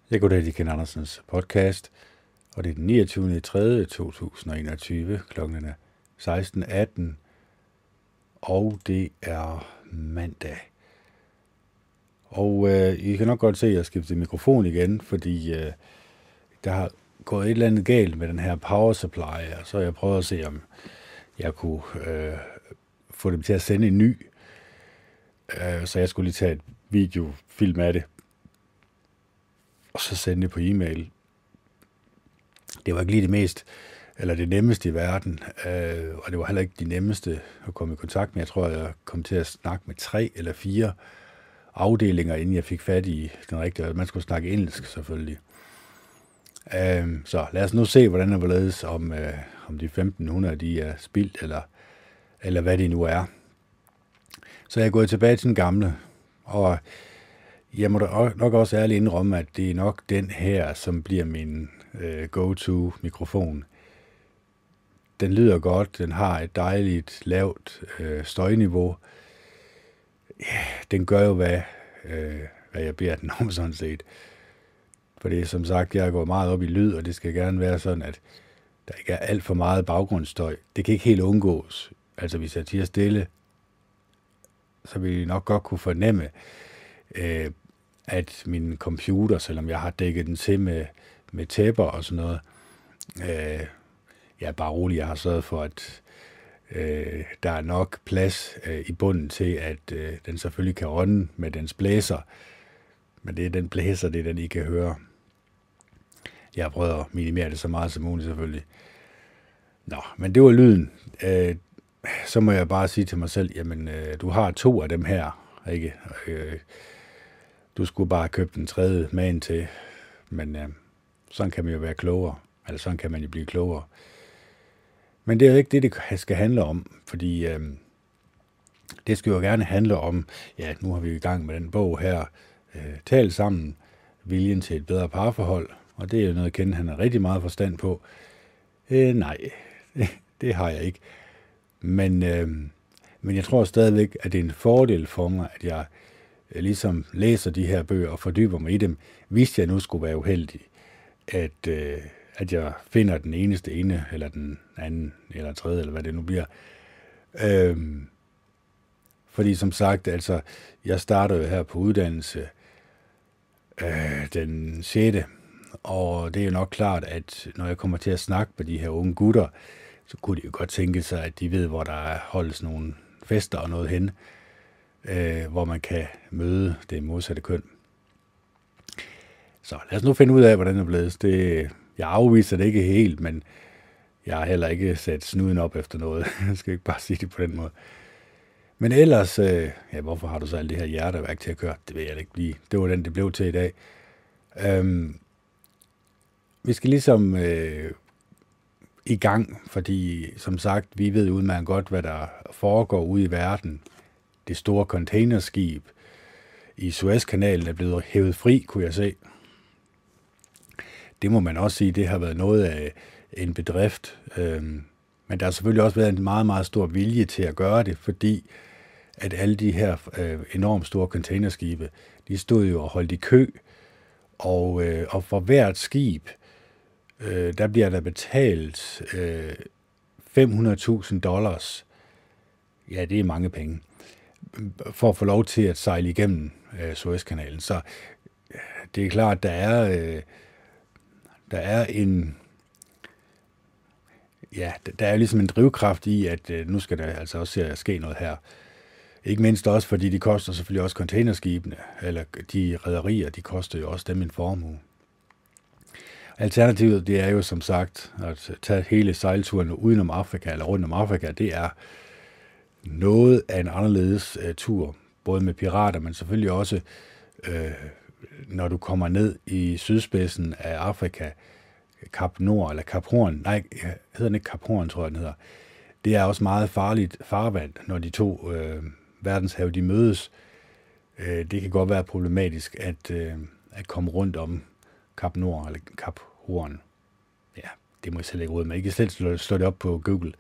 Jeg går til Ken Andersens podcast, og det er den 29.3.2021. Klokken er 16.18, og det er mandag. Og I kan nok godt se, at jeg skifter mikrofon igen, fordi der har gået et eller andet galt med den her power supply, og så har jeg prøvet at se, om jeg kunne få dem til at sende en ny. Så jeg skulle lige tage et videofilm af det, og så sende det på e-mail. Det var ikke lige det nemmeste i verden, og det var heller ikke de nemmeste at komme i kontakt med. Jeg tror, jeg kom til at snakke med 3 eller 4 afdelinger, inden jeg fik fat i den rigtige. Man skulle snakke engelsk, selvfølgelig. Så lad os nu se, hvordan det var ledes, om de 1.500 de er spildt, eller hvad det nu er. Så jeg er gået tilbage til den gamle, og jeg må da nok også ærligt indrømme, at det er nok den her, som bliver min go-to-mikrofon. Den lyder godt, den har et dejligt lavt støjniveau. Den gør jo, hvad jeg beder den om, sådan set. For det er som sagt, jeg går meget op i lyd, og det skal gerne være sådan, at der ikke er alt for meget baggrundsstøj. Det kan ikke helt undgås. Altså hvis jeg tiger stille, så vil jeg nok godt kunne fornemme, at min computer, selvom jeg har dækket den til med tæpper og sådan noget, jeg er bare rolig, jeg har sørget for, at der er nok plads i bunden til, at den selvfølgelig kan ånde med dens blæser, men det er den blæser, det er den, I kan høre. Jeg har prøvet at minimere det så meget som muligt, selvfølgelig. Nå, men det var lyden. Så må jeg bare sige til mig selv, jamen, du har 2 af dem her, ikke? Du skulle bare købe den 3. magen til, men sådan kan man jo være klogere, eller sådan kan man jo blive klogere. Men det er jo ikke det skal handle om, fordi det skal jo gerne handle om, ja, nu har vi i gang med den bog her, Tal sammen, viljen til et bedre parforhold, og det er jo noget, Ken han har rigtig meget forstand på. Nej, det har jeg ikke. Men jeg tror stadigvæk, at det er en fordel for mig, at jeg ligesom læser de her bøger og fordyber mig i dem, hvis jeg nu skulle være uheldig, at jeg finder den eneste ene, eller den anden, eller tredje, eller hvad det nu bliver. Fordi som sagt, altså, jeg starter jo her på uddannelse den 6. Og det er jo nok klart, at når jeg kommer til at snakke med de her unge gutter, så kunne de jo godt tænke sig, at de ved, hvor der holdes nogle fester og noget hen, hvor man kan møde det modsatte køn. Så lad os nu finde ud af, hvordan det er blevet. Jeg afviser det ikke helt, men jeg har heller ikke sat snuden op efter noget. Jeg skal ikke bare sige det på den måde. Men ellers, hvorfor har du så alt det her hjerteværk til at køre? Det ved jeg ikke lige. Det var den, det blev til i dag. Vi skal ligesom i gang, fordi som sagt, vi ved udmærket godt, hvad der foregår ude i verden. Det store containerskib i Suezkanalen er blevet hævet fri, kunne jeg se. Det må man også sige, det har været noget af en bedrift. Men der har selvfølgelig også været en meget, meget stor vilje til at gøre det, fordi at alle de her enormt store containerskibe, de stod jo og holdt i kø, og for hvert skib, der bliver der betalt $500,000. Ja, det er mange penge, for at få lov til at sejle igennem Suezkanalen. Så det er klart, der er en... Ja, der er ligesom en drivkraft i, at nu skal der altså også ske noget her. Ikke mindst også, fordi de koster selvfølgelig også containerskibene, eller de rederier, de koster jo også dem en formue. Alternativet, det er jo som sagt, at tage hele sejlturen udenom Afrika, eller rundt om Afrika, det er noget af en anderledes tur, både med pirater, men selvfølgelig også, når du kommer ned i sydspidsen af Afrika, Kap Nord, eller Kap Horn, nej, hedder den ikke Kap Horn, tror jeg den hedder. Det er også meget farligt farvand, når de 2 verdenshave, de mødes. Det kan godt være problematisk at komme rundt om Kap Nord, eller Kap Horn. Ja, det må jeg selv ikke råde med. Jeg kan slet slå det op på Google.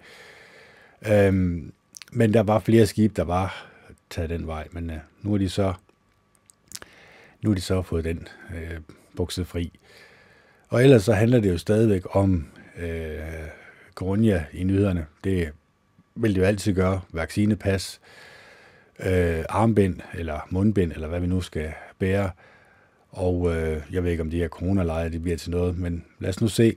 Men der var flere skibe, der var taget den vej, men nu er de så fået den buksefri. Og ellers så handler det jo stadigvæk om Grønja i nyhederne. Det vil det jo altid gøre. Vaccinepas, armbind eller mundbind, eller hvad vi nu skal bære. Og jeg ved ikke, om de her coronalejre, det bliver til noget, men lad os nu se.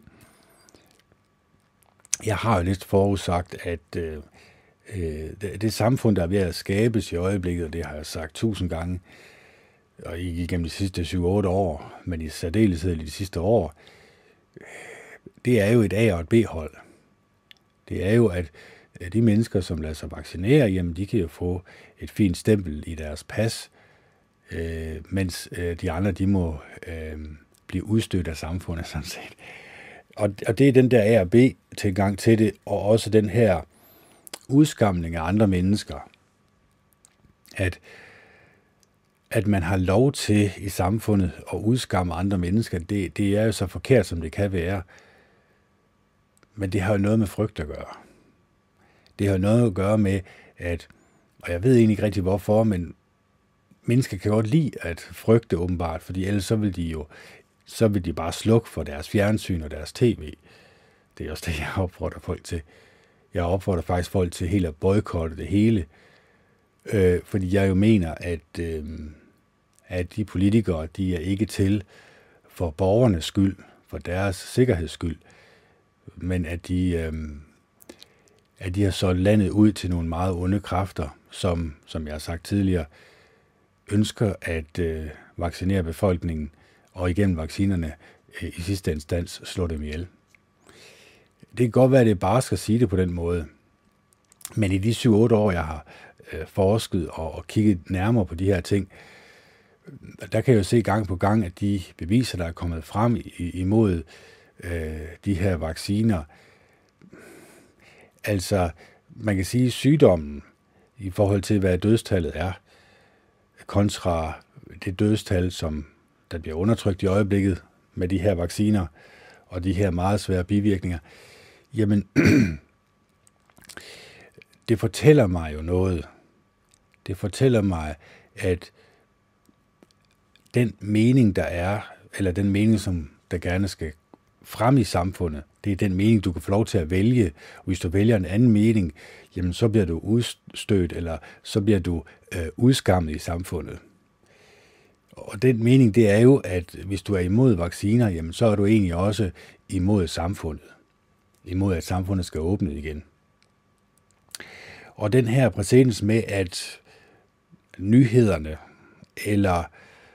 Jeg har jo lidt forudsagt, at det samfund, der er ved at skabes i øjeblikket, og det har jeg sagt 1000 gange, og ikke igennem de sidste 7-8 år, men i særdeleshed i de sidste år, det er jo et A- og et B-hold. Det er jo, at de mennesker, som lader sig vaccinere, jamen de kan jo få et fint stempel i deres pas, mens de andre, de må blive udstødt af samfundet, sådan set. Og det er den der A- og B-tilgang til det, og også den her udskamning af andre mennesker, at man har lov til i samfundet at udskamme andre mennesker, det er jo så forkert, som det kan være. Men det har jo noget med frygt at gøre. Det har noget at gøre med, og jeg ved egentlig ikke rigtig hvorfor, men mennesker kan godt lide at frygte åbenbart, fordi ellers så vil de bare slukke for deres fjernsyn og deres tv. Det er også det, jeg opfordrer folk til. Jeg opfordrer faktisk folk til helt at boykotte det hele, fordi jeg jo mener, at de politikere, de er ikke til for borgernes skyld, for deres sikkerheds skyld, men at de har solgt landet ud til nogle meget onde kræfter, som jeg har sagt tidligere, ønsker at vaccinere befolkningen, og igennem vaccinerne i sidste instans slå dem ihjel. Det kan godt være, at det bare skal sige det på den måde, men i de 7-8 år, jeg har forsket og kigget nærmere på de her ting, der kan jeg jo se gang på gang, at de beviser, der er kommet frem imod de her vacciner, altså man kan sige, sygdommen i forhold til, hvad dødstallet er, kontra det dødstal, som der bliver undertrykt i øjeblikket med de her vacciner og de her meget svære bivirkninger, jamen, det fortæller mig jo noget. Det fortæller mig, at den mening, der er, eller den mening, som der gerne skal frem i samfundet, det er den mening, du kan få lov til at vælge. Og hvis du vælger en anden mening, jamen så bliver du udstødt, eller så bliver du udskammet i samfundet. Og den mening, det er jo, at hvis du er imod vacciner, jamen så er du egentlig også imod samfundet. Imod, at samfundet skal åbne igen. Og den her præcedens med, at nyhederne, eller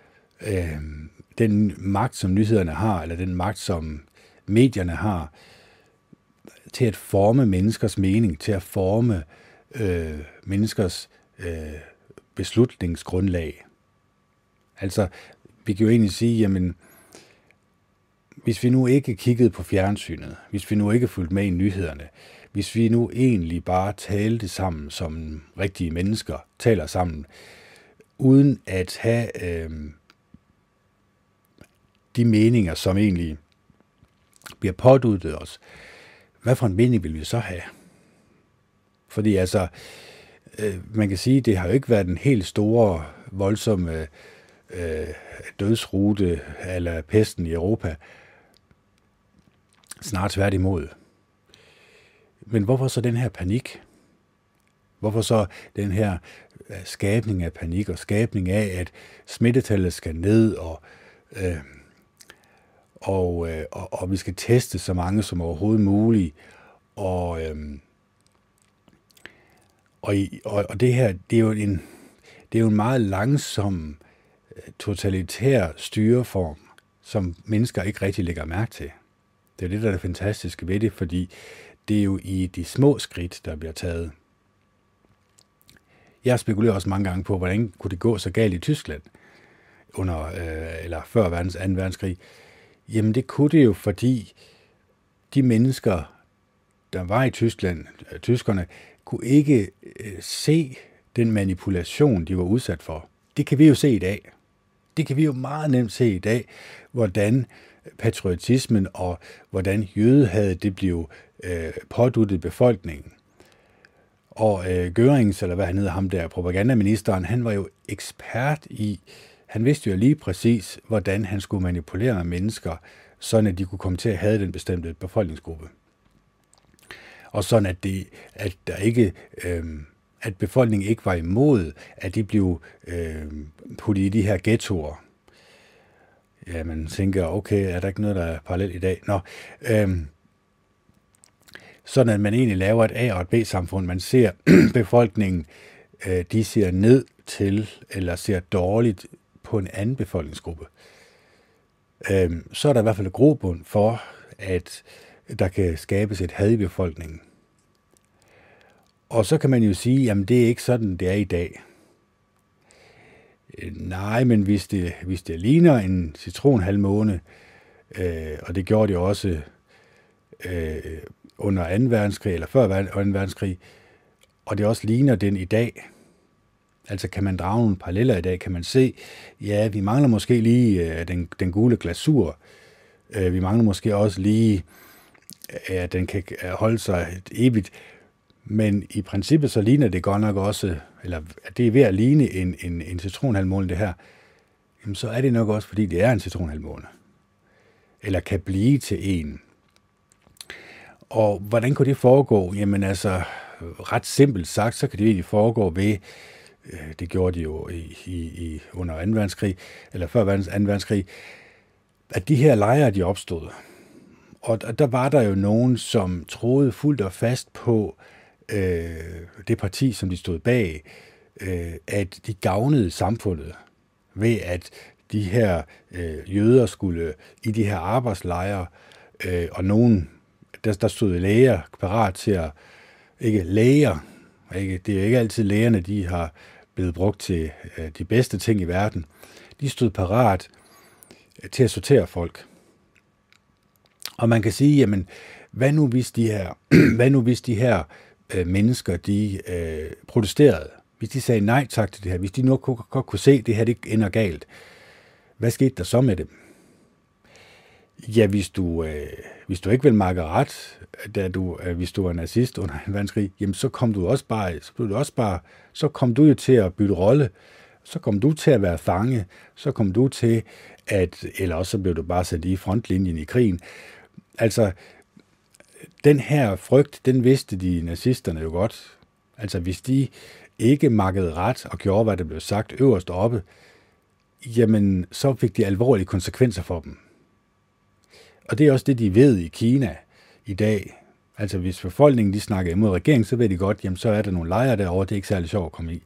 den magt, som nyhederne har, eller den magt, som medierne har, til at forme menneskers mening, til at forme menneskers beslutningsgrundlag. Altså, vi kan jo egentlig sige, jamen, hvis vi nu ikke kiggede på fjernsynet, hvis vi nu ikke fulgte med i nyhederne, hvis vi nu egentlig bare talte sammen som rigtige mennesker, taler sammen, uden at have de meninger, som egentlig bliver påduttet os, hvad for en mening vil vi så have? Fordi altså, man kan sige, det har jo ikke været en helt store, voldsomme dødsrute eller pesten i Europa. Snart tværtimod. Men hvorfor så den her panik? Hvorfor så den her skabning af panik og skabning af, at smittetallet skal ned, og vi skal teste så mange som overhovedet muligt, og det her, det er jo en meget langsom totalitær styreform, som mennesker ikke rigtig lægger mærke til. Det er det, der er det fantastiske ved det, fordi det er jo i de små skridt, der bliver taget. Jeg spekulerer også mange gange på, hvordan kunne det gå så galt i Tyskland eller før 2. verdenskrig. Jamen det kunne det jo, fordi de mennesker, der var i Tyskland, tyskerne, kunne ikke se den manipulation, de var udsat for. Det kan vi jo se i dag. Det kan vi jo meget nemt se i dag, hvordan patriotismen og hvordan jødehadet det blev påduttet befolkningen. Og Görings, eller hvad han hedder, ham der propagandaministeren, han var jo ekspert i Han vidste jo lige præcis, hvordan han skulle manipulere mennesker, sådan at de kunne komme til at have den bestemte befolkningsgruppe. Og sådan at befolkningen ikke var imod, at de blev puttet i de her ghettoer. Ja, man tænker, okay, er der ikke noget, der er parallelt i dag? Nå, sådan at man egentlig laver et A- og et B-samfund. Man ser befolkningen, de ser ned til, eller ser dårligt på en anden befolkningsgruppe. Så er der i hvert fald et grobund for, at der kan skabes et had i befolkningen. Og så kan man jo sige, jamen det er ikke sådan, det er i dag. Nej, men hvis det ligner en citronhalvmåne, og det gjorde det også under 2. verdenskrig, eller før 2. verdenskrig, og det også ligner den i dag, altså kan man drage nogle paralleller i dag, kan man se, ja, vi mangler måske lige den gule glasur, vi mangler måske også lige, at den kan holde sig et evigt, men i princippet så ligner det godt nok også, eller det er ved at ligne en citronhalvmåne det her, jamen så er det nok også, fordi det er en citronhalvmåne, eller kan blive til en. Og hvordan kunne det foregå? Jamen altså, ret simpelt sagt, så kan det egentlig foregå ved, det gjorde de jo under 2. verdenskrig, eller før 2. verdenskrig, at de her lejre, de opstod. Og der var der jo nogen, som troede fuldt og fast på det parti, som de stod bag, at de gavnede samfundet ved, at de her jøder skulle i de her arbejdslejre, og nogen, der stod læger parat til at, ikke læger, ikke, det er jo ikke altid lægerne, de har blevet brugt til de bedste ting i verden, de stod parat til at sortere folk. Og man kan sige, jamen, hvad nu hvis de her mennesker, de protesterede, hvis de sagde nej tak til det her, hvis de nu godt kunne se, at det her det ender galt, hvad skete der så med dem? Ja, hvis du ikke vil makke ret, hvis du var nazist under 2. verdenskrig, jamen så kom du jo til at bytte rolle, så kom du til at være fange, så kom du til eller også så blev du bare sat i frontlinjen i krigen. Altså, den her frygt, den vidste de nazisterne jo godt. Altså, hvis de ikke makkede ret og gjorde, hvad der blev sagt øverst oppe, jamen, så fik de alvorlige konsekvenser for dem. Og det er også det, de ved i Kina i dag. Altså, hvis befolkningen de snakker imod regeringen, så ved de godt, jamen, så er der nogle lejre derovre, det er ikke særlig sjovt at komme i.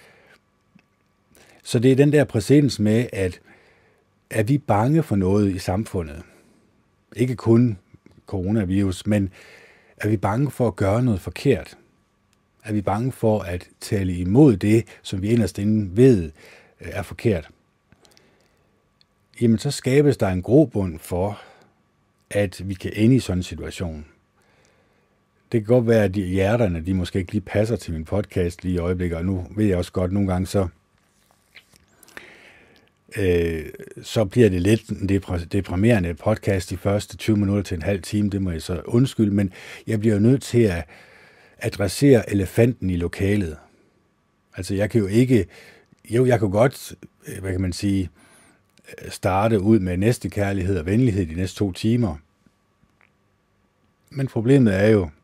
Så det er den der præcedens med, at er vi bange for noget i samfundet? Ikke kun coronavirus, men er vi bange for at gøre noget forkert? Er vi bange for at tale imod det, som vi inderst inde ved er forkert? Jamen, så skabes der en grobund for, at vi kan ende i sådan en situation. Det kan godt være, at hjerterne, de måske ikke lige passer til min podcast lige i øjeblikket, og nu ved jeg også godt, nogle gange så bliver det lidt en deprimerende podcast de første 20 minutter til en halv time, det må jeg så undskylde, men jeg bliver jo nødt til at adressere elefanten i lokalet. Altså jeg kan godt, hvad kan man sige, starte ud med næstekærlighed og venlighed de næste 2 timer. Men problemet er jo,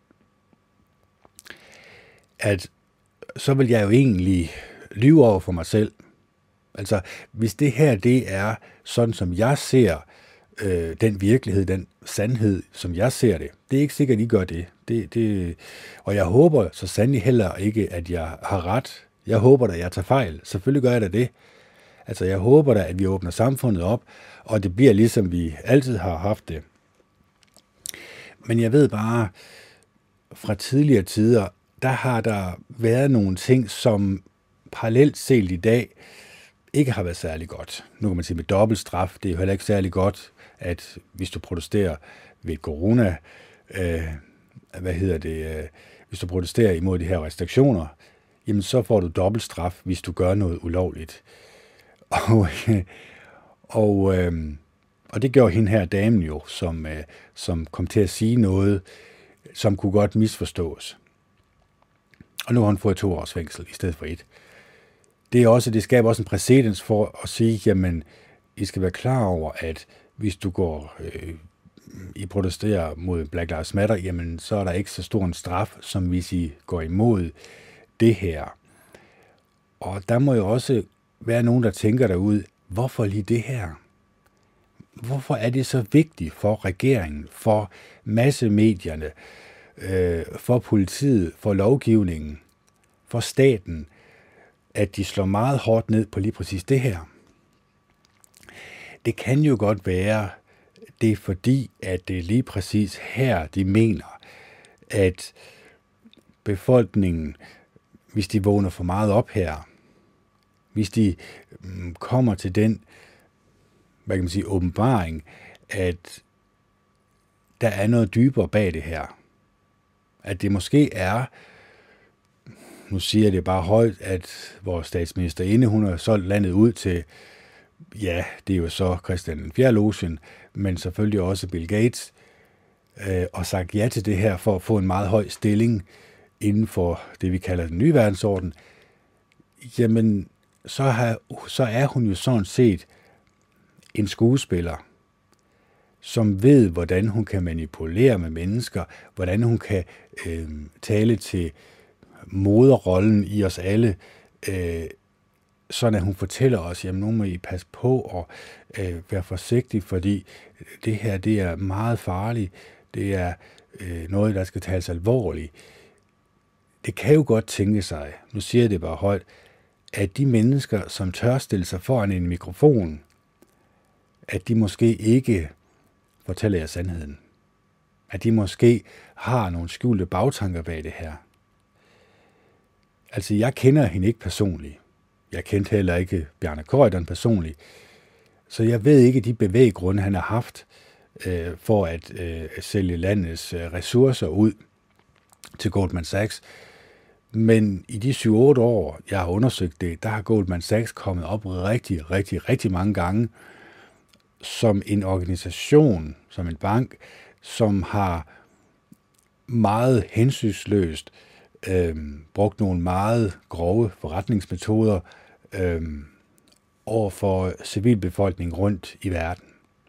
at så vil jeg jo egentlig lyve over for mig selv. Altså, hvis det her, det er sådan, som jeg ser den virkelighed, den sandhed, som jeg ser det, det er ikke sikkert, at I gør det. Og jeg håber så sandelig heller ikke, at jeg har ret. Jeg håber da, at jeg tager fejl. Selvfølgelig gør jeg da det. Altså, jeg håber da, at vi åbner samfundet op, og det bliver ligesom vi altid har haft det. Men jeg ved bare, fra tidligere tider, der har der været nogle ting, som parallelt set i dag, ikke har været særlig godt. Nu kan man sige med dobbeltstraf, det er jo heller ikke særlig godt, at hvis du protesterer ved corona, hvis du protesterer imod de her restriktioner, jamen så får du dobbeltstraf, hvis du gør noget ulovligt. Og det gjorde hende her damen jo, som kom til at sige noget, som kunne godt misforstås. Og nu har hun fået 2 års fængsel i stedet for 1. det skaber også en præcedens for at sige, jamen, I skal være klar over, at hvis du går, I protesterer mod Black Lives Matter, jamen, så er der ikke så stor en straf, som hvis I går imod det her. Og der må jo også være nogen, der tænker derude, hvorfor lige det her? Hvorfor er det så vigtigt for regeringen, for massemedierne, for politiet, for lovgivningen, for staten, at de slår meget hårdt ned på lige præcis det her? Det kan jo godt være, det er fordi, at det er lige præcis her, de mener, at befolkningen, hvis de vågner for meget op her, hvis de kommer til den, hvad kan man sige, åbenbaring, at der er noget dybere bag det her. At det måske er, nu siger jeg det bare højt, at vores statsministerinde, hun har solgt landet ud til, ja, det er jo så Christian IV, men selvfølgelig også Bill Gates, og sagt ja til det her for at få en meget høj stilling inden for det, vi kalder den nye verdensorden, jamen, så er hun jo sådan set en skuespiller, som ved, hvordan hun kan manipulere med mennesker, hvordan hun kan tale til moderrollen i os alle, sådan at hun fortæller os, jamen nu må I passe på og være forsigtige, fordi det her, det er meget farligt, det er noget, der skal tages alvorligt. Det kan jo godt tænke sig, nu siger jeg det bare højt, at de mennesker, som tør stille sig foran en mikrofon, at de måske ikke fortæller jer sandheden. At de måske har nogle skjulte bagtanker bag det her. Altså, jeg kender hende ikke personligt. Jeg kendte heller ikke Bjarne Corydon personligt. Så jeg ved ikke de bevæggrunde, han har haft for at sælge landets ressourcer ud til Goldman Sachs. Men i de 7-8 år, jeg har undersøgt det, der har Goldman Sachs kommet op rigtig mange gange som en organisation, som en bank, som har meget hensynsløst brugt nogle meget grove forretningsmetoder over for civilbefolkningen rundt i verden.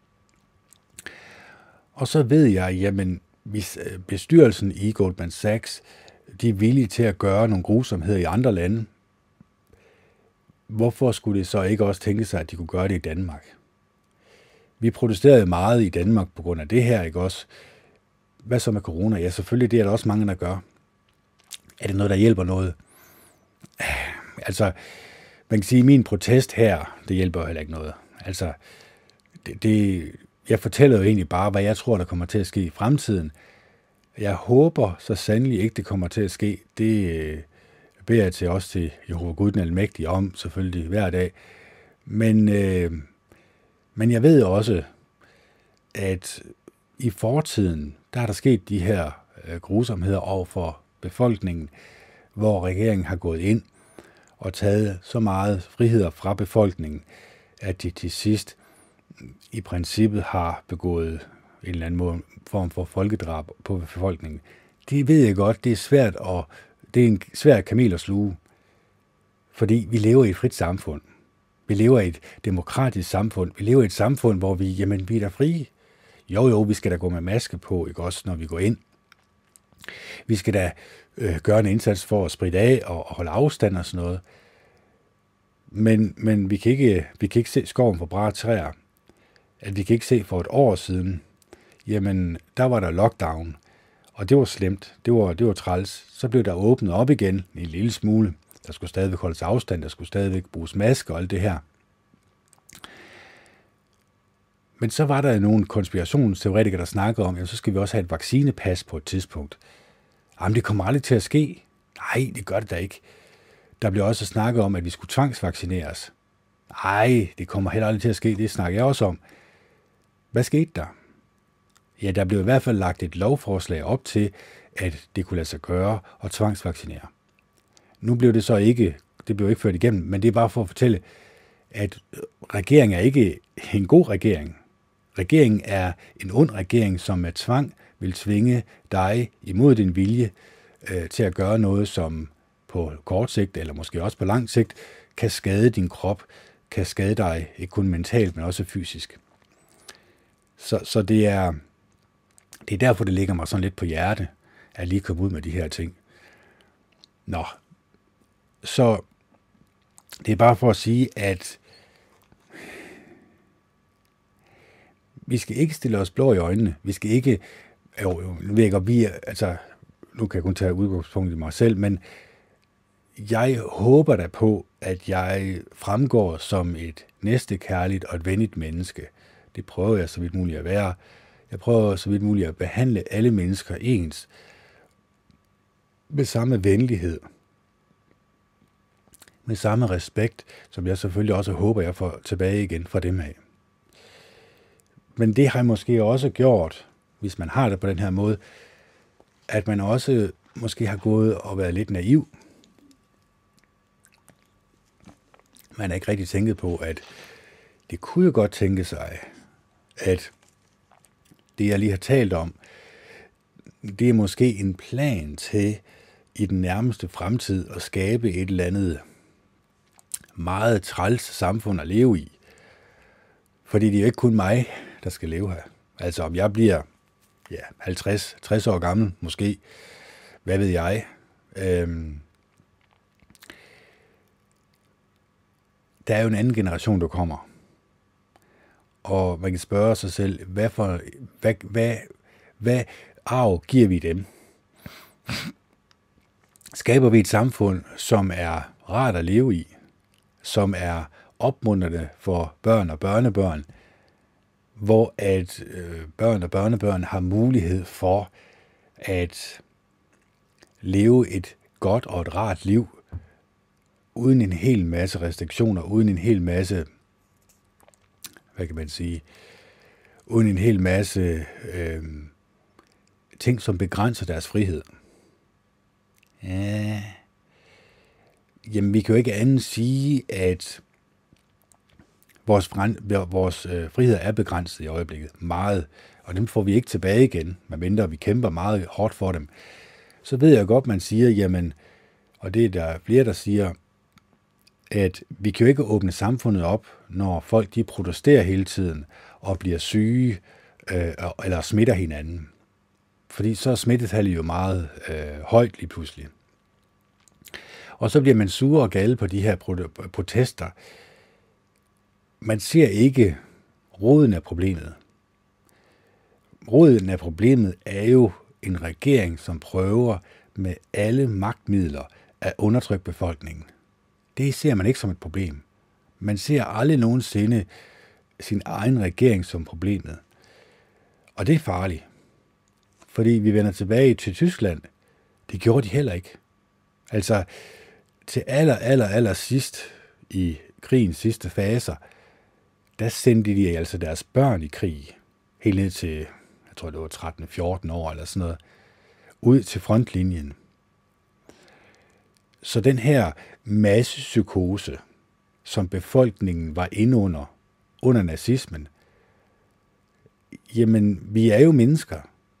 Og så ved jeg, jamen, hvis bestyrelsen i Goldman Sachs, de er villige til at gøre nogle grusomheder i andre lande, hvorfor skulle det så ikke også tænke sig, at de kunne gøre det i Danmark? Vi protesterede meget i Danmark på grund af det her, ikke også? Hvad så med corona? Ja, selvfølgelig, det er der også mange, der gør. Er det noget, der hjælper noget? Altså, man kan sige, at min protest her, det hjælper jo heller ikke noget. Altså, jeg fortæller jo egentlig bare, hvad jeg tror, der kommer til at ske i fremtiden. Jeg håber så sandelig ikke, det kommer til at ske. Det beder jeg til også til Jehova Gud den Almægtige om, selvfølgelig hver dag. Men jeg ved også, at i fortiden, der er der sket de her grusomheder over for befolkningen, hvor regeringen har gået ind og taget så meget friheder fra befolkningen, at de til sidst i princippet har begået en eller anden form for folkedrab på befolkningen. Det ved jeg godt, det er en svær kamel at sluge, fordi vi lever i et frit samfund. Vi lever i et demokratisk samfund. Vi lever i et samfund, hvor vi er da frie. Jo, vi skal da gå med maske på, ikke også, når vi går ind. Vi skal da gøre en indsats for at spritte af og holde afstand og sådan noget. Men vi kan ikke se skoven for bare træer. At vi kan ikke se for et år siden, jamen, der var der lockdown, og det var slemt, det var træls. Så blev der åbnet op igen en lille smule. Der skulle stadigvæk holdes afstand, der skulle stadigvæk bruges masker og alt det her. Men så var der nogle konspirationsteoretikere, der snakkede om, at så skal vi også have et vaccinepas på et tidspunkt. Jamen, det kommer aldrig til at ske. Nej, det gør det da ikke. Der blev også snakket om, at vi skulle tvangsvaccineres. Nej, det kommer heller aldrig til at ske. Det snakker jeg også om. Hvad skete der? Ja, der blev i hvert fald lagt et lovforslag op til, at det kunne lade sig gøre og tvangsvaccinere. Nu blev det så ikke ført igennem, men det er bare for at fortælle, at regeringen er ikke en god regering. Regeringen er en ond regering, som med tvang vil tvinge dig imod din vilje til at gøre noget, som på kort sigt, eller måske også på lang sigt, kan skade din krop, kan skade dig ikke kun mentalt, men også fysisk. Så det er derfor, det ligger mig sådan lidt på hjerte, at lige komme ud med de her ting. Nå, så det er bare for at sige, at vi skal ikke stille os blå i øjnene. Vi skal ikke, nu kan jeg kun tage udgangspunkt i mig selv, men jeg håber da på, at jeg fremgår som et næstekærligt og et venligt menneske. Det prøver jeg så vidt muligt at være. Jeg prøver så vidt muligt at behandle alle mennesker ens, med samme venlighed, med samme respekt, som jeg selvfølgelig også håber, jeg får tilbage igen fra dem af. Men det har jeg måske også gjort, hvis man har det på den her måde, at man også måske har gået og været lidt naiv. Man har ikke rigtig tænkt på, at det kunne jo godt tænke sig, at det, jeg lige har talt om, det er måske en plan til i den nærmeste fremtid at skabe et eller andet meget træls samfund at leve i. Fordi det er jo ikke kun mig, der skal leve her. Altså om jeg bliver 50-60 år gammel, måske, hvad ved jeg. Der er jo en anden generation, der kommer. Og man kan spørge sig selv, hvad arv giver vi dem? Skaber vi et samfund, som er rart at leve i, som er opmuntrende for børn og børnebørn, hvor at børn og børnebørn har mulighed for at leve et godt og et rart liv, uden en hel masse restriktioner, uden en hel masse, uden en hel masse ting, som begrænser deres frihed. Ja. Jamen, vi kan jo ikke andet sige, at vores frihed er begrænset i øjeblikket. Meget. Og dem får vi ikke tilbage igen, medmindre vi kæmper meget hårdt for dem. Så ved jeg godt, man siger, jamen, og det er der flere, der siger, at vi kan jo ikke åbne samfundet op, når folk de protesterer hele tiden og bliver syge eller smitter hinanden. Fordi så er smittetallet jo meget højt lige pludselig. Og så bliver man sure og gale på de her protester. Man ser ikke roden af problemet. Roden af problemet er jo en regering, som prøver med alle magtmidler at undertrykke befolkningen. Det ser man ikke som et problem. Man ser aldrig nogensinde sin egen regering som problemet. Og det er farligt. Fordi vi vender tilbage til Tyskland. Det gjorde de heller ikke. Altså, til aller sidst i krigens sidste faser, der sendte de altså deres børn i krig. Helt ned til, jeg tror det var 13-14 år eller sådan noget, ud til frontlinjen. Så den her massepsykose, som befolkningen var inde under nazismen, jamen, vi er jo mennesker.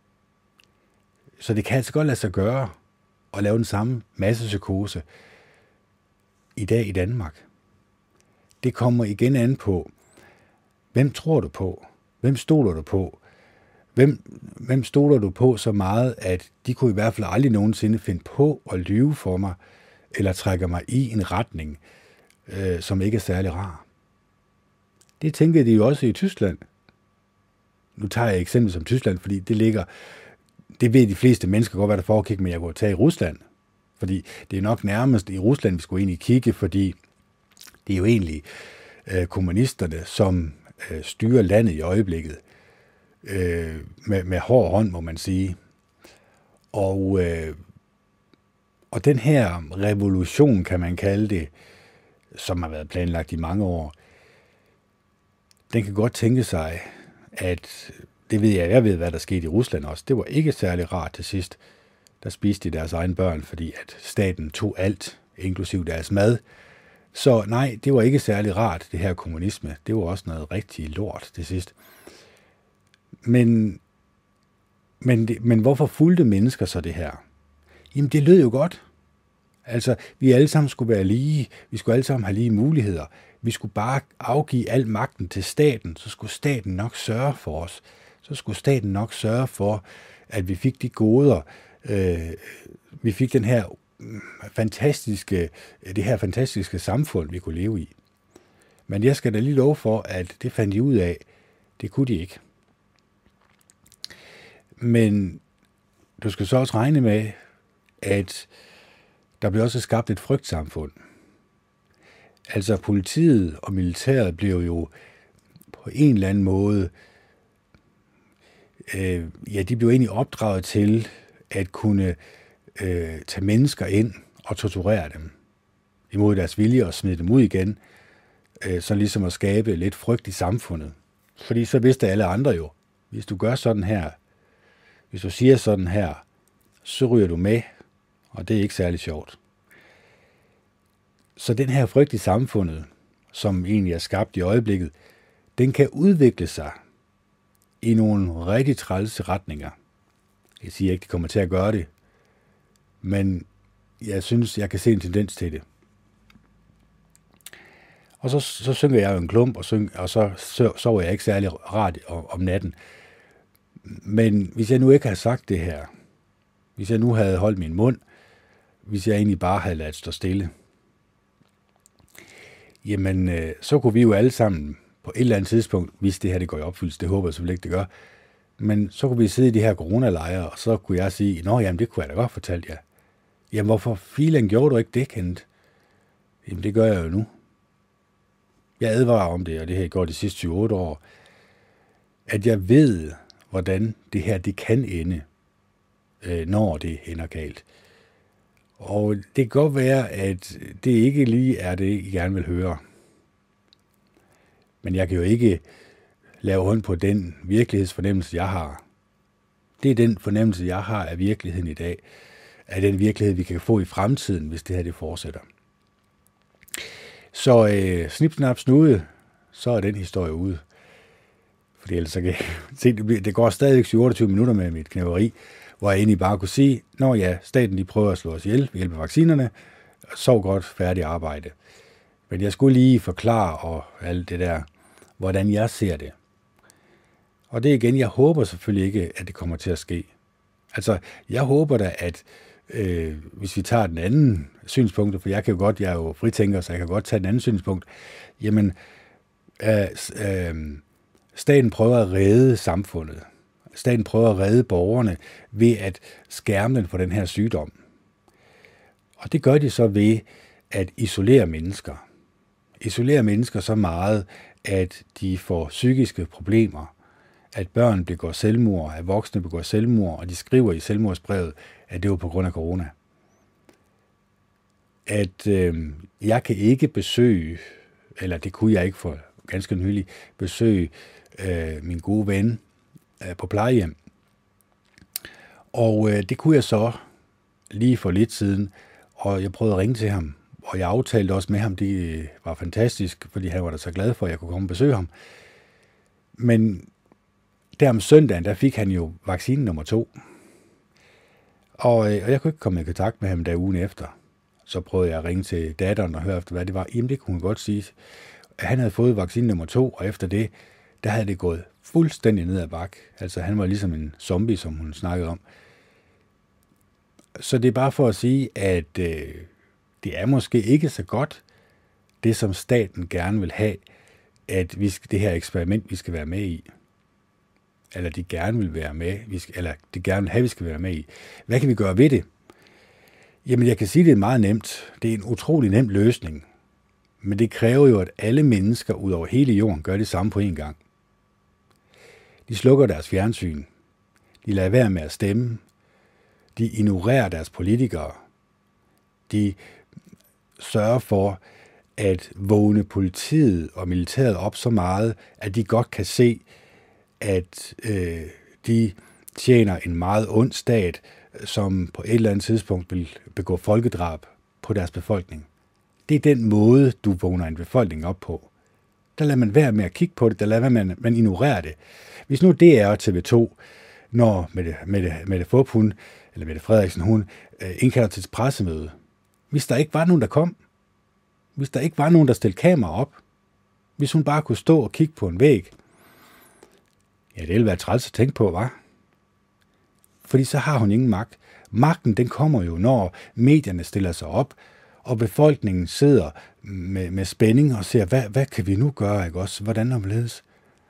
Så det kan altså godt lade sig gøre at lave den samme massepsykose i dag i Danmark. Det kommer igen an på, hvem tror du på? Hvem stoler du på? Hvem stoler du på så meget, at de kunne i hvert fald aldrig nogensinde finde på at lyve for mig, eller trække mig i en retning, som ikke er særlig rar. Det tænkte de jo også i Tyskland. Nu tager jeg et eksempel som Tyskland, fordi det ved de fleste mennesker godt, hvad der foregik, men jeg kunne tage i Rusland. Fordi det er nok nærmest i Rusland, vi skulle egentlig kigge, fordi det er jo egentlig kommunisterne, som styrer landet i øjeblikket. Med hård hånd, må man sige. Og den her revolution, kan man kalde det, som har været planlagt i mange år, den kan godt tænke sig, at det ved jeg ved, hvad der skete i Rusland også. Det var ikke særlig rart til sidst. Der spiste de deres egne børn, fordi at staten tog alt, inklusiv deres mad. Så nej, det var ikke særlig rart, det her kommunisme. Det var også noget rigtig lort til sidst. Men hvorfor fulgte mennesker så det her? Jamen, det lød jo godt. Altså, vi alle sammen skulle være lige. Vi skulle alle sammen have lige muligheder. Vi skulle bare afgive al magten til staten, så skulle staten nok sørge for os. Så skulle staten nok sørge for, at vi fik de goder. Vi fik det her fantastiske samfund, vi kunne leve i. Men jeg skal da lige love for, at det fandt de ud af. Det kunne de ikke. Men du skal så også regne med, at der blev også skabt et frygtsamfund. Altså politiet og militæret blev jo på en eller anden måde, de blev egentlig opdraget til at kunne tage mennesker ind og torturere dem imod deres vilje og smide dem ud igen, så ligesom at skabe lidt frygt i samfundet. Fordi så vidste alle andre jo, hvis du gør sådan her, hvis du siger sådan her, så ryger du med, og det er ikke særlig sjovt. Så den her frygt i samfundet, som egentlig er skabt i øjeblikket, den kan udvikle sig i nogle rigtig trælse retninger. Jeg siger ikke, det kommer til at gøre det, men jeg synes, jeg kan se en tendens til det. Og så synger jeg jo en klump, og så sover jeg ikke særlig rart om natten. Men hvis jeg nu ikke havde sagt det her, hvis jeg nu havde holdt min mund, hvis jeg egentlig bare havde ladet stå stille, jamen, så kunne vi jo alle sammen på et eller andet tidspunkt, hvis det her det går i opfyldelse, det håber jeg selvfølgelig ikke, det gør, men så kunne vi sidde i de her coronalejre, og så kunne jeg sige, nå jamen, det kunne jeg da godt fortælle jer. Jamen, hvorfor filen gjorde du ikke det, Kent? Jamen, det gør jeg jo nu. Jeg advarer om det, og det har jeg gjort de sidste 7-8 år, at jeg ved, hvordan det her det kan ende, når det ender galt. Og det kan godt være, at det ikke lige er det, I gerne vil høre. Men jeg kan jo ikke lave hånd på den virkelighedsfornemmelse, jeg har. Det er den fornemmelse, jeg har af virkeligheden i dag. Af den virkelighed, vi kan få i fremtiden, hvis det her det fortsætter. Så snip, snap, snude, så er den historie ude. Fordi ellers så kan jeg se, det går stadigvæk 27 minutter med mit knæveri, hvor jeg egentlig bare kunne sige, nå ja, staten de prøver at slå os ihjel ved hjælp af vaccinerne, sov godt, færdig arbejde. Men jeg skulle lige forklare og alt det der, hvordan jeg ser det. Og det igen, jeg håber selvfølgelig ikke, at det kommer til at ske. Altså, jeg håber da, at hvis vi tager den anden synspunkt, for jeg er jo fritænker, så jeg kan godt tage den anden synspunkt, jamen, staten prøver at redde samfundet. Staten prøver at redde borgerne ved at skærme dem for den her sygdom. Og det gør de så ved at isolere mennesker. Isolere mennesker så meget, at de får psykiske problemer, at børn begår selvmord, at voksne begår selvmord, og de skriver i selvmordsbrevet, at det var på grund af corona. At jeg kan ikke besøge, eller det kunne jeg ikke for ganske nylig, besøge min gode ven på plejehjem. Og det kunne jeg så lige for lidt siden, og jeg prøvede at ringe til ham, og jeg aftalte også med ham, det var fantastisk, fordi han var da så glad for, at jeg kunne komme og besøge ham. Men der om søndagen, der fik han jo vaccine nummer 2. Og jeg kunne ikke komme i kontakt med ham der ugen efter. Så prøvede jeg at ringe til datteren og høre efter, hvad det var. Jamen det kunne hun godt sige. Han havde fået vaccine nummer 2, og efter det, der havde det gået fuldstændig ned ad bakke. Altså han var ligesom en zombie, som hun snakkede om. Så det er bare for at sige, at det er måske ikke så godt, det som staten gerne vil have, at det her eksperiment, vi skal være med i. Eller de gerne vil være med, de gerne vil have, vi skal være med i. Hvad kan vi gøre ved det? Jamen, jeg kan sige, det er meget nemt. Det er en utrolig nem løsning. Men det kræver jo, at alle mennesker ud over hele jorden gør det samme på en gang. De slukker deres fjernsyn. De lader være med at stemme. De ignorerer deres politikere. De sørger for at vågne politiet og militæret op så meget, at de godt kan se, at de tjener en meget ond stat, som på et eller andet tidspunkt vil begå folkedrab på deres befolkning. Det er den måde, du vågner en befolkning op på. Der lader man være med at kigge på det, der lader man ignorere det. Hvis nu det er TV2, når Mette Frederiksen, hun indkalder til et pressemøde, Hvis der ikke var nogen, der kom. Hvis der ikke var nogen, der stillede kamera op. Hvis hun bare kunne stå og kigge på en væg. Ja, det ville være træls at tænke på, hva'? Fordi så har hun ingen magt. Magten, den kommer jo, når medierne stiller sig op, og befolkningen sidder med spænding og ser, hvad kan vi nu gøre, ikke også? Hvordan omledes?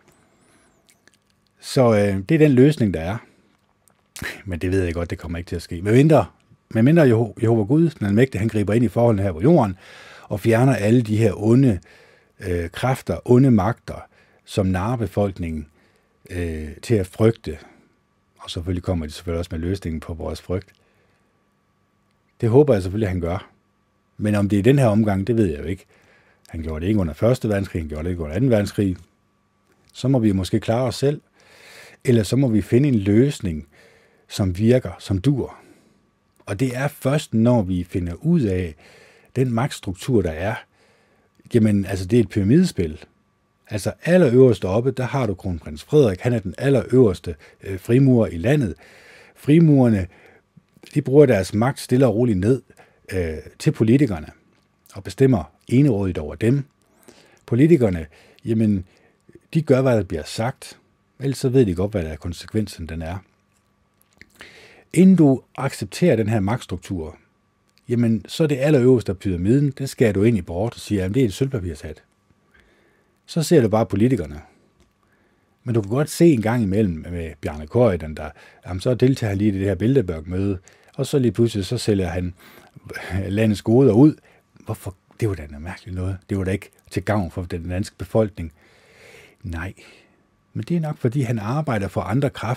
Så det er den løsning, der er. Men det ved jeg godt, det kommer ikke til at ske. Med mindre Jehova Gud, den almægtige, han griber ind i forholdene her på jorden, og fjerner alle de her onde kræfter, onde magter, som narrer befolkningen til at frygte. Og selvfølgelig kommer de selvfølgelig også med løsningen på vores frygt. Det håber jeg selvfølgelig, at han gør. Men om det er den her omgang, det ved jeg jo ikke. Han gjorde det ikke under 1. verdenskrig, han gjorde det ikke under 2. verdenskrig. Så må vi måske klare os selv. Eller så må vi finde en løsning, som virker, som dur. Og det er først, når vi finder ud af den magtstruktur, der er. Jamen, altså det er et pyramidespil. Altså allerøverst oppe, der har du kronprins Frederik. Han er den allerøverste frimurer i landet. Frimurerne, de bruger deres magt stille og roligt ned til politikerne og bestemmer enerådigt over dem. Politikerne, jamen, de gør, hvad der bliver sagt. Ellers så ved de godt, hvad der er konsekvensen den er. Inden du accepterer den her magtstruktur, jamen, så er det allerøverste af pyramiden, den skærer du ind i bort og siger, at det er et sølvpapirshat. Så ser du bare politikerne. Men du kan godt se en gang imellem med Bjarne Corydon, der så deltager han lige i det her Bilderberg-møde, og så lige pludselig så sælger han landets goder ud. Hvorfor? Det var da noget mærkeligt noget. Det var da ikke til gavn for den danske befolkning. Nej, men det er nok, fordi han arbejder for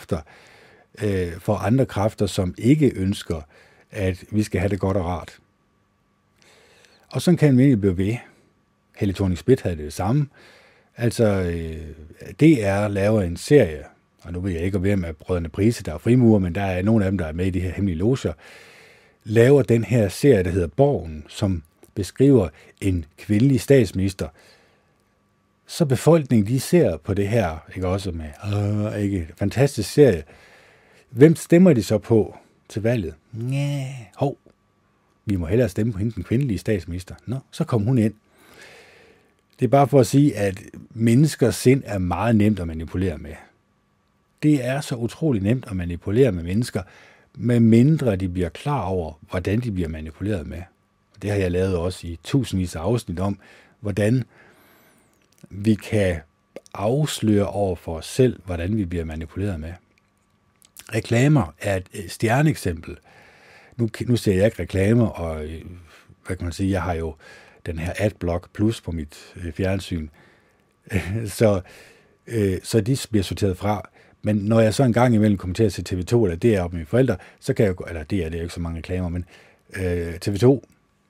andre kræfter, som ikke ønsker, at vi skal have det godt og rart. Og sådan kan man egentlig blive ved. Helle Thorning-Schmidt havde det samme. Altså, DR laver en serie, og nu ved jeg ikke, hvem af Brødrene Price, der er frimurer, men der er nogle af dem, der er med i de her hemmelige loger, laver den her serie, der hedder Borgen, som beskriver en kvindelig statsminister. Så befolkningen, de ser på det her, ikke også med, ikke, fantastisk serie. Hvem stemmer de så på til valget? Vi må hellere stemme på hende, den kvindelige statsminister. Nå, så kom hun ind. Det er bare for at sige, at menneskers sind er meget nemt at manipulere med. Det er så utrolig nemt at manipulere med mennesker, med mindre de bliver klar over, hvordan de bliver manipuleret med. Og det har jeg lavet også i tusindvis af afsnit om, hvordan vi kan afsløre over for os selv, hvordan vi bliver manipuleret med. Reklamer er et stjerneeksempel. Nu ser jeg ikke reklamer, og hvad kan man sige, jeg har jo den her Adblock Plus på mit fjernsyn. Så de bliver sorteret fra. Men når jeg så en gang imellem kommer til at se TV2 eller DR op med mine forældre, så kan jeg, eller det er jo ikke så mange reklamer, men TV2,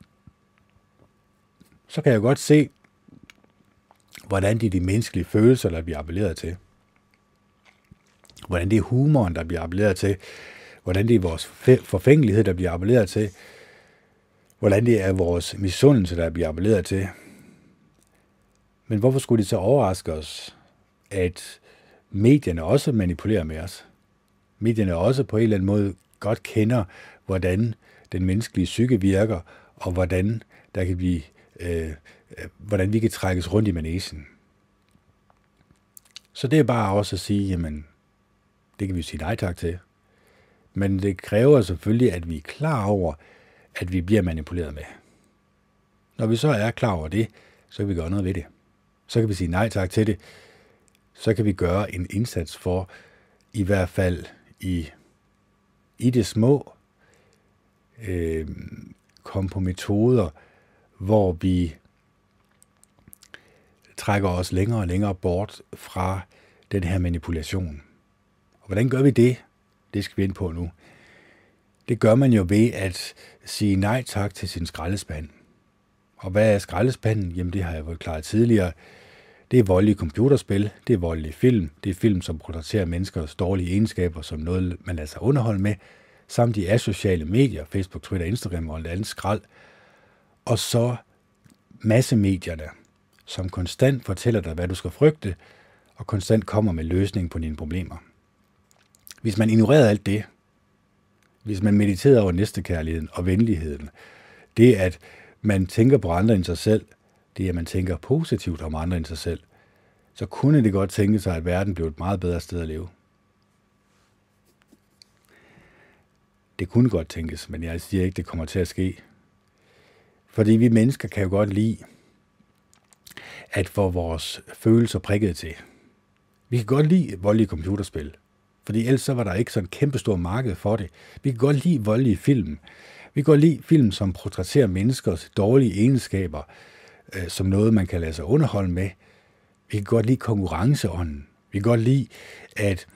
så kan jeg godt se, hvordan det er de menneskelige følelser, der bliver appelleret til. Hvordan det er humoren, der bliver appelleret til. Hvordan det er vores forfængelighed, der bliver appelleret til. Hvordan det er vores misundelse, der bliver appelleret til. Men hvorfor skulle det så overraske os, at medierne også manipulerer med os? Medierne også på en eller anden måde godt kender, hvordan den menneskelige psyke virker, og hvordan der kan blive, hvordan vi kan trækkes rundt i manegen. Så det er bare også at sige, jamen, det kan vi sige nej tak til. Men det kræver selvfølgelig, at vi er klar over, at vi bliver manipuleret med. Når vi så er klar over det, så kan vi gøre noget ved det. Så kan vi sige nej tak til det. Så kan vi gøre en indsats for, i hvert fald i det små, komme på metoder, hvor vi trækker os længere og længere bort fra den her manipulation. Og hvordan gør vi det? Det skal vi ind på nu. Det gør man jo ved at sige nej tak til sin skraldespand. Og hvad er skraldespanden? Jamen det har jeg jo klaret tidligere. Det er voldelige computerspil, det er voldelige film, det er film, som portrætterer menneskers dårlige egenskaber som noget, man lader sig underholde med, samt de asociale medier, Facebook, Twitter, Instagram og alt andet skrald. Og så massemedierne, som konstant fortæller dig, hvad du skal frygte, og konstant kommer med løsning på dine problemer. Hvis man ignorerede alt det, hvis man mediterede over næstekærligheden og venligheden, Det, at man tænker på andre end sig selv, det, at man tænker positivt om andre end sig selv, så kunne det godt tænke sig, at verden blev et meget bedre sted at leve. Det kunne godt tænkes, men jeg siger ikke, det kommer til at ske. Fordi vi mennesker kan jo godt lide at få vores følelser prikket til. Vi kan godt lide voldelige computerspil, fordi ellers så var der ikke sådan et kæmpestor marked for det. Vi kan godt lide voldelige film. Vi kan godt lide film, som portrætterer menneskers dårlige egenskaber, som noget, man kan lade sig underholde med. Vi kan godt lide konkurrenceånden. Vi kan godt lide, at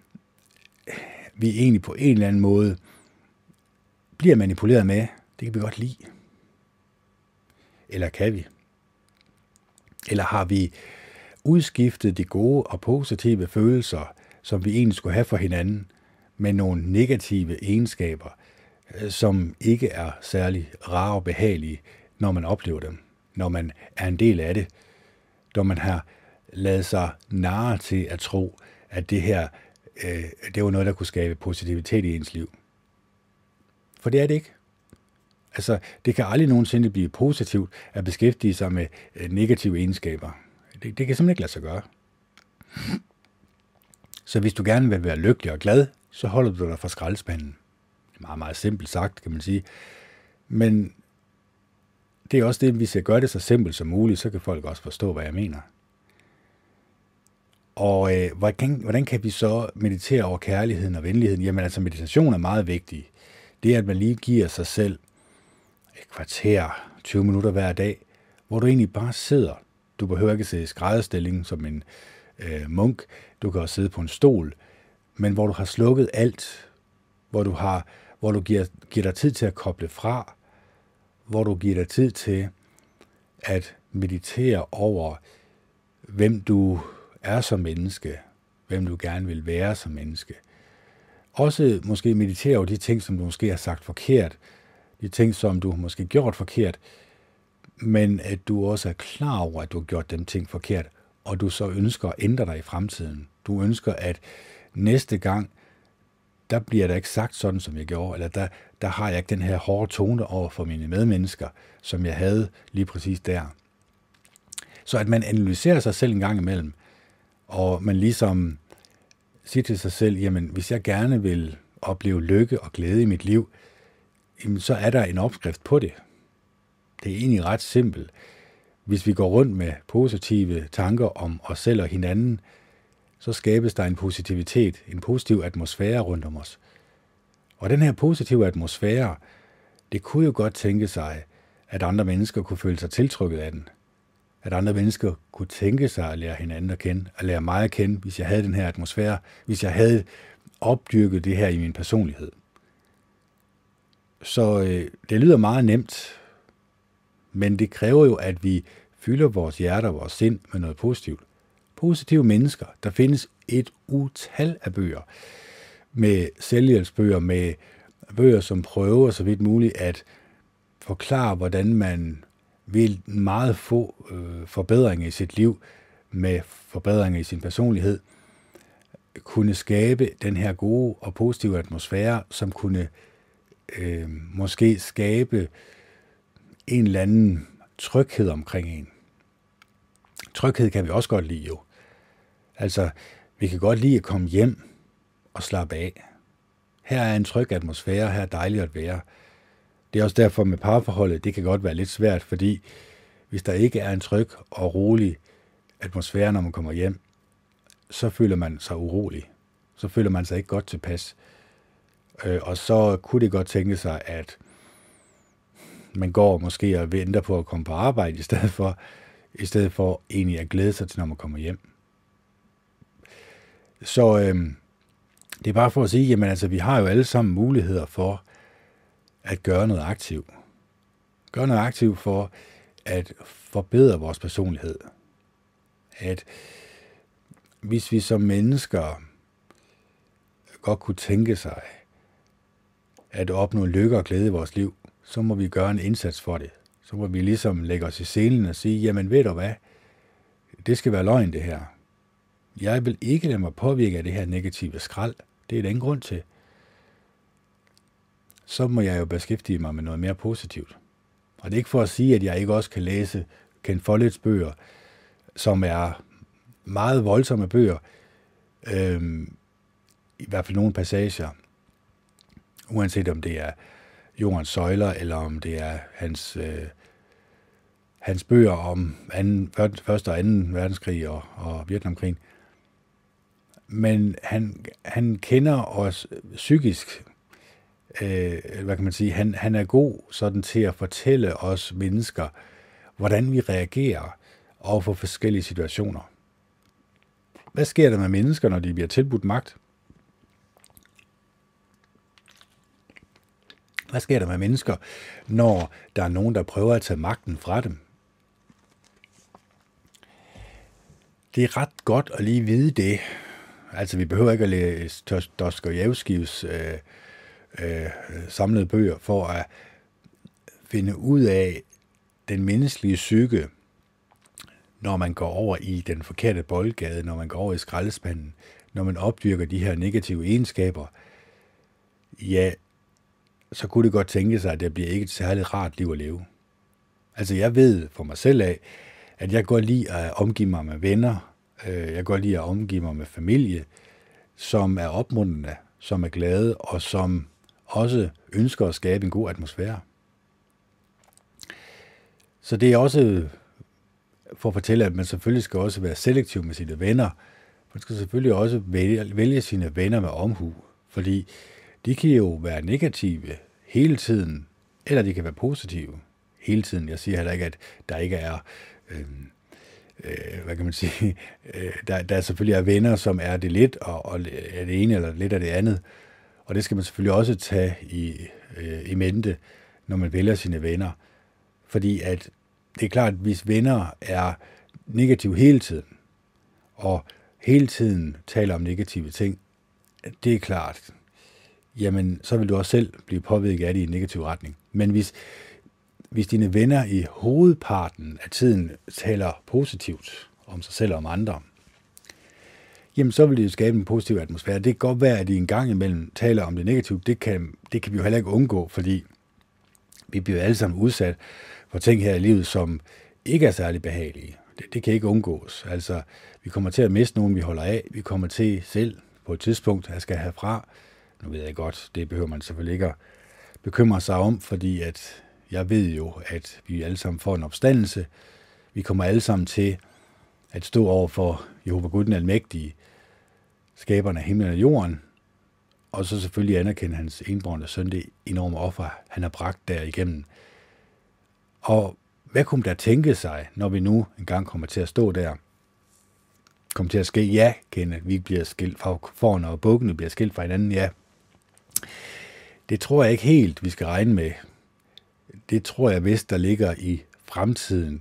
vi egentlig på en eller anden måde bliver manipuleret med. Det kan vi godt lide. Eller kan vi? Eller har vi udskiftet de gode og positive følelser, som vi egentlig skulle have for hinanden, med nogle negative egenskaber, som ikke er særlig rare og behagelige, når man oplever dem, når man er en del af det, når man har ladet sig narre til at tro, at det her, det var noget, der kunne skabe positivitet i ens liv. For det er det ikke. Altså, det kan aldrig nogensinde blive positivt at beskæftige sig med negative egenskaber. Det kan simpelthen ikke lade sig gøre. Så hvis du gerne vil være lykkelig og glad, så holder du dig fra skraldespanden. Meget, meget simpelt sagt, kan man sige. Men det er også det, hvis jeg gør det så simpelt som muligt, så kan folk også forstå, hvad jeg mener. Og hvordan kan vi så meditere over kærligheden og venligheden? Jamen altså, meditation er meget vigtig. Det er, at man lige giver sig selv et kvarter, 20 minutter hver dag, hvor du egentlig bare sidder. Du behøver ikke sidde i skrædderstilling som en munk. Du kan også sidde på en stol, men hvor du har slukket alt, hvor du giver dig tid til at koble fra, hvor du giver dig tid til at meditere over, hvem du er som menneske, hvem du gerne vil være som menneske. Også måske meditere over de ting, som du måske har sagt forkert, de ting, som du måske har gjort forkert, men at du også er klar over, at du har gjort dem ting forkert, og du så ønsker at ændre dig i fremtiden. Du ønsker, at næste gang, der bliver der ikke sagt sådan, som jeg gjorde, eller der har jeg ikke den her hårde tone over for mine medmennesker, som jeg havde lige præcis der. Så at man analyserer sig selv en gang imellem, og man ligesom siger til sig selv, jamen hvis jeg gerne vil opleve lykke og glæde i mit liv, jamen, så er der en opskrift på det. Det er egentlig ret simpelt. Hvis vi går rundt med positive tanker om os selv og hinanden, så skabes der en positivitet, en positiv atmosfære rundt om os. Og den her positive atmosfære, det kunne jo godt tænke sig, at andre mennesker kunne føle sig tiltrykket af den. At andre mennesker kunne tænke sig at lære hinanden at kende, at lære mig at kende, hvis jeg havde den her atmosfære, hvis jeg havde opdyrket det her i min personlighed. Så det lyder meget nemt, men det kræver jo, at vi fylder vores hjerte og vores sind med noget positivt. Positive mennesker. Der findes et utal af bøger, med selvhjælpsbøger, med bøger, som prøver så vidt muligt at forklare, hvordan man vil meget få forbedringer i sit liv, med forbedringer i sin personlighed, kunne skabe den her gode og positive atmosfære, som kunne måske skabe en eller anden tryghed omkring en. Tryghed kan vi også godt lide jo. Altså, vi kan godt lide at komme hjem og slappe af. Her er en tryg atmosfære, her er dejligt at være. Det er også derfor med parforholdet, det kan godt være lidt svært, fordi hvis der ikke er en tryg og rolig atmosfære, når man kommer hjem, så føler man sig urolig. Så føler man sig ikke godt tilpas. Og så kunne det godt tænke sig, at man går måske og venter på at komme på arbejde, i stedet for egentlig at glæde sig til, når man kommer hjem. Så det er bare for at sige, jamen altså, vi har jo alle sammen muligheder for at gøre noget aktivt. Gøre noget aktivt for at forbedre vores personlighed. At hvis vi som mennesker godt kunne tænke sig at opnå lykke og glæde i vores liv, så må vi gøre en indsats for det. Så må vi ligesom lægge os i selen og sige, jamen ved du hvad, det skal være løgn det her. Jeg vil ikke lade mig påvirke af det her negative skrald. Det er der ingen grund til. Så må jeg jo beskæftige mig med noget mere positivt. Og det er ikke for at sige, at jeg ikke også kan læse Ken Folletts bøger, som er meget voldsomme bøger, i hvert fald nogle passager, uanset om det er Jordens søjler, eller om det er hans bøger om første og anden verdenskrig og Vietnamkrigen. Men han kender os psykisk, hvad kan man sige, han er god sådan til at fortælle os mennesker, hvordan vi reagerer over for forskellige situationer. Hvad sker der med mennesker, når de bliver tilbudt magt? Hvad sker der med mennesker, når der er nogen, der prøver at tage magten fra dem? Det er ret godt at lige vide det. Altså, vi behøver ikke at læse Dostojevskijs samlede bøger for at finde ud af den menneskelige psyke, når man går over i den forkerte boldgade, når man går over i skraldespanden, når man opdyrker de her negative egenskaber. Ja, så kunne det godt tænke sig, at det bliver ikke et særligt rart liv at leve. Altså, jeg ved for mig selv af, at jeg godt lide at omgive mig med venner, jeg godt lide at omgive mig med familie, som er opmuntrende, som er glade, og som også ønsker at skabe en god atmosfære. Så det er også for at fortælle, at man selvfølgelig skal også være selektiv med sine venner. Man skal selvfølgelig også vælge sine venner med omhu, fordi de kan jo være negative hele tiden, eller de kan være positive hele tiden. Jeg siger heller ikke, at der ikke er, hvad kan man sige, der selvfølgelig er venner, som er det lidt, og er det ene eller lidt af det andet. Og det skal man selvfølgelig også tage i mente, når man vælger sine venner. Fordi at det er klart, at hvis venner er negative hele tiden, og hele tiden taler om negative ting, det er klart, jamen så vil du også selv blive påvirket af det i en negativ retning. Men hvis dine venner i hovedparten af tiden taler positivt om sig selv og om andre, jamen så vil det jo skabe en positiv atmosfære. Det kan godt være, at de en gang imellem taler om det negative. Det kan vi jo heller ikke undgå, fordi vi bliver alle sammen udsat for ting her i livet, som ikke er særlig behagelige. Det kan ikke undgås. Altså, vi kommer til at miste nogen, vi holder af. Vi kommer til selv på et tidspunkt, at skal herfra. Nu ved jeg godt, det behøver man selvfølgelig ikke at bekymre sig om, fordi at jeg ved jo, at vi alle sammen får en opstandelse. Vi kommer alle sammen til at stå over for Jehova Gud den Almægtige, skaberen af himlen og jorden, og så selvfølgelig anerkende hans enbårne søn, det enorme offer, han har bragt derigennem. Og hvad kunne der tænke sig, når vi nu engang kommer til at stå der? Kommer til at ske? Ja, Kenneth, vi bliver skilt fra forne, og bukkene bliver skilt fra hinanden, ja. Det tror jeg ikke helt, vi skal regne med. Det tror jeg vist, der ligger i fremtiden,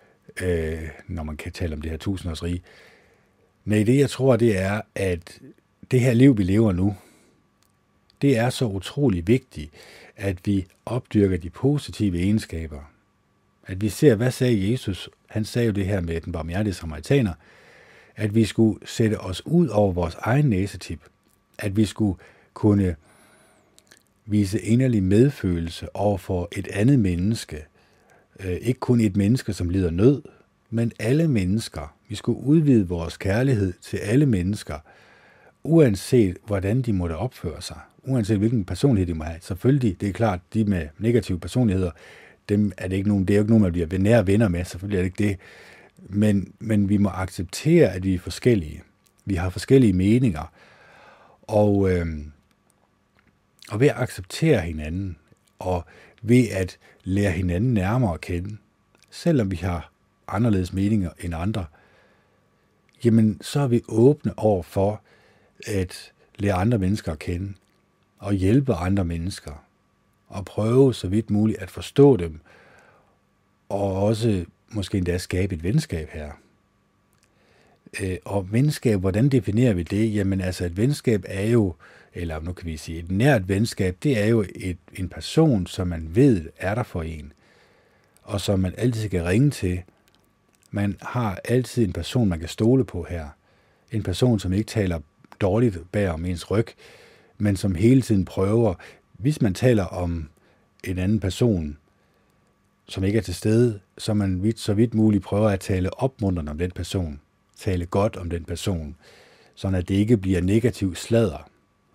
når man kan tale om det her tusindårsrige. Nej, det jeg tror, det er, at det her liv, vi lever nu, det er så utrolig vigtigt, at vi opdyrker de positive egenskaber. At vi ser, hvad sagde Jesus? Han sagde jo det her med den barmhjertige samaritaner, at vi skulle sætte os ud over vores egen næsetip. At vi skulle kunne vise inderlig medfølelse over for et andet menneske. Ikke kun et menneske, som lider nød, men alle mennesker. Vi skulle udvide vores kærlighed til alle mennesker, uanset hvordan de måtte opføre sig. Uanset hvilken personlighed de må have. Selvfølgelig, det er klart, de med negative personligheder, dem er det ikke nogen, det er jo ikke nogen, man bliver nære venner med, selvfølgelig er det ikke det. Men vi må acceptere, at vi er forskellige. Vi har forskellige meninger. Og ved at acceptere hinanden, og ved at lære hinanden nærmere at kende, selvom vi har anderledes meninger end andre, jamen så er vi åbne over for at lære andre mennesker at kende, og hjælpe andre mennesker, og prøve så vidt muligt at forstå dem, og også måske endda skabe et venskab her. Og venskab, hvordan definerer vi det? Jamen altså et venskab er jo, eller nu kan vi sige et nært venskab, det er jo en person, som man ved er der for en, og som man altid kan ringe til. Man har altid en person, man kan stole på her. En person, som ikke taler dårligt bag om ens ryg, men som hele tiden prøver, hvis man taler om en anden person, som ikke er til stede, så man så vidt muligt prøver at tale opmuntrende om den person, tale godt om den person, sådan at det ikke bliver negativ sladder.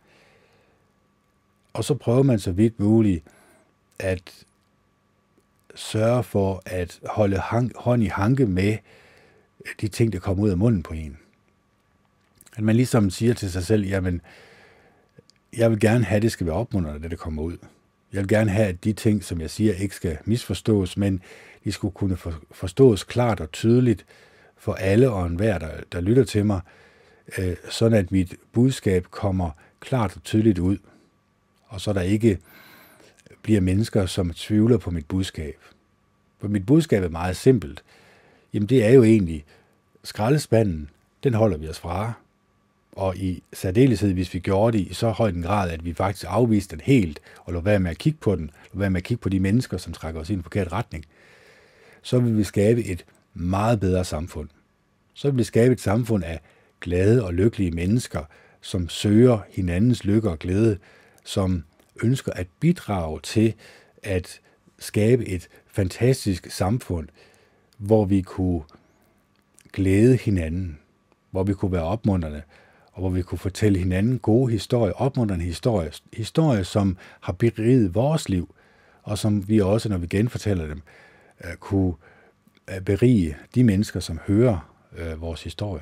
Og så prøver man så vidt muligt at sørge for at holde hånd i hanke med de ting, der kommer ud af munden på en. At man ligesom siger til sig selv, jamen, jeg vil gerne have, at det skal være opmuntrende, det kommer ud. Jeg vil gerne have, at de ting, som jeg siger, ikke skal misforstås, men de skulle kunne forstås klart og tydeligt for alle og enhver, der lytter til mig, sådan at mit budskab kommer klart og tydeligt ud, og så der ikke bliver mennesker, som tvivler på mit budskab. For mit budskab er meget simpelt. Jamen det er jo egentlig, skraldespanden, den holder vi os fra, og i særdeleshed, hvis vi gjorde det i så høj en grad, at vi faktisk afviste den helt, og lå være med at kigge på den, lå være med at kigge på de mennesker, som trækker os i en forkert retning, så vil vi skabe et meget bedre samfund. Så vil vi skabe et samfund af glade og lykkelige mennesker, som søger hinandens lykke og glæde, som ønsker at bidrage til at skabe et fantastisk samfund, hvor vi kunne glæde hinanden, hvor vi kunne være opmuntrende, og hvor vi kunne fortælle hinanden gode historier, opmuntrende historier, historier, som har beriget vores liv, og som vi også, når vi genfortæller dem, kunne berige de mennesker, som hører vores historie.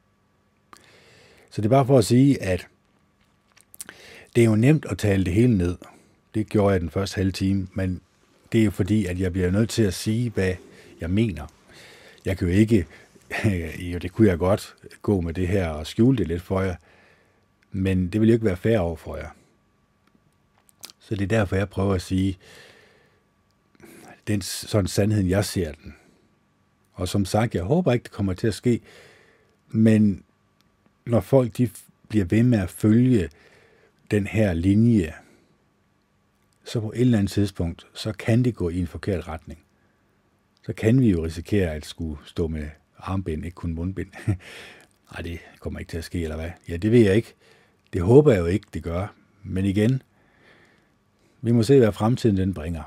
Så det er bare for at sige, at det er jo nemt at tale det hele ned. Det gjorde jeg den første halve time, men det er jo fordi, at jeg bliver nødt til at sige, hvad jeg mener. Jeg kan jo ikke, jo det kunne jeg godt gå med det her og skjule det lidt for jer, men det vil jo ikke være fair over for jer. Så det er derfor, jeg prøver at sige, den sådan sandheden, jeg ser den. Og som sagt, jeg håber ikke, det kommer til at ske, men når folk de bliver ved med at følge den her linje, så på et eller andet tidspunkt, så kan det gå i en forkert retning. Så kan vi jo risikere at skulle stå med armbind, ikke kun mundbind. Nej, det kommer ikke til at ske, eller hvad? Ja, det ved jeg ikke. Det håber jeg jo ikke, det gør. Men igen, vi må se, hvad fremtiden den bringer.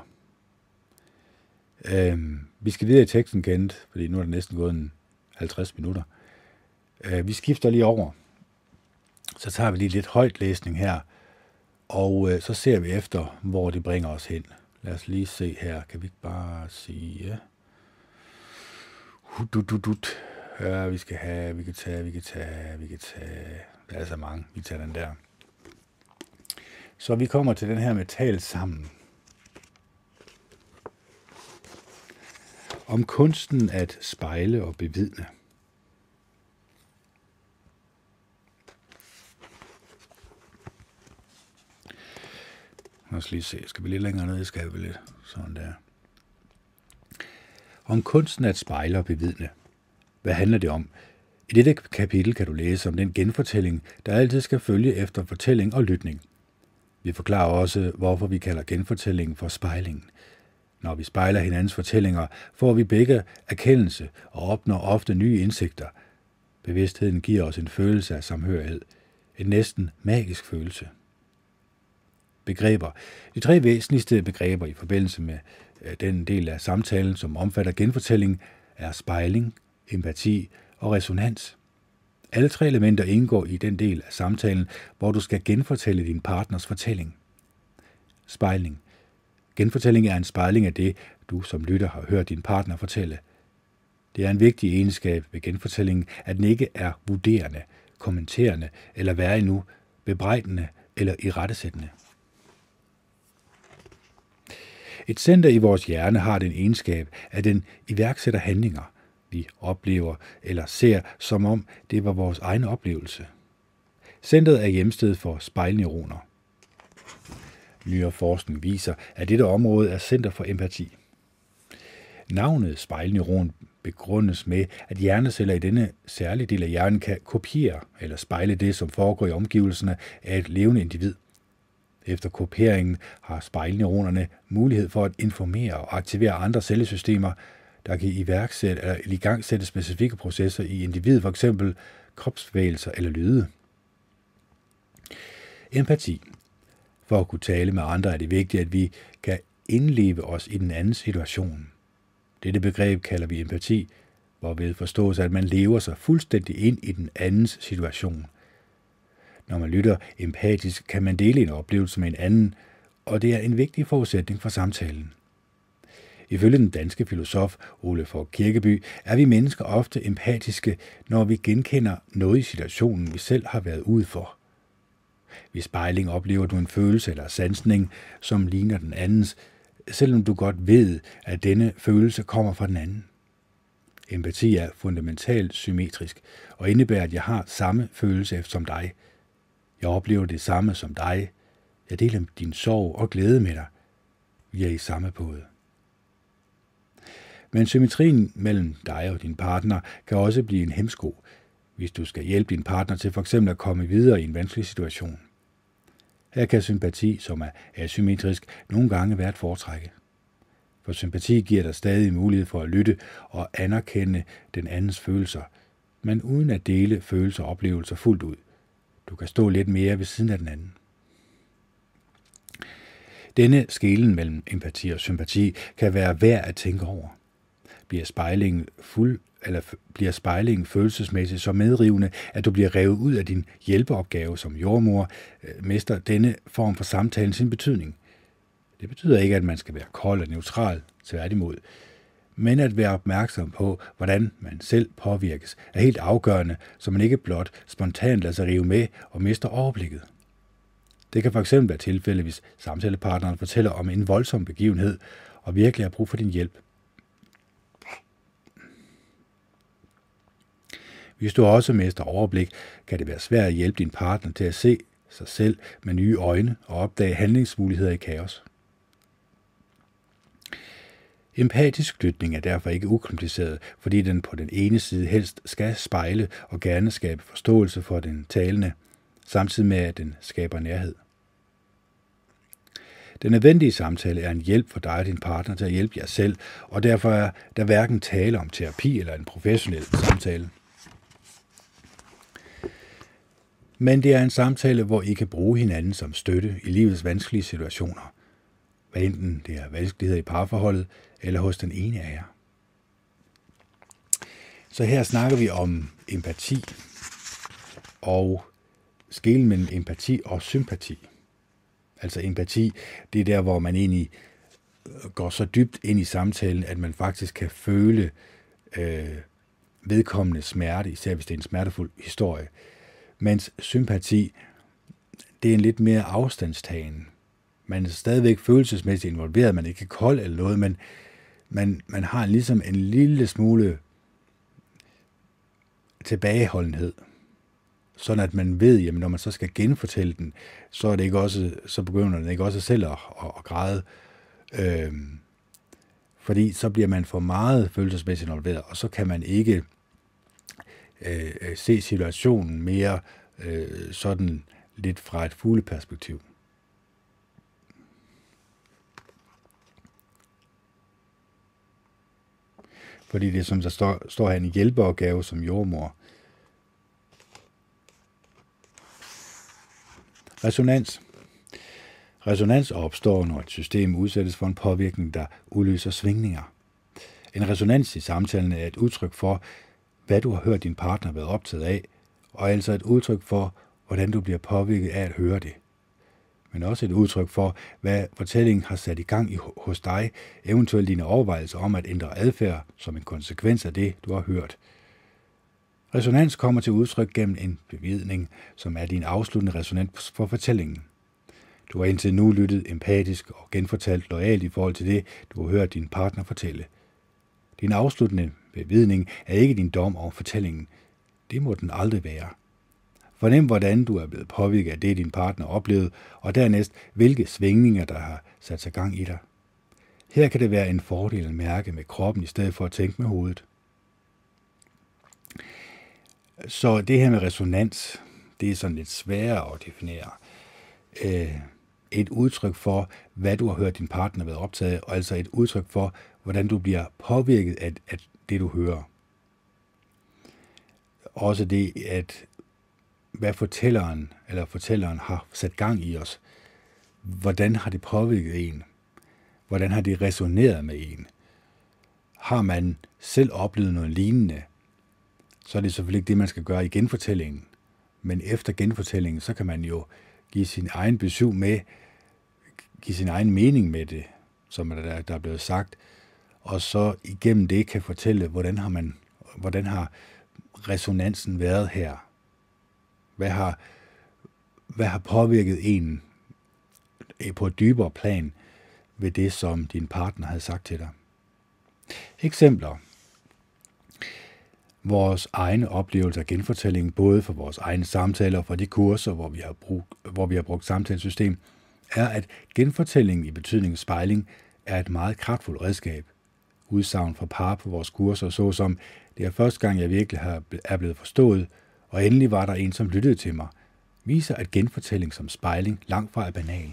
Vi skal videre i teksten, Kent, fordi nu er det næsten gået en 50 minutter. Vi skifter lige over. Så tager vi lige lidt højt læsning her, og så ser vi efter, hvor det bringer os hen. Lad os lige se her. Kan vi ikke bare sige... Ja, vi kan tage. Der er så mange. Vi tager den der. Så vi kommer til den her med tal sammen. Om kunsten at spejle og bevidne. Lad os lige se. Skal vi lidt længere ned? Skal vi lidt. Sådan der. Om kunsten at spejle og bevidne. Hvad handler det om? I dette kapitel kan du læse om den genfortælling, der altid skal følge efter fortælling og lytning. Vi forklarer også, hvorfor vi kalder genfortællingen for spejling. Når vi spejler hinandens fortællinger, får vi begge erkendelse og opnår ofte nye indsigter. Bevidstheden giver os en følelse af samhørighed. En næsten magisk følelse. Begreber. De 3 væsentligste begreber i forbindelse med den del af samtalen, som omfatter genfortælling, er spejling, empati og resonans. Alle 3 elementer indgår i den del af samtalen, hvor du skal genfortælle din partners fortælling. Spejling. Genfortælling er en spejling af det, du som lytter har hørt din partner fortælle. Det er en vigtig egenskab ved genfortællingen, at den ikke er vurderende, kommenterende eller værre endnu, bebrejdende eller irettesættende. Et center i vores hjerne har den egenskab, at den iværksætter handlinger, vi oplever eller ser, som om det var vores egen oplevelse. Centret er hjemsted for spejlneuroner. Nyere forskning viser, at dette område er center for empati. Navnet spejlneuron begrundes med, at hjerneceller i denne særlige del af hjernen kan kopiere eller spejle det, som foregår i omgivelserne af et levende individ. Efter kopieringen har spejlneuronerne mulighed for at informere og aktivere andre cellesystemer, der kan iværksætte eller igangsætte specifikke processer i individet, f.eks. kropsbevægelser eller lyde. Empati. For at kunne tale med andre er det vigtigt, at vi kan indleve os i den andens situation. Dette begreb kalder vi empati, hvorved forstås, at man lever sig fuldstændig ind i den andens situation. Når man lytter empatisk, kan man dele en oplevelse med en anden, og det er en vigtig forudsætning for samtalen. Ifølge den danske filosof Ole Fogh Kirkeby er vi mennesker ofte empatiske, når vi genkender noget i situationen, vi selv har været ude for. Ved spejling oplever du en følelse eller sansning, som ligner den andens, selvom du godt ved, at denne følelse kommer fra den anden. Empati er fundamentalt symmetrisk og indebærer, at jeg har samme følelse som dig. Jeg oplever det samme som dig. Jeg deler din sorg og glæde med dig. Vi er i samme båd. Men symmetrien mellem dig og din partner kan også blive en hæmsko, hvis du skal hjælpe din partner til f.eks. at komme videre i en vanskelig situation. Her kan sympati, som er asymmetrisk, nogle gange være et foretrække. For sympati giver dig stadig mulighed for at lytte og anerkende den andens følelser, men uden at dele følelser og oplevelser fuldt ud. Du kan stå lidt mere ved siden af den anden. Denne skelnen mellem empati og sympati kan være værd at tænke over. Bliver spejlingen følelsesmæssigt så medrivende, at du bliver revet ud af din hjælpeopgave som jordmor, mister denne form for samtalen sin betydning. Det betyder ikke, at man skal være kold og neutral, tværtimod, men at være opmærksom på, hvordan man selv påvirkes, er helt afgørende, så man ikke blot spontant lader sig rive med og mister overblikket. Det kan fx være tilfælde, hvis samtalepartneren fortæller om en voldsom begivenhed og virkelig har brug for din hjælp. Hvis du også mister overblik, kan det være svært at hjælpe din partner til at se sig selv med nye øjne og opdage handlingsmuligheder i kaos. Empatisk lytning er derfor ikke ukompliceret, fordi den på den ene side helst skal spejle og gerne skabe forståelse for den talende, samtidig med at den skaber nærhed. Den nødvendige samtale er en hjælp for dig og din partner til at hjælpe jer selv, og derfor er der hverken tale om terapi eller en professionel samtale. Men det er en samtale, hvor I kan bruge hinanden som støtte i livets vanskelige situationer, hvad enten det er vanskeligheder i parforholdet eller hos den ene af jer. Så her snakker vi om empati og skelnen mellem empati og sympati. Altså empati, det er der, hvor man egentlig går så dybt ind i samtalen, at man faktisk kan føle vedkommende smerte, især hvis det er en smertefuld historie. Mens sympati, det er en lidt mere afstandstagen. Man er stadigvæk følelsesmæssigt involveret, man er ikke kold eller noget, men man har ligesom en lille smule tilbageholdenhed. Sådan at man ved, jamen når man så skal genfortælle den, så er det ikke også, så begynder den ikke også selv at græde. Fordi så bliver man for meget følelsesmæssigt involveret, og så kan man ikke se situationen mere sådan lidt fra et fugleperspektiv. Fordi det, som der står her, en hjælpeopgave som jordmor. Resonans. Resonans opstår, når et system udsættes for en påvirkning, der udløser svingninger. En resonans i samtalen er et udtryk for, hvad du har hørt din partner være optaget af, og altså et udtryk for, hvordan du bliver påvirket af at høre det. Men også et udtryk for, hvad fortællingen har sat i gang hos dig, eventuelt dine overvejelser om at ændre adfærd som en konsekvens af det, du har hørt. Resonans kommer til udtryk gennem en bevidning, som er din afsluttende resonans for fortællingen. Du har indtil nu lyttet empatisk og genfortalt loyalt i forhold til det, du har hørt din partner fortælle. Din afsluttende bevidning er ikke din dom over fortællingen. Det må den aldrig være. Fornem, hvordan du er blevet påvirket af det, din partner oplevede, og dernæst, hvilke svingninger, der har sat sig gang i dig. Her kan det være en fordel at mærke med kroppen, i stedet for at tænke med hovedet. Så det her med resonans, det er sådan lidt sværere at definere. Et udtryk for, hvad du har hørt din partner være optaget, og altså et udtryk for, hvordan du bliver påvirket af det, du hører. Også det, at hvad fortælleren har sat gang i os. Hvordan har det påvirket en? Hvordan har det resoneret med en? Har man selv oplevet noget lignende, så er det selvfølgelig ikke det, man skal gøre i genfortællingen. Men efter genfortællingen, så kan man jo give sin egen besøg med, give sin egen mening med det, som der er blevet sagt, og så igennem det kan fortælle, hvordan har resonansen været her? Hvad har påvirket en på et dybere plan ved det, som din partner havde sagt til dig? Eksempler. Vores egne oplevelser af genfortælling, både for vores egne samtaler og for de kurser, hvor vi har brugt samtalesystem, er, at genfortælling i betydningen spejling er et meget kraftfuldt redskab. Udsagn fra par på vores kurser, såsom, det er første gang, jeg virkelig er blevet forstået, og endelig var der en, som lyttede til mig, viser, at genfortælling som spejling langt fra er banal.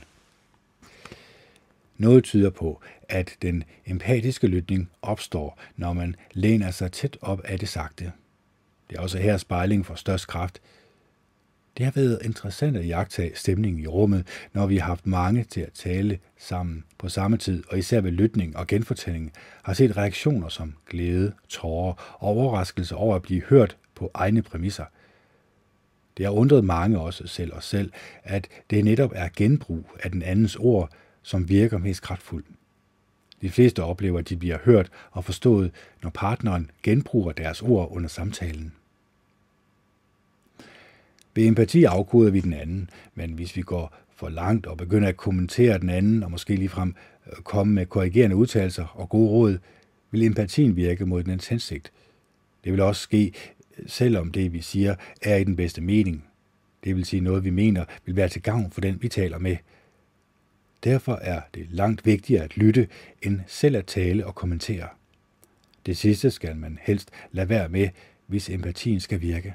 Noget tyder på, at den empatiske lytning opstår, når man læner sig tæt op af det sagte. Det er også her spejling får størst kraft. Det har været interessant at iagttage stemningen i rummet, når vi har haft mange til at tale sammen på samme tid, og især ved lytning og genfortælling har set reaktioner som glæde, tårer og overraskelse over at blive hørt på egne præmisser. Det har undret mange også selv, at det netop er genbrug af den andens ord, som virker mest kraftfuldt. De fleste oplever, at de bliver hørt og forstået, når partneren genbruger deres ord under samtalen. Ved empati afkoder vi den anden, men hvis vi går for langt og begynder at kommentere den anden, og måske ligefrem komme med korrigerende udtalelser og gode råd, vil empatien virke mod dens hensigt. Det vil også ske, selvom det, vi siger, er i den bedste mening. Det vil sige noget, vi mener, vil være til gavn for den, vi taler med. Derfor er det langt vigtigere at lytte, end selv at tale og kommentere. Det sidste skal man helst lade være med, hvis empatien skal virke.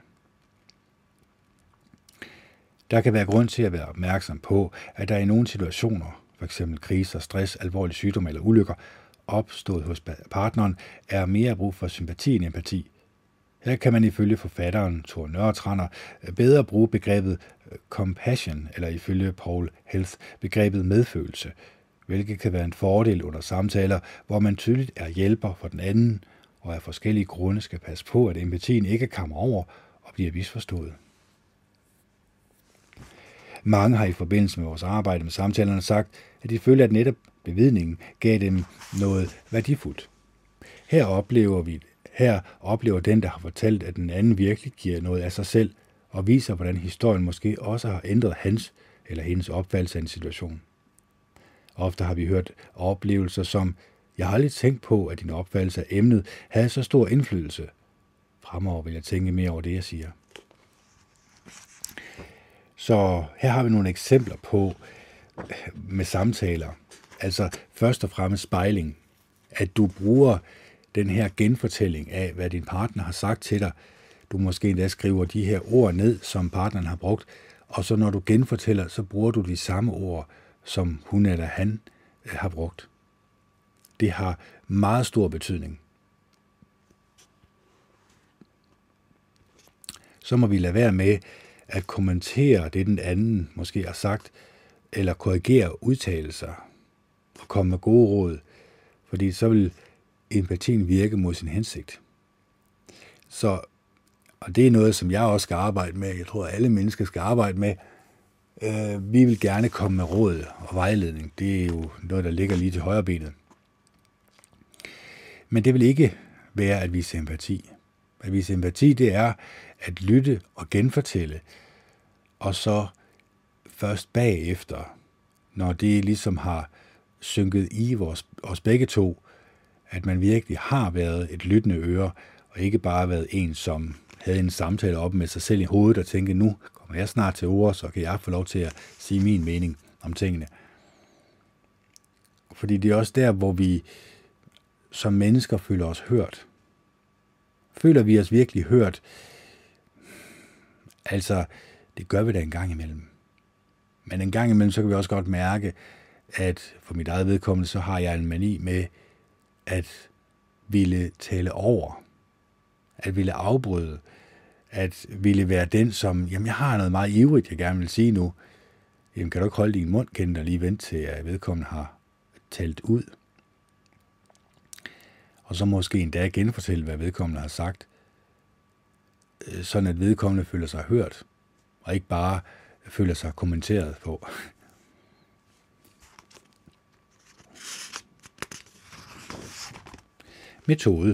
Der kan være grund til at være opmærksom på, at der i nogle situationer, f.eks. kriser, stress, alvorlig sygdom eller ulykker, opstået hos partneren, er mere brug for sympati end empati. Her kan man ifølge forfatteren Tor Nørretranders bedre bruge begrebet compassion, eller ifølge Paul Health begrebet medfølelse, hvilket kan være en fordel under samtaler, hvor man tydeligt er hjælper for den anden, og af forskellige grunde skal passe på, at empatien ikke kammer over og bliver misforstået. Mange har i forbindelse med vores arbejde med samtalerne sagt, at de føler, at netop bevidningen gav dem noget værdifuldt. Her oplever den, der har fortalt, at den anden virkelig giver noget af sig selv, og viser, hvordan historien måske også har ændret hans eller hendes opfattelse af en situation. Ofte har vi hørt oplevelser som, jeg har aldrig tænkt på, at din opfattelse af emnet havde så stor indflydelse. Fremover vil jeg tænke mere over det, jeg siger. Så her har vi nogle eksempler på med samtaler. Altså først og fremmest spejling. At du bruger den her genfortælling af, hvad din partner har sagt til dig. Du måske endda skriver de her ord ned, som partneren har brugt. Og så når du genfortæller, så bruger du de samme ord, som hun eller han har brugt. Det har meget stor betydning. Så må vi lade være med at kommentere det, den anden måske har sagt, eller korrigere udtalelser og komme med gode råd, fordi så vil empatien virke mod sin hensigt. Og det er noget, som jeg også skal arbejde med. Jeg tror, at alle mennesker skal arbejde med. Vi vil gerne komme med råd og vejledning. Det er jo noget, der ligger lige til højre benet. Men det vil ikke være at vise empati. At vise empati, det er at lytte og genfortælle, og så først bagefter, når det ligesom har synket i os begge to, at man virkelig har været et lyttende øre, og ikke bare været en, som havde en samtale op med sig selv i hovedet og tænkte, nu kommer jeg snart til ord, så kan jeg få lov til at sige min mening om tingene. Fordi det er også der, hvor vi som mennesker føler os hørt. Føler vi os virkelig hørt? Altså, det gør vi da en gang imellem. Men en gang imellem, så kan vi også godt mærke, at for mit eget vedkommende, så har jeg en mani med at ville tale over, at ville afbryde, at ville være den, som, jamen jeg har noget meget ivrigt, jeg gerne vil sige nu. Jamen kan du ikke holde din mund, kendt, og lige vente til, at vedkommende har talt ud. Og så måske endda genfortælle, hvad vedkommende har sagt, sådan at vedkommende føler sig hørt, og ikke bare føler sig kommenteret på. Metode.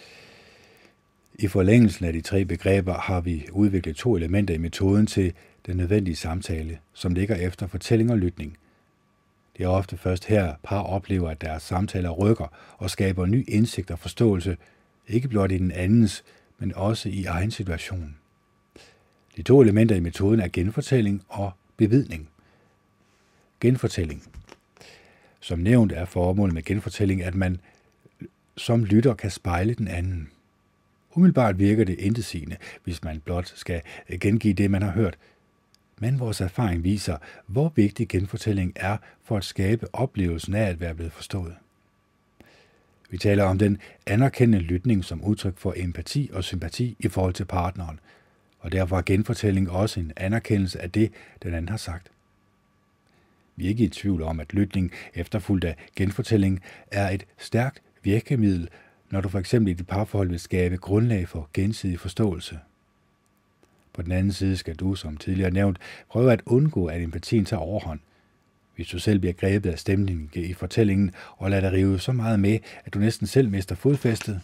I forlængelsen af de 3 begreber har vi udviklet 2 elementer i metoden til den nødvendige samtale, som ligger efter fortælling og lytning. Det er ofte først her, par oplever, at deres samtaler rykker og skaber ny indsigt og forståelse, ikke blot i den andens, men også i egen situation. De 2 elementer i metoden er genfortælling og bevidning. Genfortælling. Som nævnt er formålet med genfortælling, at man som lytter kan spejle den anden. Umiddelbart virker det intetsigende, hvis man blot skal gengive det, man har hørt. Men vores erfaring viser, hvor vigtig genfortælling er for at skabe oplevelsen af at være blevet forstået. Vi taler om den anerkendende lytning som udtryk for empati og sympati i forhold til partneren, og derfor er genfortælling også en anerkendelse af det, den anden har sagt. Vi er ikke i tvivl om, at lytning efterfulgt af genfortælling er et stærkt virkemiddel, når du for eksempel i dit parforhold vil skabe grundlag for gensidig forståelse. På den anden side skal du, som tidligere nævnt, prøve at undgå, at empatien tager overhånd. Hvis du selv bliver grebet af stemningen i fortællingen og lader dig rive så meget med, at du næsten selv mister fodfæstet.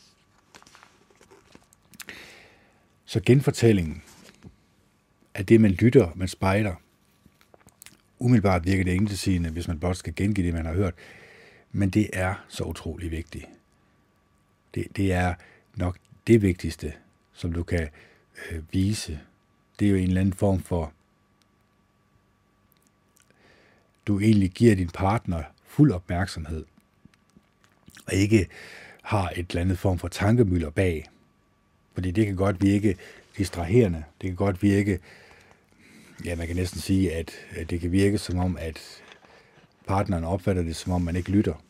Så genfortællingen er det, man lytter, man spejler. Umiddelbart virker det intetsigende, hvis man blot skal gengive det, man har hørt. Men det er så utrolig vigtigt. Det er nok det vigtigste, som du kan vise. Det er jo en eller anden form for, du egentlig giver din partner fuld opmærksomhed, og ikke har et eller andet form for tankemylder bag. Fordi det kan godt virke distraherende. Det kan godt virke, ja, man kan næsten sige, at det kan virke som om, at partneren opfatter det, som om man ikke lytter.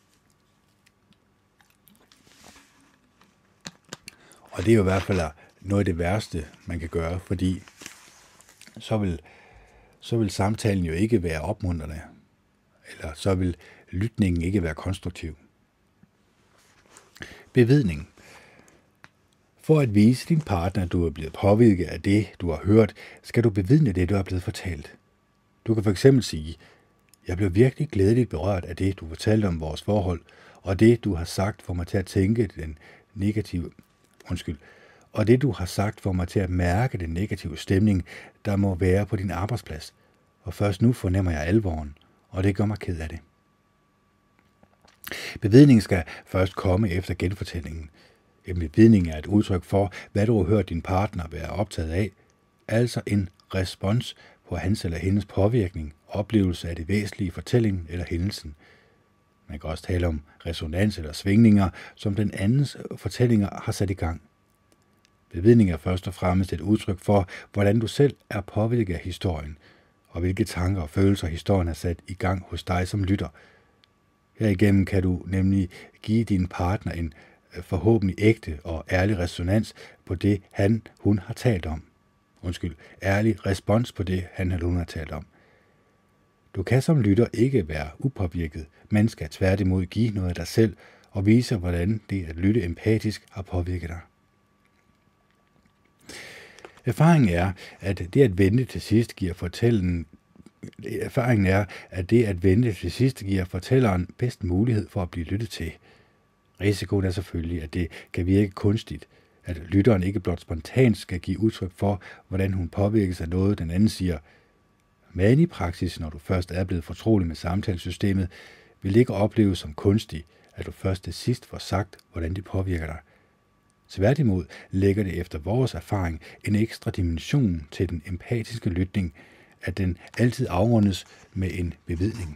Og det er jo i hvert fald noget af det værste, man kan gøre, fordi så vil samtalen jo ikke være opmuntrende, eller så vil lytningen ikke være konstruktiv. Bevidning. For at vise din partner, at du er blevet påvirket af det, du har hørt, skal du bevidne det, du er blevet fortalt. Du kan fx sige, jeg blev virkelig glædeligt berørt af det, du fortalte om vores forhold, og det, du har sagt, får mig til at tænke og det, du har sagt, får mig til at mærke den negative stemning, der må være på din arbejdsplads. Og først nu fornemmer jeg alvoren, og det gør mig ked af det. Bevidningen skal først komme efter genfortællingen. En bevidning er et udtryk for, hvad du har hørt din partner være optaget af, altså en respons på hans eller hendes påvirkning, oplevelse af det væsentlige i fortællingen eller hændelsen. Man kan også tale om resonans eller svingninger, som den andens fortællinger har sat i gang. Bevidning er først og fremmest et udtryk for, hvordan du selv er påvirket af historien, og hvilke tanker og følelser historien har sat i gang hos dig som lytter. Herigennem kan du nemlig give din partner en forhåbentlig ægte og ærlig resonans på det, hun har talt om. Ærlig respons på det, han eller hun har talt om. Du kan som lytter ikke være upåvirket, men skal tværtimod give noget af dig selv og vise, hvordan det at lytte empatisk har påvirket dig. Erfaringen er, at det at vente til sidst giver fortælleren bedst mulighed for at blive lyttet til. Risikoen er selvfølgelig, at det kan virke kunstigt, at lytteren ikke blot spontant skal give udtryk for, hvordan hun påvirkes af noget, den anden siger. Men i praksis, når du først er blevet fortrolig med samtalesystemet, vil det ikke opleves som kunstigt, at du først til sidst får sagt, hvordan det påvirker dig. Tværtimod lægger det efter vores erfaring en ekstra dimension til den empatiske lytning, at den altid afrundes med en bevidning.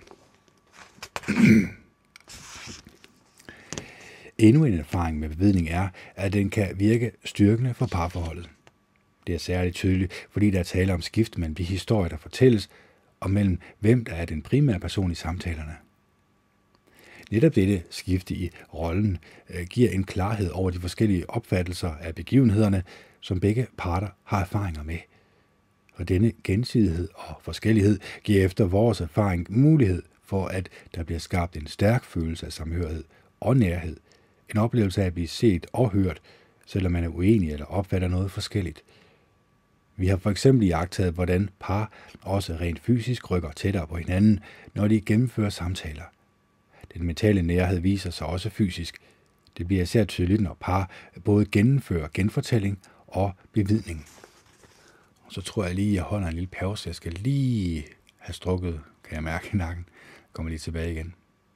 Endnu en erfaring med bevidning er, at den kan virke styrkende for parforholdet. Det er særligt tydeligt, fordi der er tale om skift mellem de historier, der fortælles, og mellem hvem der er den primære person i samtalerne. Netop dette skifte i rollen giver en klarhed over de forskellige opfattelser af begivenhederne, som begge parter har erfaringer med. Og denne gensidighed og forskellighed giver efter vores erfaring mulighed for at der bliver skabt en stærk følelse af samhørighed og nærhed. En oplevelse af at blive set og hørt, selvom man er uenig eller opfatter noget forskelligt. Vi har for eksempel iagttaget, hvordan par også rent fysisk rykker tættere på hinanden, når de gennemfører samtaler. Den mentale nærhed viser sig også fysisk. Det bliver især tydeligt, når par både gennemfører genfortælling og bevidning. Og så tror jeg lige, at jeg holder en lille pause. Jeg skal lige have strukket, kan jeg mærke i nakken. Kommer lige tilbage igen.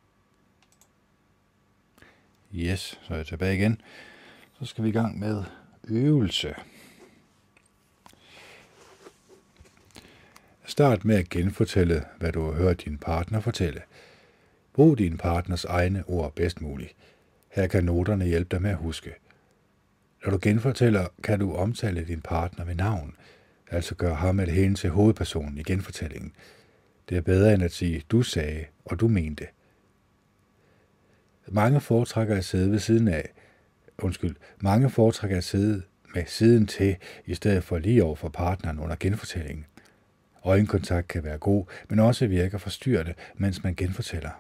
Yes, så er jeg tilbage igen. Så skal vi i gang med øvelse. Start med at genfortælle, hvad du har hørt din partner fortælle. Brug din partners egne ord bedst muligt. Her kan noterne hjælpe dig med at huske. Når du genfortæller, kan du omtale din partner ved navn, altså gøre ham eller hende til hovedpersonen i genfortællingen. Det er bedre end at sige, du sagde, og du mente. Mange foretrækker at sidde med siden til, i stedet for lige over for partneren under genfortællingen. Øjenkontakt kan være god, men også virker forstyrrende, mens man genfortæller.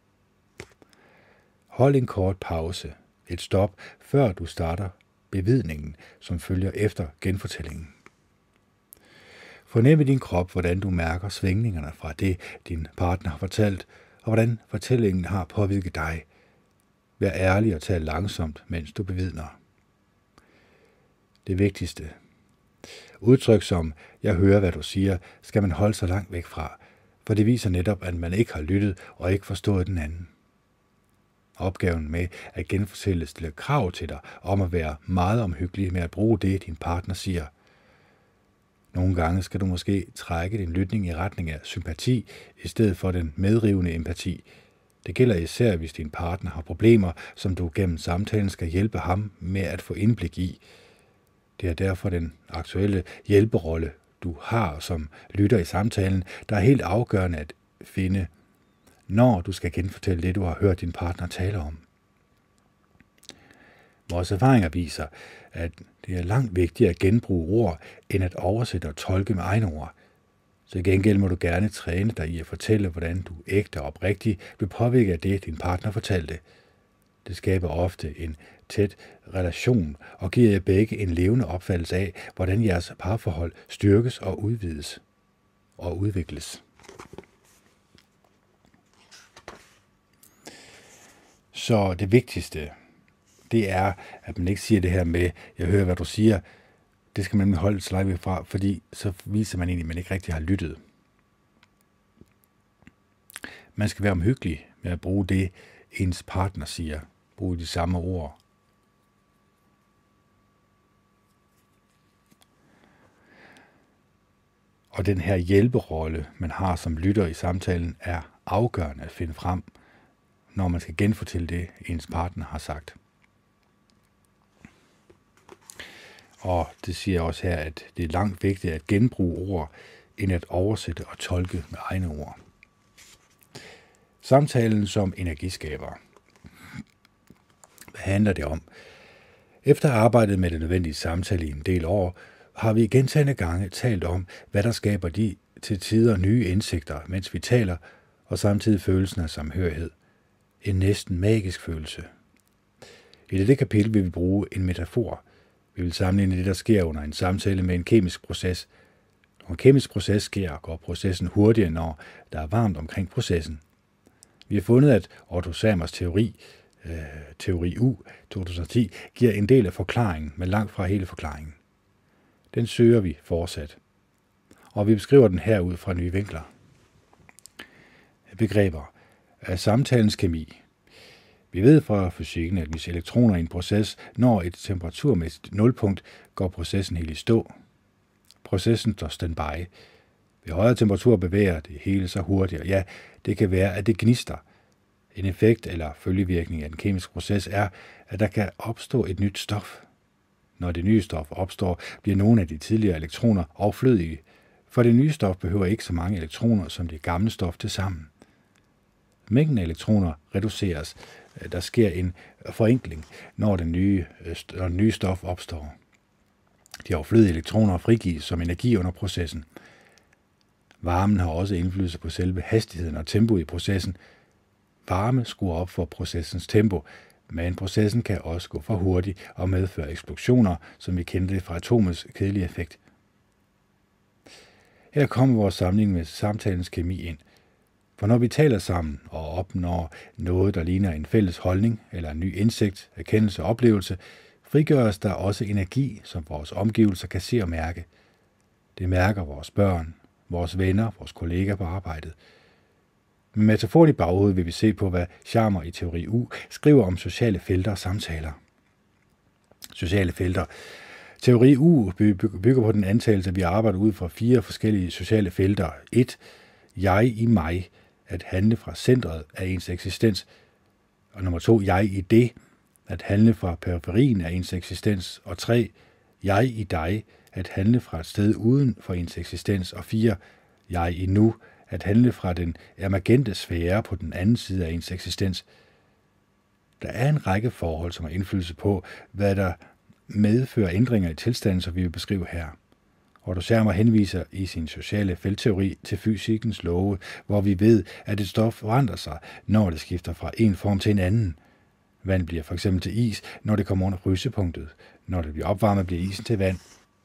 Hold en kort pause, et stop, før du starter bevidningen, som følger efter genfortællingen. Fornem i din krop, hvordan du mærker svingningerne fra det, din partner har fortalt, og hvordan fortællingen har påvirket dig. Vær ærlig og tal langsomt, mens du bevidner. Det vigtigste. Udtryk som, jeg hører, hvad du siger, skal man holde sig langt væk fra, for det viser netop, at man ikke har lyttet og ikke forstået den anden. Opgaven med at genfortælle stiller krav til dig om at være meget omhyggelig med at bruge det, din partner siger. Nogle gange skal du måske trække din lytning i retning af sympati, i stedet for den medrivende empati. Det gælder især, hvis din partner har problemer, som du gennem samtalen skal hjælpe ham med at få indblik i. Det er derfor den aktuelle hjælperolle, du har som lytter i samtalen, der er helt afgørende at finde, når du skal genfortælle det, du har hørt din partner tale om. Vores erfaringer viser, at det er langt vigtigere at genbruge ord, end at oversætte og tolke med egne ord. Så i gengæld må du gerne træne dig i at fortælle, hvordan du ægte og oprigtigt vil påvirke af det, din partner fortalte. Det skaber ofte en tæt relation og giver jer begge en levende opfattelse af, hvordan jeres parforhold styrkes og udvides og udvikles. Så det vigtigste, det er, at man ikke siger det her med, jeg hører, hvad du siger. Det skal man nemlig holde sig langt fra, fordi så viser man egentlig, at man ikke rigtig har lyttet. Man skal være omhyggelig med at bruge det, ens partner siger. Bruge de samme ord. Og den her hjælperolle, man har som lytter i samtalen, er afgørende at finde frem, når man skal genfortælle det, ens partner har sagt. Og det siger også her, at det er langt vigtigt at genbruge ord, end at oversætte og tolke med egne ord. Samtalen som energiskaber. Hvad handler det om? Efter arbejdet med det nødvendige samtale i en del år, har vi gentagne gange talt om, hvad der skaber de til tider nye indsigter, mens vi taler, og samtidig følelsen af samhørighed. En næsten magisk følelse. I dette kapitel vil vi bruge en metafor. Vi vil sammenligne det, der sker under en samtale med en kemisk proces. Når en kemisk proces sker, går processen hurtigere, når der er varmt omkring processen. Vi har fundet, at Otto Samers teori U 2010, giver en del af forklaringen, men langt fra hele forklaringen. Den søger vi fortsat. Og vi beskriver den her ud fra nye vinkler. Begreber af samtalens kemi. Vi ved fra fysikken, at hvis elektroner i en proces når et temperaturmæssigt nulpunkt, går processen helt i stå. Processen står standby. Ved højere temperatur bevæger det hele så hurtigere. Ja, det kan være, at det gnister. En effekt eller følgevirkning af den kemiske proces er, at der kan opstå et nyt stof. Når det nye stof opstår, bliver nogle af de tidligere elektroner overflødige, for det nye stof behøver ikke så mange elektroner som det gamle stof til sammen. Mængden af elektroner reduceres. Der sker en forenkling, når det nye stof opstår. De overflødige elektroner frigives som energi under processen. Varmen har også indflydelse på selve hastigheden og tempoet i processen. Varme skruer op for processens tempo, men processen kan også gå for hurtigt og medføre eksplosioner, som vi kendte det fra atomets kedelige effekt. Her kommer vores sammenligning med samtalens kemi ind. For når vi taler sammen og opnår noget, der ligner en fælles holdning eller en ny indsigt, erkendelse og oplevelse, frigøres der også energi, som vores omgivelser kan se og mærke. Det mærker vores børn, vores venner, vores kolleger på arbejdet. Med metaforen i baghovedet vil vi se på, hvad Scharmer i teori U skriver om sociale felter og samtaler. Sociale felter. Teori U bygger på den antagelse, at vi arbejder ud fra 4 forskellige sociale felter. 1. Jeg i mig, at handle fra centret af ens eksistens. Og nummer 2. Jeg i det, at handle fra periferien af ens eksistens. Og 3. Jeg i dig, at handle fra et sted uden for ens eksistens. Og 4. Jeg i nu, at handle fra den emergente sfære på den anden side af ens eksistens. Der er en række forhold, som har indflydelse på, hvad der medfører ændringer i tilstanden, som vi vil beskrive her. Otto Scharmer henviser i sin sociale feltteori til fysikkens love, hvor vi ved, at et stof forandrer sig, når det skifter fra en form til en anden. Vand bliver f.eks. til is, når det kommer under frysepunktet. Når det bliver opvarmet, bliver isen til vand.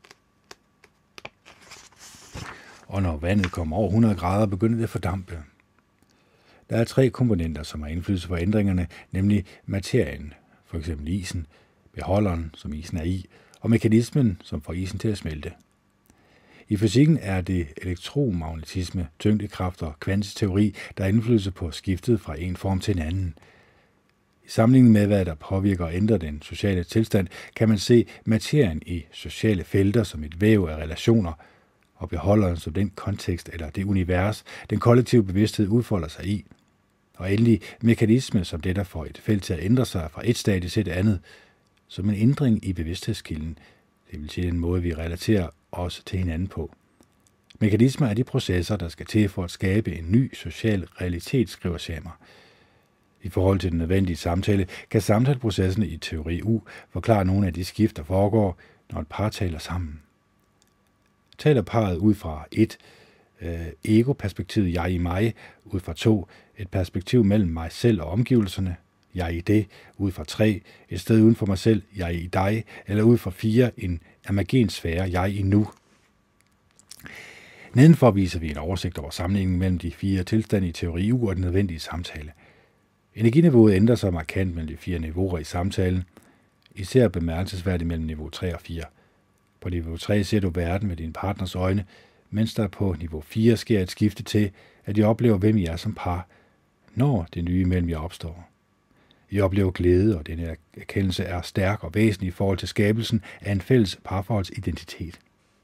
Og når vandet kommer over 100 grader, begynder det at fordampe. Der er 3 komponenter, som har indflydelse på ændringerne, nemlig materien, f.eks. isen, beholderen, som isen er i, og mekanismen, som får isen til at smelte. I fysikken er det elektromagnetisme, tyngdekraft og kvantisk teori, der har indflydelse på skiftet fra en form til en anden. I sammenligning med, hvad der påvirker og ændrer den sociale tilstand, kan man se materien i sociale felter som et væv af relationer, og beholderen som den kontekst eller det univers, den kollektive bevidsthed udfolder sig i. Og endelig mekanisme som det, der får et felt til at ændre sig fra et stadie til et andet, som en ændring i bevidsthedskilden, det vil sige den måde, vi relaterer os til hinanden på. Mekanismer er de processer, der skal til for at skabe en ny social realitet, skriver Scharmer. I forhold til den nødvendige samtale, kan samtaleprocesserne i teori U forklare nogle af de skift, der foregår, når et par taler sammen. Taler parret ud fra 1. Ego-perspektivet, jeg i mig, ud fra 2. Et perspektiv mellem mig selv og omgivelserne, jeg i det, ud fra 3. Et sted uden for mig selv, jeg i dig, eller ud fra 4. En emergen sfære, jeg i nu. Nedenfor viser vi en oversigt over sammenligningen mellem de 4 tilstande i teori U og den nødvendige samtale. Energiniveauet ændrer sig markant mellem de 4 niveauer i samtalen, især bemærkelsesværdigt mellem niveau 3 og 4. På niveau 3 ser du verden med din partners øjne, mens der på niveau 4 sker et skifte til, at I oplever, hvem I er som par, når det nye mellem jer opstår. I oplever glæde, og denne erkendelse er stærk og væsentlig i forhold til skabelsen af en fælles parforholdsidentitet.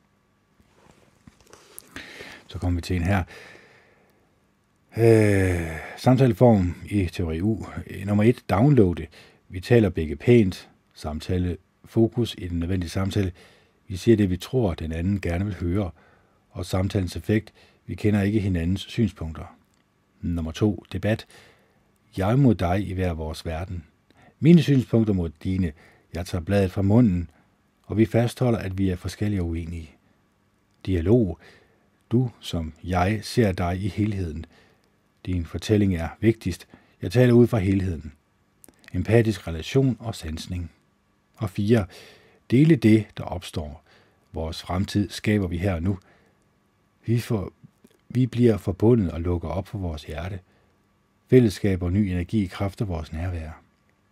Så kommer vi til en her. Samtaleform i teori U. Nummer 1. Downloade. Vi taler begge pænt. Samtale. Fokus i den nødvendige samtale. Vi siger det, vi tror, den anden gerne vil høre. Og samtalens effekt. Vi kender ikke hinandens synspunkter. Nummer 2. Debat. Jeg mod dig i hver vores verden. Mine synspunkter mod dine. Jeg tager bladet fra munden. Og vi fastholder, at vi er forskellige og uenige. Dialog. Du som jeg ser dig i helheden. Din fortælling er vigtigst. Jeg taler ud fra helheden. Empatisk relation og sansning. Og 4. Dele det, der opstår. Vores fremtid skaber vi her og nu. Vi bliver forbundet og lukker op for vores hjerte. Fællesskab og ny energi kræfter vores nærvær.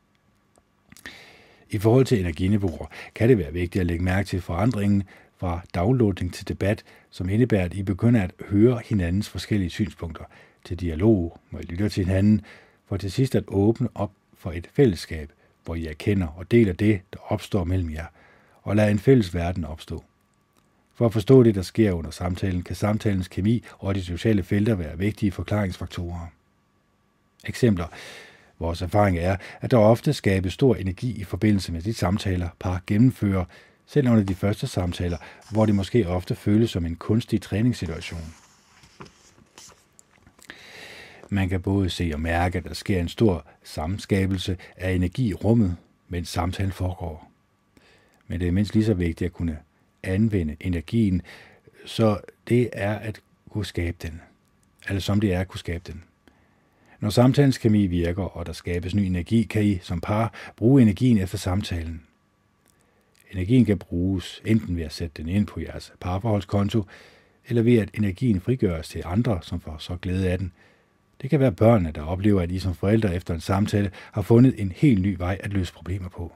I forhold til energiniveauer kan det være vigtigt at lægge mærke til forandringen fra downloading til debat, som indebærer, at I begynder at høre hinandens forskellige synspunkter, til dialog, hvor I lytter til hinanden, for til sidst at åbne op for et fællesskab, hvor I erkender og deler det, der opstår mellem jer, og lader en fælles verden opstå. For at forstå det, der sker under samtalen, kan samtalens kemi og de sociale felter være vigtige forklaringsfaktorer. Eksempler. Vores erfaring er, at der ofte skabes stor energi i forbindelse med de samtaler, par gennemfører, selv under de første samtaler, hvor det måske ofte føles som en kunstig træningssituation. Man kan både se og mærke, at der sker en stor sammenskabelse af energi i rummet, mens samtalen foregår. Men det er mindst lige så vigtigt at kunne anvende energien, så det er at kunne skabe den. Eller som det er at kunne skabe den. Når samtalens kemi virker, og der skabes ny energi, kan I som par bruge energien efter samtalen. Energien kan bruges enten ved at sætte den ind på jeres parforholdskonto, eller ved at energien frigøres til andre, som får så glæde af den. Det kan være børnene, der oplever, at I som forældre efter en samtale har fundet en helt ny vej at løse problemer på.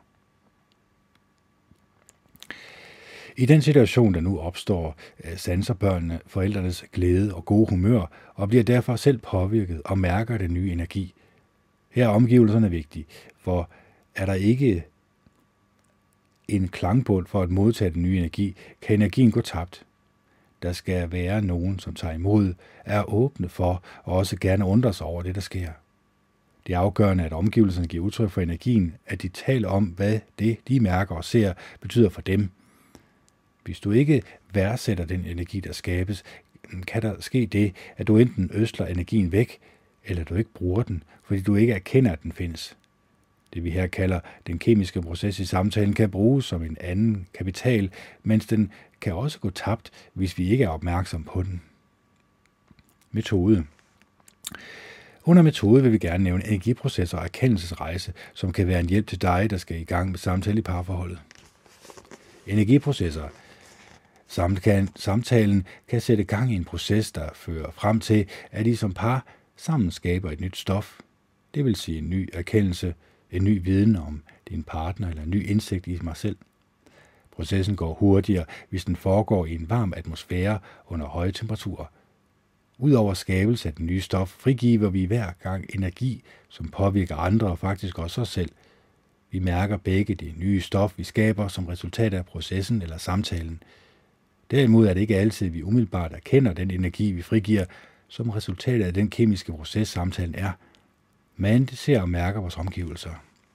I den situation, der nu opstår, sanser børnene forældrenes glæde og gode humør, og bliver derfor selv påvirket og mærker den nye energi. Her er omgivelserne vigtige, for er der ikke en klangbund for at modtage den nye energi, kan energien gå tabt. Der skal være nogen, som tager imod, er åbne for og også gerne undrer sig over det, der sker. Det er afgørende, at omgivelserne giver udtryk for energien, at de taler om, hvad det, de mærker og ser, betyder for dem. Hvis du ikke værdsætter den energi, der skabes, kan der ske det, at du enten ødsler energien væk, eller du ikke bruger den, fordi du ikke erkender, at den findes. Det vi her kalder den kemiske proces i samtalen kan bruges som en anden kapital, mens den kan også gå tabt, hvis vi ikke er opmærksom på den. Metode. Under metode vil vi gerne nævne energiprocesser og erkendelsesrejse, som kan være en hjælp til dig, der skal i gang med samtale i parforholdet. Energiprocesser. Samtalen kan sætte gang i en proces, der fører frem til, at I som par sammen skaber et nyt stof. Det vil sige en ny erkendelse, en ny viden om din partner eller en ny indsigt i mig selv. Processen går hurtigere, hvis den foregår i en varm atmosfære under høje temperaturer. Udover skabelse af den nye stof, frigiver vi hver gang energi, som påvirker andre og faktisk også os selv. Vi mærker begge det nye stof, vi skaber som resultat af processen eller samtalen. Derimod er det ikke altid, vi umiddelbart erkender den energi, vi frigiver, som resultat af den kemiske proces, samtalen er. Men det ser og mærker vores omgivelser.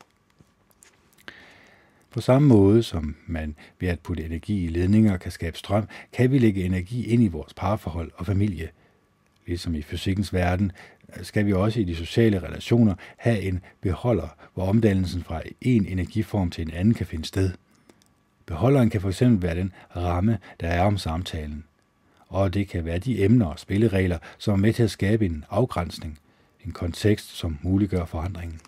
På samme måde som man ved at putte energi i ledninger kan skabe strøm, kan vi lægge energi ind i vores parforhold og familie. Ligesom i fysikkens verden, skal vi også i de sociale relationer have en beholder, hvor omdannelsen fra en energiform til en anden kan finde sted. Beholderen kan fx være den ramme, der er om samtalen. Og det kan være de emner og spilleregler, som er med til at skabe en afgrænsning, en kontekst, som muliggør forandringen.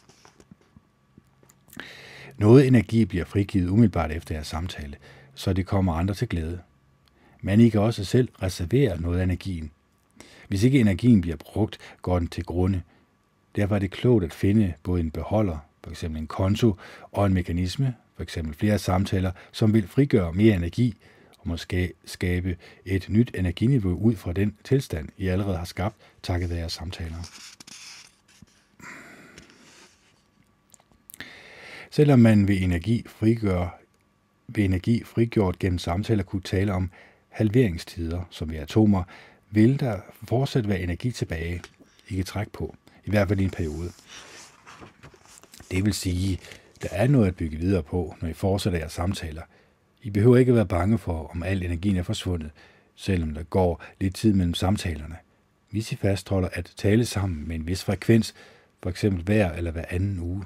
Noget energi bliver frigivet umiddelbart efter jeres samtale, så det kommer andre til glæde. Men I kan også selv reservere noget af energien. Hvis ikke energien bliver brugt, går den til grunde. Derfor er det klogt at finde både en beholder, f.eks. en konto, og en mekanisme, f.eks. flere samtaler, som vil frigøre mere energi og måske skabe et nyt energiniveau ud fra den tilstand, I allerede har skabt, takket være jeres samtaler. Selvom man ved energi frigjort gennem samtaler kunne tale om halveringstider, som ved atomer, vil der fortsat være energi tilbage, I kan trække på, i hvert fald i en periode. Det vil sige, der er noget at bygge videre på, når I fortsætter jeres samtaler. I behøver ikke at være bange for, om al energien er forsvundet, selvom der går lidt tid mellem samtalerne. Hvis I fastholder at tale sammen med en vis frekvens, f.eks. hver eller hver anden uge.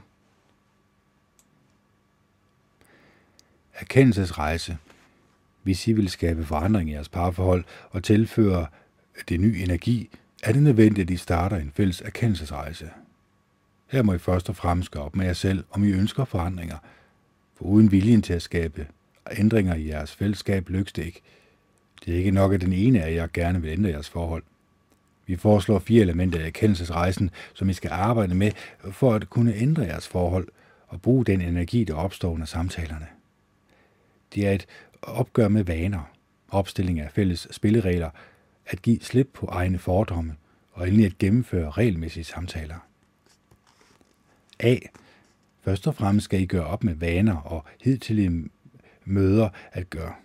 Erkendelsesrejse. Hvis I vil skabe forandring i jeres parforhold og tilføre det ny energi, er det nødvendigt, at I starter en fælles erkendelsesrejse. Her må I først og fremmest gøre op med jer selv, om I ønsker forandringer. For uden viljen til at skabe ændringer i jeres fællesskab lykkes det ikke. Det er ikke nok, at den ene af jer gerne vil ændre jeres forhold. Vi foreslår 4 elementer af erkendelsesrejsen, som I skal arbejde med for at kunne ændre jeres forhold og bruge den energi, der opstår under samtalerne. Det er et opgør med vaner, opstilling af fælles spilleregler, at give slip på egne fordomme og endelig at gennemføre regelmæssige samtaler. A. Først og fremmest skal I gøre op med vaner og hidtidige måder at gøre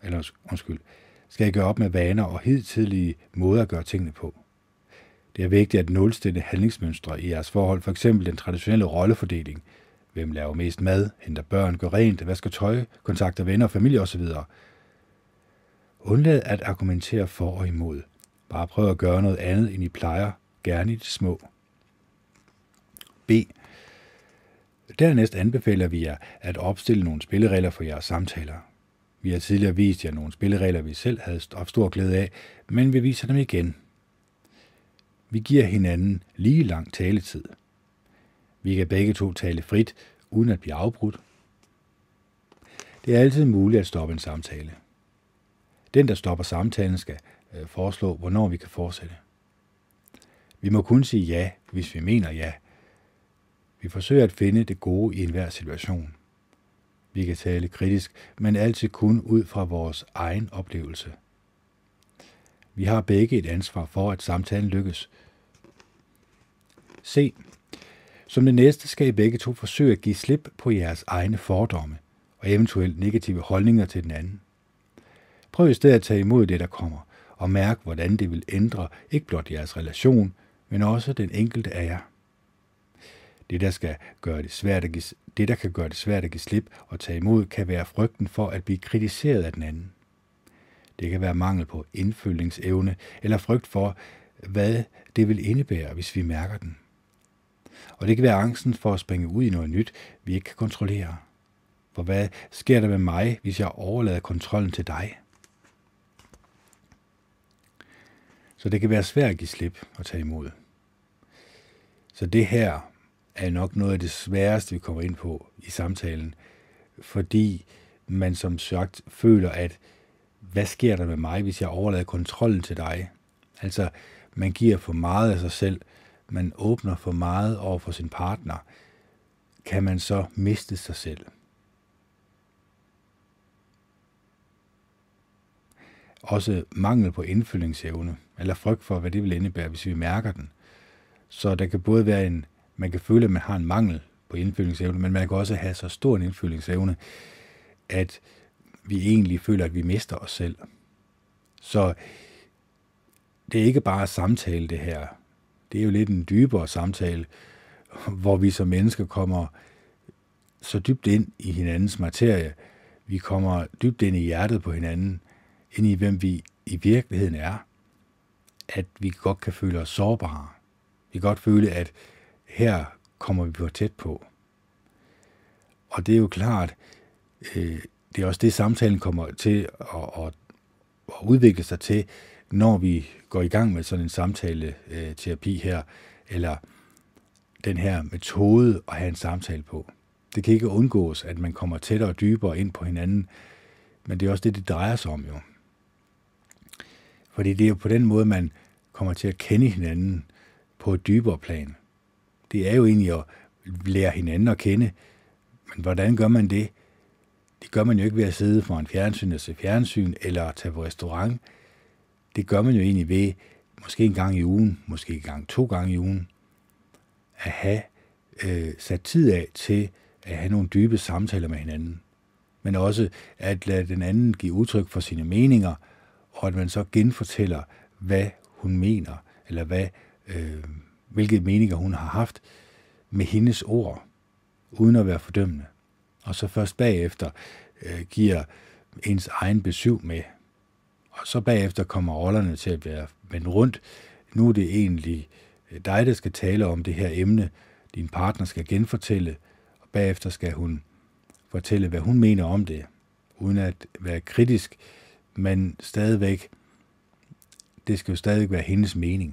tingene på. Det er vigtigt at nulstille handlingsmønstre i jeres forhold, f.eks. den traditionelle rollefordeling. Hvem laver mest mad, henter børn, gør rent, vasker tøj, kontakter venner, familie osv. Undlad at argumentere for og imod. Bare prøv at gøre noget andet, end I plejer, gerne i det små. B. Dernæst anbefaler vi jer at opstille nogle spilleregler for jeres samtaler. Vi har tidligere vist jer nogle spilleregler, vi selv havde haft stor glæde af, men vi viser dem igen. Vi giver hinanden lige lang taletid. Vi kan begge to tale frit, uden at blive afbrudt. Det er altid muligt at stoppe en samtale. Den, der stopper samtalen, skal foreslå, hvornår vi kan fortsætte. Vi må kun sige ja, hvis vi mener ja. Vi forsøger at finde det gode i enhver situation. Vi kan tale kritisk, men altid kun ud fra vores egen oplevelse. Vi har begge et ansvar for, at samtalen lykkes. Se. Som det næste skal I begge to forsøge at give slip på jeres egne fordomme og eventuelt negative holdninger til den anden. Prøv i stedet at tage imod det, der kommer, og mærk, hvordan det vil ændre ikke blot jeres relation, men også den enkelte af jer. Det, der kan gøre det svært at give slip og tage imod, kan være frygten for at blive kritiseret af den anden. Det kan være mangel på indfølgingsevne eller frygt for, hvad det vil indebære, hvis vi mærker den. Og det kan være angsten for at springe ud i noget nyt, vi ikke kan kontrollere. For hvad sker der med mig, hvis jeg overlader kontrollen til dig? Så det kan være svært at give slip og tage imod. Så det her er nok noget af det sværeste, vi kommer ind på i samtalen, fordi man som sagt føler, at hvad sker der med mig, hvis jeg overlader kontrollen til dig? Altså, man giver for meget af sig selv, man åbner for meget over for sin partner, kan man så miste sig selv? Også mangel på indfølgingsevne, eller frygt for, hvad det vil indebære, hvis vi mærker den. Så der kan både være man kan føle, at man har en mangel på indfølgingsevne, men man kan også have så stor en indfølgingsevne, at vi egentlig føler, at vi mister os selv. Så det er ikke bare samtale, det her. Det er jo lidt en dybere samtale, hvor vi som mennesker kommer så dybt ind i hinandens materie. Vi kommer dybt ind i hjertet på hinanden, ind i hvem vi i virkeligheden er, at vi godt kan føle os sårbare. Vi kan godt føle, at her kommer vi for tæt på. Og det er jo klart, det er også det, samtalen kommer til at udvikle sig til, når vi går i gang med sådan en samtale-terapi her, eller den her metode at have en samtale på. Det kan ikke undgås, at man kommer tættere og dybere ind på hinanden, men det er også det drejer sig om jo. Fordi det er jo på den måde, man kommer til at kende hinanden på et dybere plan. Det er jo egentlig at lære hinanden at kende, men hvordan gør man det? Det gør man jo ikke ved at sidde foran fjernsyn og se fjernsyn, eller tage på restaurant. Det gør man jo egentlig ved, måske en gang i ugen, måske en gang 2 gange i ugen, at have sat tid af til at have nogle dybe samtaler med hinanden. Men også at lade den anden give udtryk for sine meninger, og at man så genfortæller, hvad hun mener, eller hvilke meninger hun har haft med hendes ord, uden at være fordømmende. Og så først bagefter giver ens egen besyv med. Og så bagefter kommer rollerne til at være vendt rundt. Nu er det egentlig dig, der skal tale om det her emne. Din partner skal genfortælle, og bagefter skal hun fortælle, hvad hun mener om det, uden at være kritisk, men stadigvæk, det skal jo stadig være hendes mening.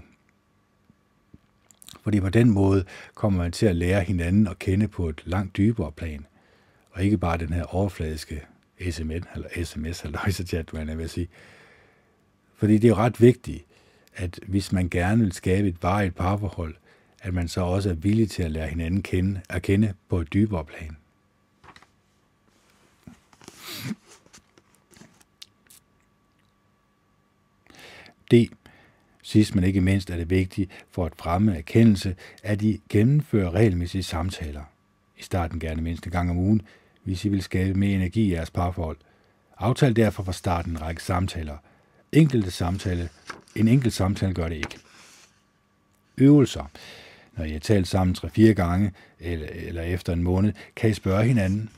Fordi på den måde kommer man til at lære hinanden at kende på et langt dybere plan, og ikke bare den her overfladiske sms eller højsechat, hvad jeg vil sige. Fordi det er jo ret vigtigt, at hvis man gerne vil skabe et varigt parforhold, at man så også er villig til at lære hinanden at kende på et dybere plan. Sidst men ikke mindst er det vigtigt for at fremme erkendelse, at I gennemfører regelmæssige samtaler. I starten gerne mindst en gang om ugen, hvis I vil skabe mere energi i jeres parforhold. Aftal derfor fra starten en række samtaler. En enkelt samtale gør det ikke. Øvelser. Når I har talt sammen 3-4 gange, eller efter en måned, kan I spørge hinanden: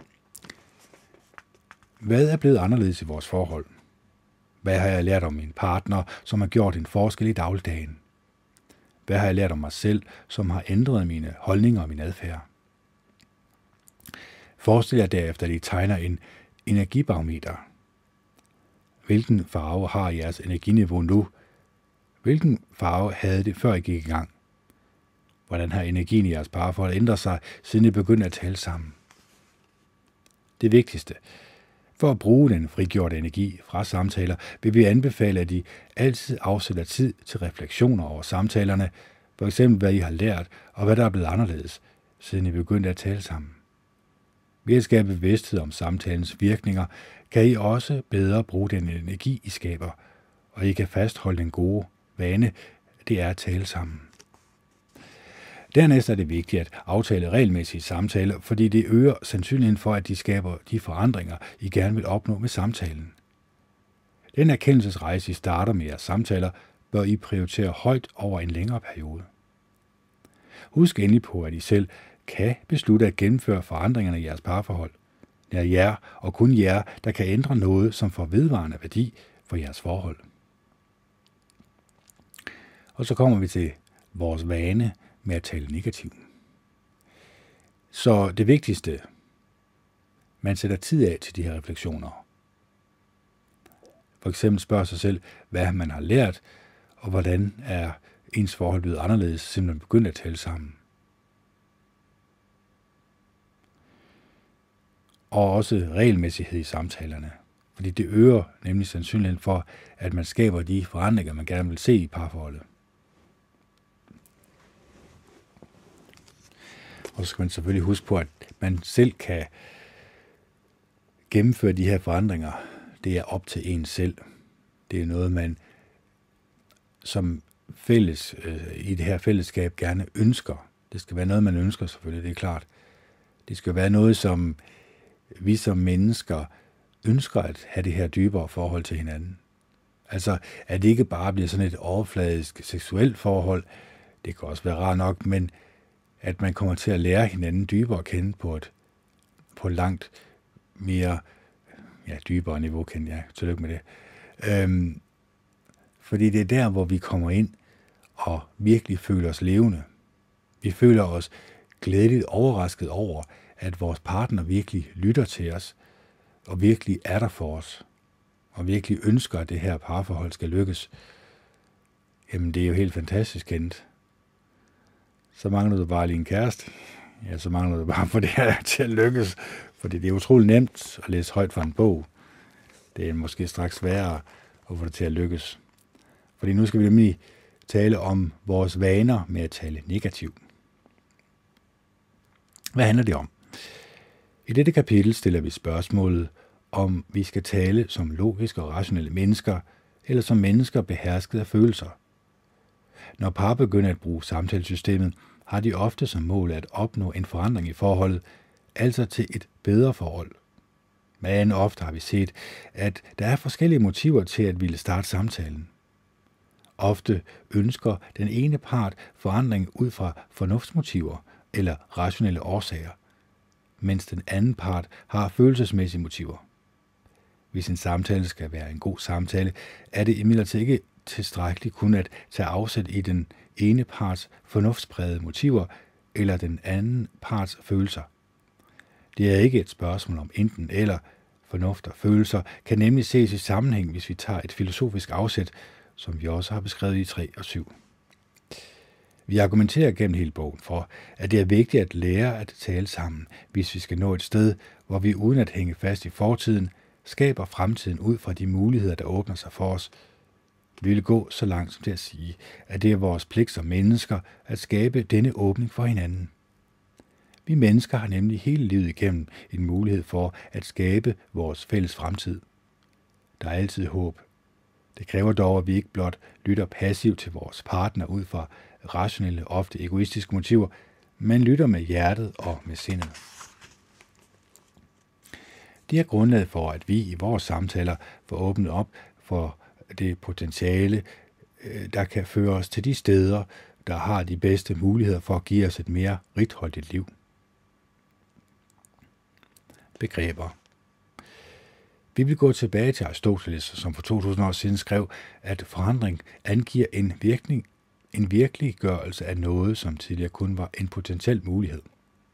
hvad er blevet anderledes i vores forhold? Hvad har jeg lært om min partner, som har gjort en forskel i dagligdagen? Hvad har jeg lært om mig selv, som har ændret mine holdninger og min adfærd? Forestil jer derefter, at I tegner energibarometer. Hvilken farve har jeres energiniveau nu? Hvilken farve havde det, før I gik i gang? Hvordan har energien i jeres parforhold ændret sig, siden I begyndte at tale sammen? Det vigtigste. For at bruge den frigjorte energi fra samtaler, vil vi anbefale, at I altid afsætter tid til refleksioner over samtalerne, for eksempel hvad I har lært, og hvad der er blevet anderledes, siden I begyndte at tale sammen. Ved at skabe bevidsthed om samtalens virkninger, kan I også bedre bruge den energi, I skaber, og I kan fastholde den gode vane, det er at tale sammen. Dernæst er det vigtigt at aftale regelmæssige samtaler, fordi det øger sandsynligheden for, at de skaber de forandringer, I gerne vil opnå med samtalen. Den erkendelsesrejse, I starter med jeres samtaler, bør I prioritere højt over en længere periode. Husk endelig på, at I selv kan beslutte at gennemføre forandringerne i jeres parforhold. Det er jer og kun jer, der kan ændre noget, som får vedvarende værdi for jeres forhold. Og så kommer vi til vores vane med at tale negativt. Så det vigtigste, man sætter tid af til de her refleksioner. For eksempel spørger sig selv, hvad man har lært, og hvordan er ens forhold blevet anderledes, siden man begyndte at tale sammen. Og også regelmæssighed i samtalerne. Fordi det øger nemlig sandsynligheden for, at man skaber de forandringer, man gerne vil se i parforholdet. Og så skal man selvfølgelig huske på, at man selv kan gennemføre de her forandringer. Det er op til en selv. Det er noget, man som fælles i det her fællesskab gerne ønsker. Det skal være noget, man ønsker selvfølgelig, det er klart. Det skal være noget, som vi som mennesker ønsker at have det her dybere forhold til hinanden. Altså, at det ikke bare bliver sådan et overfladisk seksuelt forhold, det kan også være rart nok, men at man kommer til at lære hinanden dybere at kende på et langt mere dybere niveau, kender jeg. Tillykke med det. Fordi det er der, hvor vi kommer ind og virkelig føler os levende. Vi føler os glædeligt overrasket over, at vores partner virkelig lytter til os, og virkelig er der for os, og virkelig ønsker, at det her parforhold skal lykkes. Jamen, det er jo helt fantastisk, kendt. Så mangler du bare lige en kæreste. Ja, så mangler du bare for det her til at lykkes. Fordi det er utroligt nemt at læse højt fra en bog. Det er måske straks sværere at få det til at lykkes. Fordi nu skal vi nemlig tale om vores vaner med at tale negativt. Hvad handler det om? I dette kapitel stiller vi spørgsmålet, om vi skal tale som logiske og rationelle mennesker, eller som mennesker behersket af følelser. Når par begynder at bruge samtalesystemet, har de ofte som mål at opnå en forandring i forholdet, altså til et bedre forhold. Men ofte har vi set, at der er forskellige motiver til at ville starte samtalen. Ofte ønsker den ene part forandring ud fra fornuftsmotiver eller rationelle årsager, mens den anden part har følelsesmæssige motiver. Hvis en samtale skal være en god samtale, er det imidlertid ikke tilstrækkeligt kun at tage afsæt i den ene parts fornuftsprægede motiver eller den anden parts følelser. Det er ikke et spørgsmål om enten eller. Fornuft og følelser kan nemlig ses i sammenhæng, hvis vi tager et filosofisk afsæt, som vi også har beskrevet i 3 og 7. Vi argumenterer gennem hele bogen for, at det er vigtigt at lære at tale sammen, hvis vi skal nå et sted, hvor vi uden at hænge fast i fortiden, skaber fremtiden ud fra de muligheder, der åbner sig for os. Vi vil gå så langt som til at sige, at det er vores pligt som mennesker at skabe denne åbning for hinanden. Vi mennesker har nemlig hele livet igennem en mulighed for at skabe vores fælles fremtid. Der er altid håb. Det kræver dog, at vi ikke blot lytter passivt til vores partner ud fra rationelle, ofte egoistiske motiver, men lytter med hjertet og med sindet. Det er grundlaget for, at vi i vores samtaler får åbnet op for det potentiale, der kan føre os til de steder, der har de bedste muligheder for at give os et mere righoldigt liv. Begreber. Vi vil gå tilbage til Aristoteles, som for 2000 år siden skrev, at forandring angiver en virkeliggørelse af noget, som tidligere kun var en potentiel mulighed.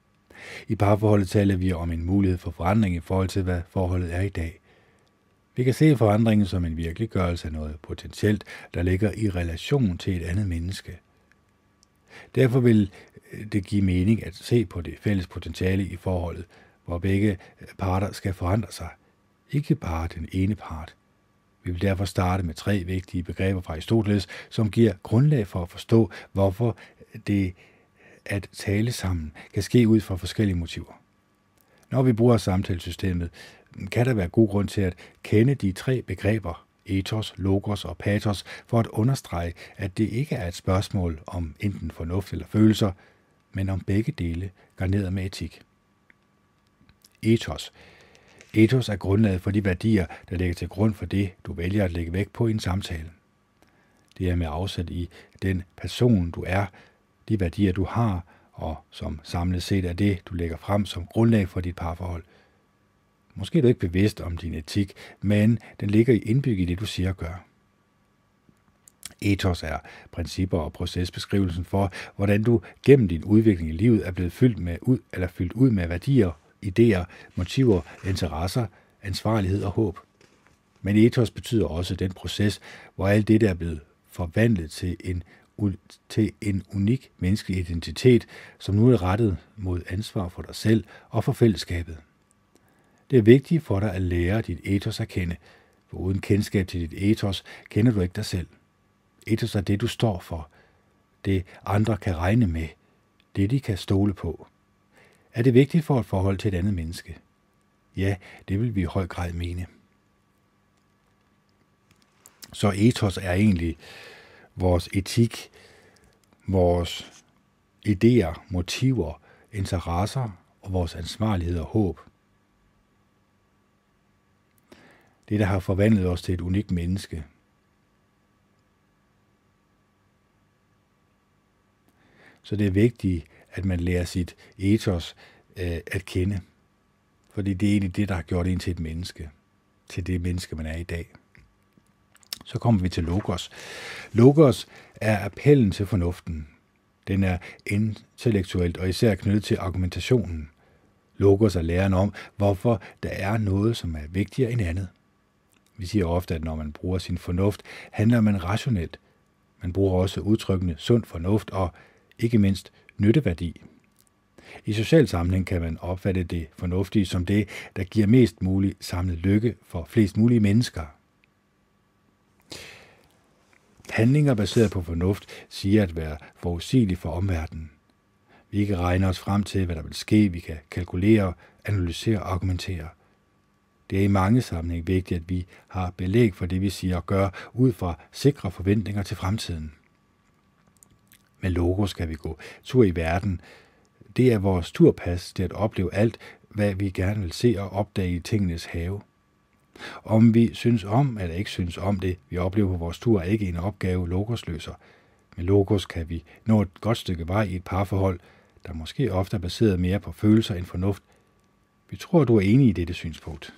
I parforholdet taler vi om en mulighed for forandring i forhold til, hvad forholdet er i dag. Vi kan se forandringen som en virkeliggørelse af noget potentielt, der ligger i relation til et andet menneske. Derfor vil det give mening at se på det fælles potentiale i forholdet, hvor begge parter skal forandre sig. Ikke bare den ene part. Vi vil derfor starte med 3 vigtige begreber fra Aristoteles, som giver grundlag for at forstå, hvorfor det at tale sammen kan ske ud fra forskellige motiver. Når vi bruger samtalesystemet, kan der være god grund til at kende de 3 begreber, ethos, logos og pathos, for at understrege, at det ikke er et spørgsmål om enten fornuft eller følelser, men om begge dele garneret med etik. Ethos. Ethos er grundlaget for de værdier, der ligger til grund for det, du vælger at lægge vægt på i en samtale. Det er med afsæt i den person, du er, de værdier, du har, og som samlet set er det, du lægger frem som grundlag for dit parforhold. Måske er du ikke bevidst om din etik, men den ligger indbygget i det, du siger og gør. Ethos er principper og procesbeskrivelsen for, hvordan du gennem din udvikling i livet er blevet fyldt ud med værdier, idéer, motiver, interesser, ansvarlighed og håb. Men ethos betyder også den proces, hvor alt dette er blevet forvandlet til en unik menneskelig identitet, som nu er rettet mod ansvar for dig selv og for fællesskabet. Det er vigtigt for dig at lære dit ethos at kende, for uden kendskab til dit ethos kender du ikke dig selv. Ethos er det, du står for, det andre kan regne med, det de kan stole på. Er det vigtigt for et forhold til et andet menneske? Ja, det vil vi i høj grad mene. Så ethos er egentlig vores etik, vores idéer, motiver, interesser og vores ansvarlighed og håb. Det, der har forvandlet os til et unikt menneske. Så det er vigtigt, at man lærer sit ethos at kende. Fordi det er egentlig det, der har gjort en til et menneske. Til det menneske, man er i dag. Så kommer vi til logos. Logos er appellen til fornuften. Den er intellektuelt og især knyttet til argumentationen. Logos er læren om, hvorfor der er noget, som er vigtigere end andet. Vi siger ofte, at når man bruger sin fornuft, handler man rationelt. Man bruger også udtrykkene sund fornuft og ikke mindst nytteværdi. I social sammenhæng kan man opfatte det fornuftige som det, der giver mest mulig samlet lykke for flest mulige mennesker. Handlinger baseret på fornuft siger at være forudsigelige for omverdenen. Vi kan regne os frem til, hvad der vil ske. Vi kan kalkulere, analysere og argumentere. Det er i mange sammenhæng vigtigt, at vi har belæg for det, vi siger og gør, ud fra sikre forventninger til fremtiden. Med logos skal vi gå tur i verden. Det er vores turpas til at opleve alt, hvad vi gerne vil se og opdage i tingenes have. Om vi synes om eller ikke synes om det, vi oplever på vores tur, er ikke en opgave, logos løser. Med logos kan vi nå et godt stykke vej i et parforhold, der måske ofte er baseret mere på følelser end fornuft. Vi tror, du er enig i dette synspunkt.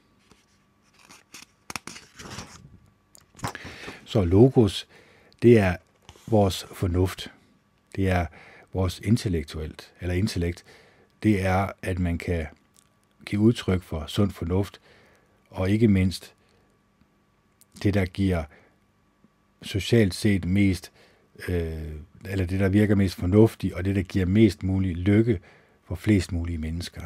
Så logos, det er vores fornuft. Det er vores intellekt. Det er, at man kan give udtryk for sund fornuft, og ikke mindst det, der giver socialt set mest, eller det, der virker mest fornuftigt, og det, der giver mest mulig lykke for flest mulige mennesker.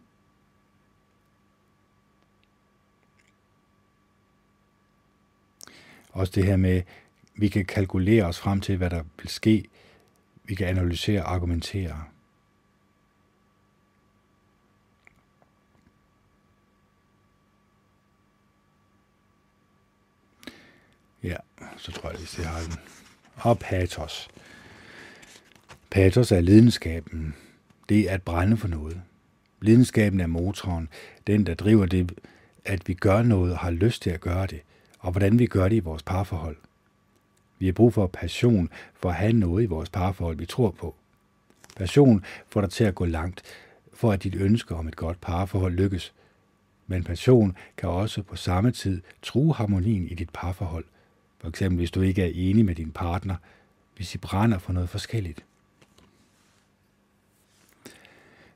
Også det her med, vi kan kalkulere os frem til, hvad der vil ske. Vi kan analysere og argumentere. Ja, så tror jeg, jeg har den. Og pathos. Pathos er lidenskaben. Det er at brænde for noget. Lidenskaben er motoren. Den, der driver det, at vi gør noget og har lyst til at gøre det. Og hvordan vi gør det i vores parforhold. Vi har brug for passion for at have noget i vores parforhold, vi tror på. Passion får dig til at gå langt, for at dit ønske om et godt parforhold lykkes. Men passion kan også på samme tid true harmonien i dit parforhold. For eksempel hvis du ikke er enig med din partner, hvis I brænder for noget forskelligt.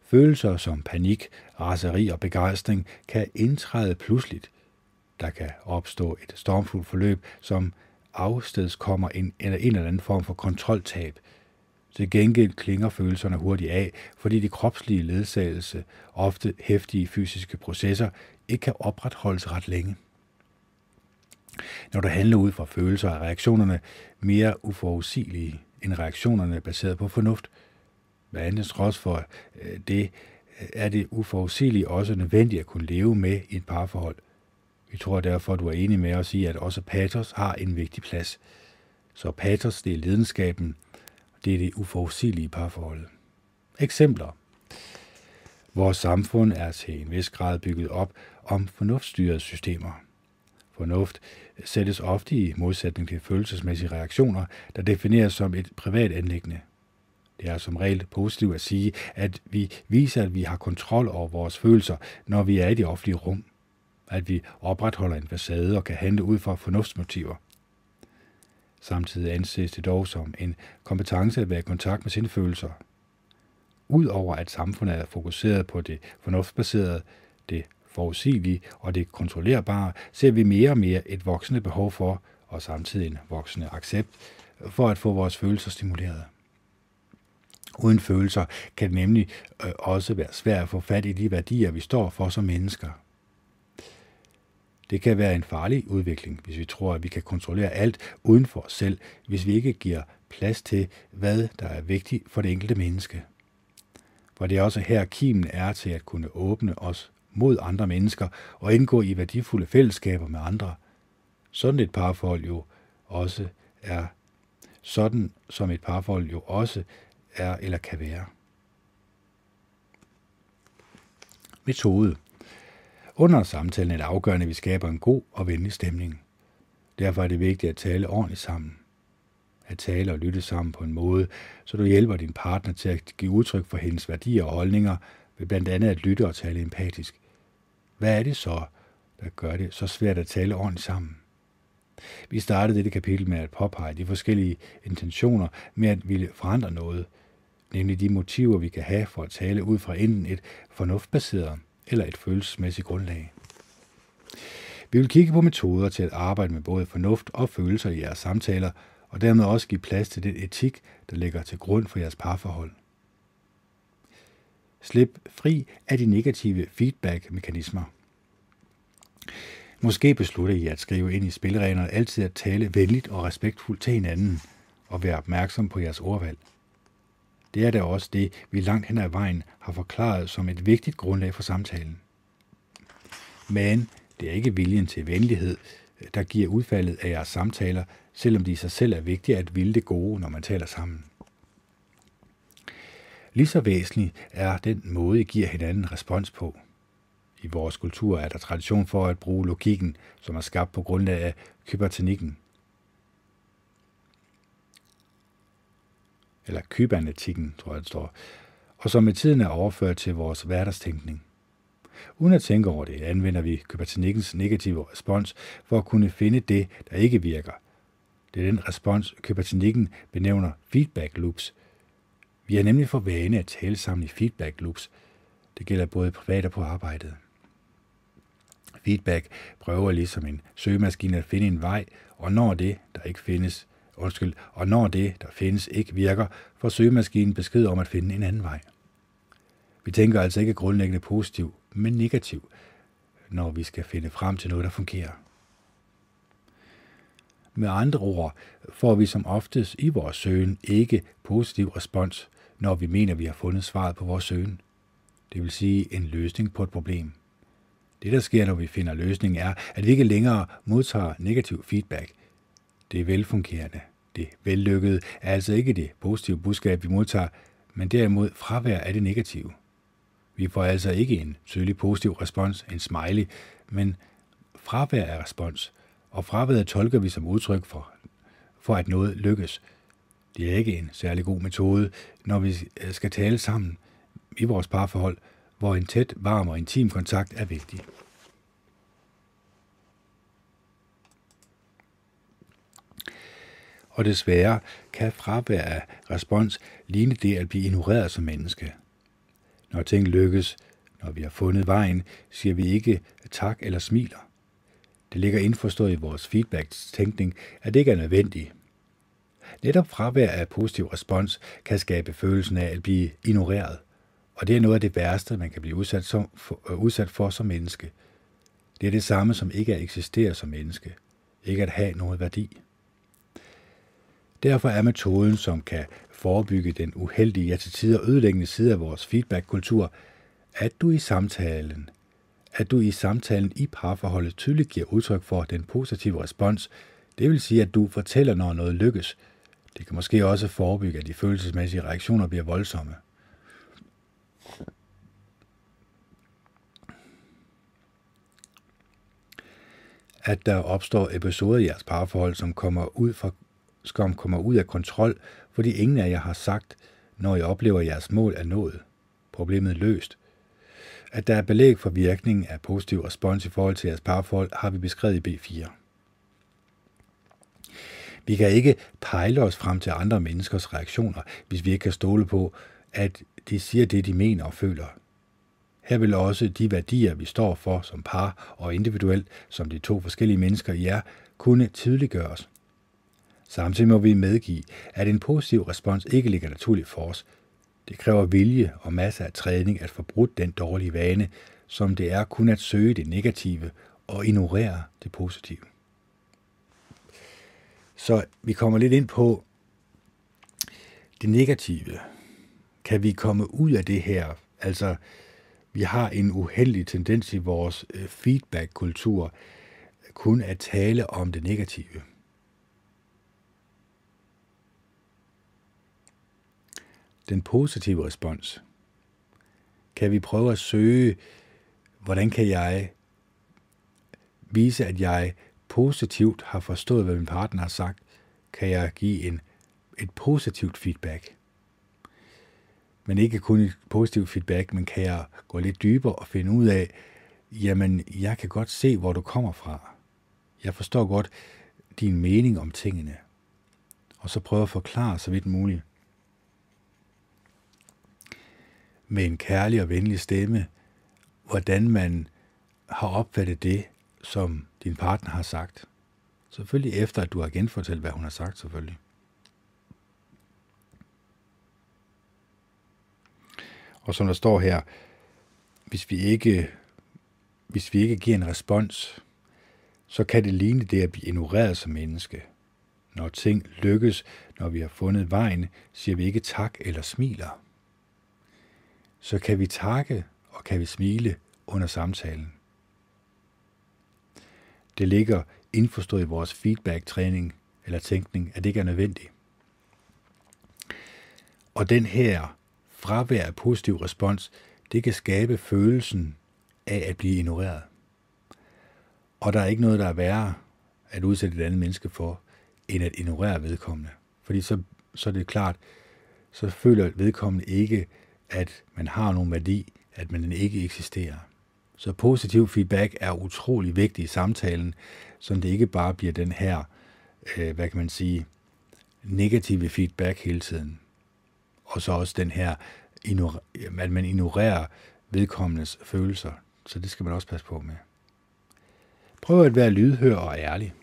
Følelser som panik, raseri og begejstring kan indtræde pludseligt. Der kan opstå et stormfuldt forløb, som afstedskommer en eller anden form for kontroltab. Til gengæld klinger følelserne hurtigt af, fordi de kropslige ledsagelse, ofte heftige fysiske processer, ikke kan opretholdes ret længe. Når du handler ud fra følelser, er reaktionerne mere uforudsigelige end reaktionerne baseret på fornuft. Hvad andet trods for det, er det uforudsigelige også nødvendigt at kunne leve med i et parforhold. Vi tror derfor, du er enig med os i, at også patos har en vigtig plads. Så patos, det er lidenskaben, det er det uforudsigelige parforhold. Eksempler. Vores samfund er til en vis grad bygget op om fornuftstyrede systemer. Fornuft sættes ofte i modsætning til følelsesmæssige reaktioner, der defineres som et privat anliggende. Det er som regel positivt at sige, at vi viser, at vi har kontrol over vores følelser, når vi er i det offentlige rum. At vi opretholder en facade og kan handle ud fra fornuftsmotiver. Samtidig anses det dog som en kompetence at være i kontakt med sine følelser. Udover at samfundet er fokuseret på det fornuftsbaserede, det forudsigelige og det kontrollerbare, ser vi mere og mere et voksende behov for, og samtidig en voksende accept, for at få vores følelser stimuleret. Uden følelser kan det nemlig også være svært at få fat i de værdier, vi står for som mennesker. Det kan være en farlig udvikling, hvis vi tror, at vi kan kontrollere alt uden for os selv, hvis vi ikke giver plads til, hvad der er vigtigt for det enkelte menneske. For det er også her, kimen er til at kunne åbne os mod andre mennesker og indgå i værdifulde fællesskaber med andre. Sådan et parforhold jo også er, sådan som et parforhold jo også er eller kan være. Metode. Under samtalen er det afgørende, at vi skaber en god og venlig stemning. Derfor er det vigtigt at tale ordentligt sammen. At tale og lytte sammen på en måde, så du hjælper din partner til at give udtryk for hendes værdier og holdninger, ved blandt andet at lytte og tale empatisk. Hvad er det så, der gør det så svært at tale ordentligt sammen? Vi startede dette kapitel med at påpege de forskellige intentioner med at ville forandre noget, nemlig de motiver, vi kan have for at tale ud fra enten et fornuftbaseret eller et følelsesmæssigt grundlag. Vi vil kigge på metoder til at arbejde med både fornuft og følelser i jeres samtaler, og dermed også give plads til den etik, der ligger til grund for jeres parforhold. Slip fri af de negative feedback-mekanismer. Måske beslutter I at skrive ind i spillereglerne altid at tale venligt og respektfuldt til hinanden, og være opmærksom på jeres ordvalg. Det er da også det, vi langt hen ad vejen har forklaret som et vigtigt grundlag for samtalen. Men det er ikke viljen til venlighed, der giver udfaldet af jeres samtaler, selvom det i sig selv er vigtigt at ville det gode, når man taler sammen. Lige så væsentlig er den måde, I giver hinanden respons på. I vores kultur er der tradition for at bruge logikken, som er skabt på grundlag af kybernetik, eller kybernetikken, tror jeg det står, og som med tiden er overført til vores hverdagstænkning. Uden at tænke over det, anvender vi kybernetikkens negative respons for at kunne finde det, der ikke virker. Det er den respons, kybernetikken benævner feedback loops. Vi er nemlig for vane at tale sammen i feedback loops. Det gælder både privat og på arbejdet. Feedback prøver ligesom en søgemaskine at finde en vej, og når det, der findes, ikke virker, får søgemaskinen besked om at finde en anden vej. Vi tænker altså ikke grundlæggende positivt, men negativt, når vi skal finde frem til noget, der fungerer. Med andre ord får vi som oftest i vores søgen ikke positiv respons, når vi mener, vi har fundet svaret på vores søgen. Det vil sige en løsning på et problem. Det, der sker, når vi finder løsningen, er, at vi ikke længere modtager negativ feedback. Det er velfungerende. Det vellykkede er altså ikke det positive budskab, vi modtager, men derimod fravær af det negative. Vi får altså ikke en tydelig positiv respons, en smiley, men fravær af respons, og fraværet tolker vi som udtryk for at noget lykkes. Det er ikke en særlig god metode, når vi skal tale sammen i vores parforhold, hvor en tæt, varm og intim kontakt er vigtig. Og desværre kan fravær af respons ligne det at blive ignoreret som menneske. Når ting lykkes, når vi har fundet vejen, siger vi ikke tak eller smiler. Det ligger indforstået i vores feedback-tænkning, at det ikke er nødvendigt. Netop fravær af positiv respons kan skabe følelsen af at blive ignoreret, og det er noget af det værste, man kan blive udsat for som menneske. Det er det samme som ikke at eksistere som menneske, ikke at have noget værdi. Derfor er metoden, som kan forebygge den uheldige, ja til tider ødelæggende side af vores feedback-kultur, at du i samtalen i parforholdet tydeligt giver udtryk for den positive respons, det vil sige, at du fortæller, når noget lykkes. Det kan måske også forebygge, at de følelsesmæssige reaktioner bliver voldsomme. At der opstår episoder i jeres parforhold, som kommer ud af kontrol, fordi ingen af jer har sagt, når I oplever, at jeres mål er nået. Problemet løst. At der er belæg for virkningen af positiv respons i forhold til jeres parforhold, har vi beskrevet i B4. Vi kan ikke pejle os frem til andre menneskers reaktioner, hvis vi ikke kan stole på, at de siger det, de mener og føler. Her vil også de værdier, vi står for som par og individuelt, som de to forskellige mennesker i jer, kunne tydeliggøres. Samtidig må vi medgive, at en positiv respons ikke ligger naturligt for os. Det kræver vilje og masser af træning at få brudt den dårlige vane, som det er kun at søge det negative og ignorere det positive. Så vi kommer lidt ind på det negative. Kan vi komme ud af det her? Altså, vi har en uheldig tendens i vores feedback-kultur kun at tale om det negative. Den positive respons. Kan vi prøve at søge, hvordan kan jeg vise, at jeg positivt har forstået, hvad min partner har sagt? Kan jeg give et positivt feedback? Men ikke kun et positivt feedback, men kan jeg gå lidt dybere og finde ud af, jamen, jeg kan godt se, hvor du kommer fra. Jeg forstår godt din mening om tingene. Og så prøve at forklare så vidt muligt. Med en kærlig og venlig stemme, hvordan man har opfattet det, som din partner har sagt. Selvfølgelig efter, at du har genfortalt, hvad hun har sagt, selvfølgelig. Og som der står her, hvis vi ikke giver en respons, så kan det ligne det at blive ignoreret som menneske. Når ting lykkes, når vi har fundet vejen, siger vi ikke tak eller smiler. Så kan vi takke og kan vi smile under samtalen. Det ligger indforstået i vores feedback-træning eller tænkning, at det ikke er nødvendigt. Og den her fravær af positiv respons, det kan skabe følelsen af at blive ignoreret. Og der er ikke noget, der er værre at udsætte et andet menneske for, end at ignorere vedkommende. Fordi så er det klart, så føler vedkommende ikke, at man har nogen værdi, at man ikke eksisterer. Så positiv feedback er utrolig vigtig i samtalen, så det ikke bare bliver den her, negative feedback hele tiden. Og så også den her, at man ignorerer vedkommendes følelser. Så det skal man også passe på med. Prøv at være lydhør og ærlig.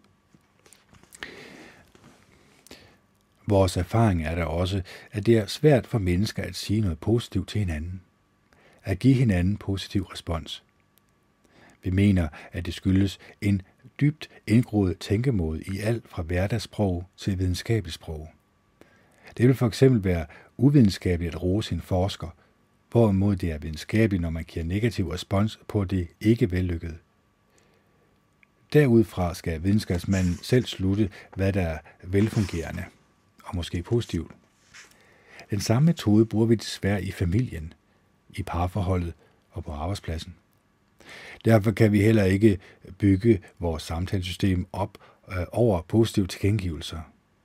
Vores erfaring er der også, at det er svært for mennesker at sige noget positivt til hinanden. At give hinanden positiv respons. Vi mener, at det skyldes en dybt indgroet tænkemåde i alt fra hverdagssprog til videnskabeligt sprog. Det vil for eksempel være uvidenskabeligt at rose en forsker, hvorimod det er videnskabeligt, når man giver negativ respons på det ikke vellykkede. Derudfra skal videnskabsmanden selv slutte, hvad der er velfungerende og måske positivt. Den samme metode bruger vi desværre i familien, i parforholdet og på arbejdspladsen. Derfor kan vi heller ikke bygge vores samtalesystem op over positive tilkendegivelser.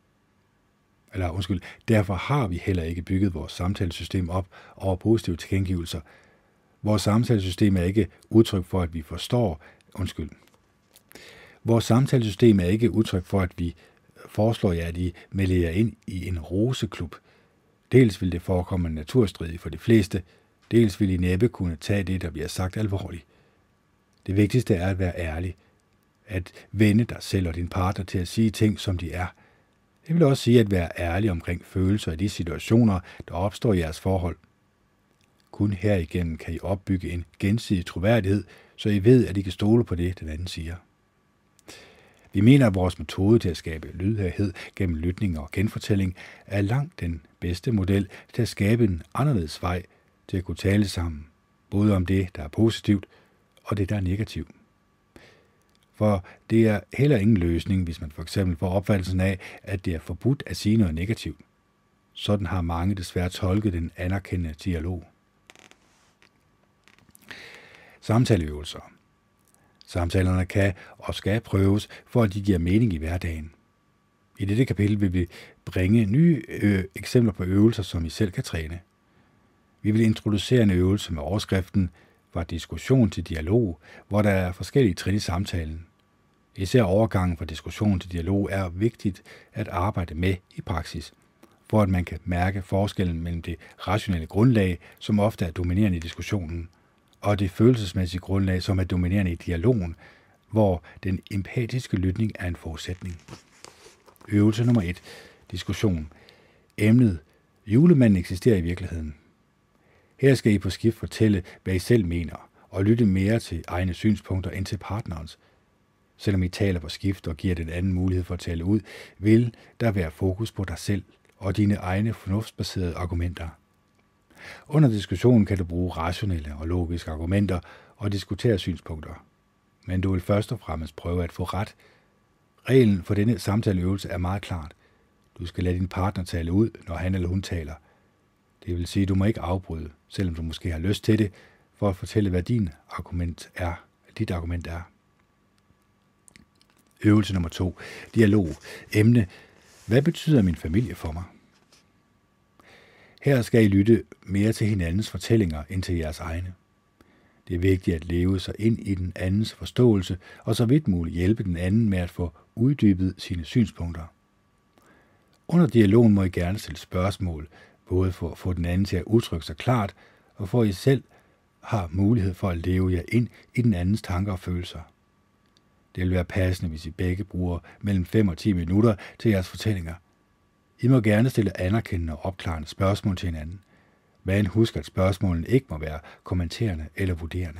Derfor har vi heller ikke bygget vores samtalesystem op over positive tilkendegivelser. Vores samtalesystem er ikke udtryk for, at vi forstår. Vores samtalesystem er ikke udtryk for, at vi foreslår jer, at I melder jer ind i en roseklub. Dels vil det forekomme naturstridigt for de fleste, Dels vil I næppe kunne tage det, der bliver sagt, alvorligt. Det vigtigste er at være ærlig. At vende dig selv og din partner til at sige ting, som de er. Det vil også sige at være ærlig omkring følelser i de situationer, der opstår i jeres forhold. Kun herigennem kan I opbygge en gensidig troværdighed, så I ved, at I kan stole på det, den anden siger. Vi mener, at vores metode til at skabe lydhørhed gennem lytning og genfortælling er langt den bedste model til at skabe en anderledes vej til at kunne tale sammen, både om det, der er positivt, og det, der er negativt. For det er heller ingen løsning, hvis man for eksempel får opfattelsen af, at det er forbudt at sige noget negativt. Sådan har mange desværre tolket den anerkendende dialog. Samtaleøvelser. Samtalerne kan og skal prøves, for at de giver mening i hverdagen. I dette kapitel vil vi bringe nye eksempler på øvelser, som I selv kan træne. Vi vil introducere en øvelse med overskriften fra diskussion til dialog, hvor der er forskellige trin i samtalen. Især overgangen fra diskussion til dialog er vigtigt at arbejde med i praksis, for at man kan mærke forskellen mellem det rationelle grundlag, som ofte er dominerende i diskussionen, og det følelsesmæssige grundlag, som er dominerende i dialogen, hvor den empatiske lytning er en forudsætning. Øvelse nummer 1. Diskussion. Emnet. Julemanden eksisterer i virkeligheden. Her skal I på skift fortælle, hvad I selv mener, og lytte mere til egne synspunkter end til partnerens. Selvom I taler på skift og giver den anden mulighed for at tale ud, vil der være fokus på dig selv og dine egne fornuftsbaserede argumenter. Under diskussionen kan du bruge rationelle og logiske argumenter og diskutere synspunkter. Men du vil først og fremmest prøve at få ret. Reglen for denne samtaleøvelse er meget klart. Du skal lade din partner tale ud, når han eller hun taler. Det vil sige, at du må ikke afbryde, selvom du måske har lyst til det, for at fortælle, hvad dit argument er. Øvelse nummer 2. Dialog. Emne. Hvad betyder min familie for mig? Her skal I lytte mere til hinandens fortællinger end til jeres egne. Det er vigtigt at leve sig ind i den andens forståelse, og så vidt muligt hjælpe den anden med at få uddybet sine synspunkter. Under dialogen må I gerne stille spørgsmål, både for at få den anden til at udtrykke sig klart, og for at I selv har mulighed for at leve jer ind i den andens tanker og følelser. Det vil være passende, hvis I begge bruger mellem 5 og 10 minutter til jeres fortællinger. I må gerne stille anerkendende og opklarende spørgsmål til hinanden, men husk, at spørgsmålene ikke må være kommenterende eller vurderende.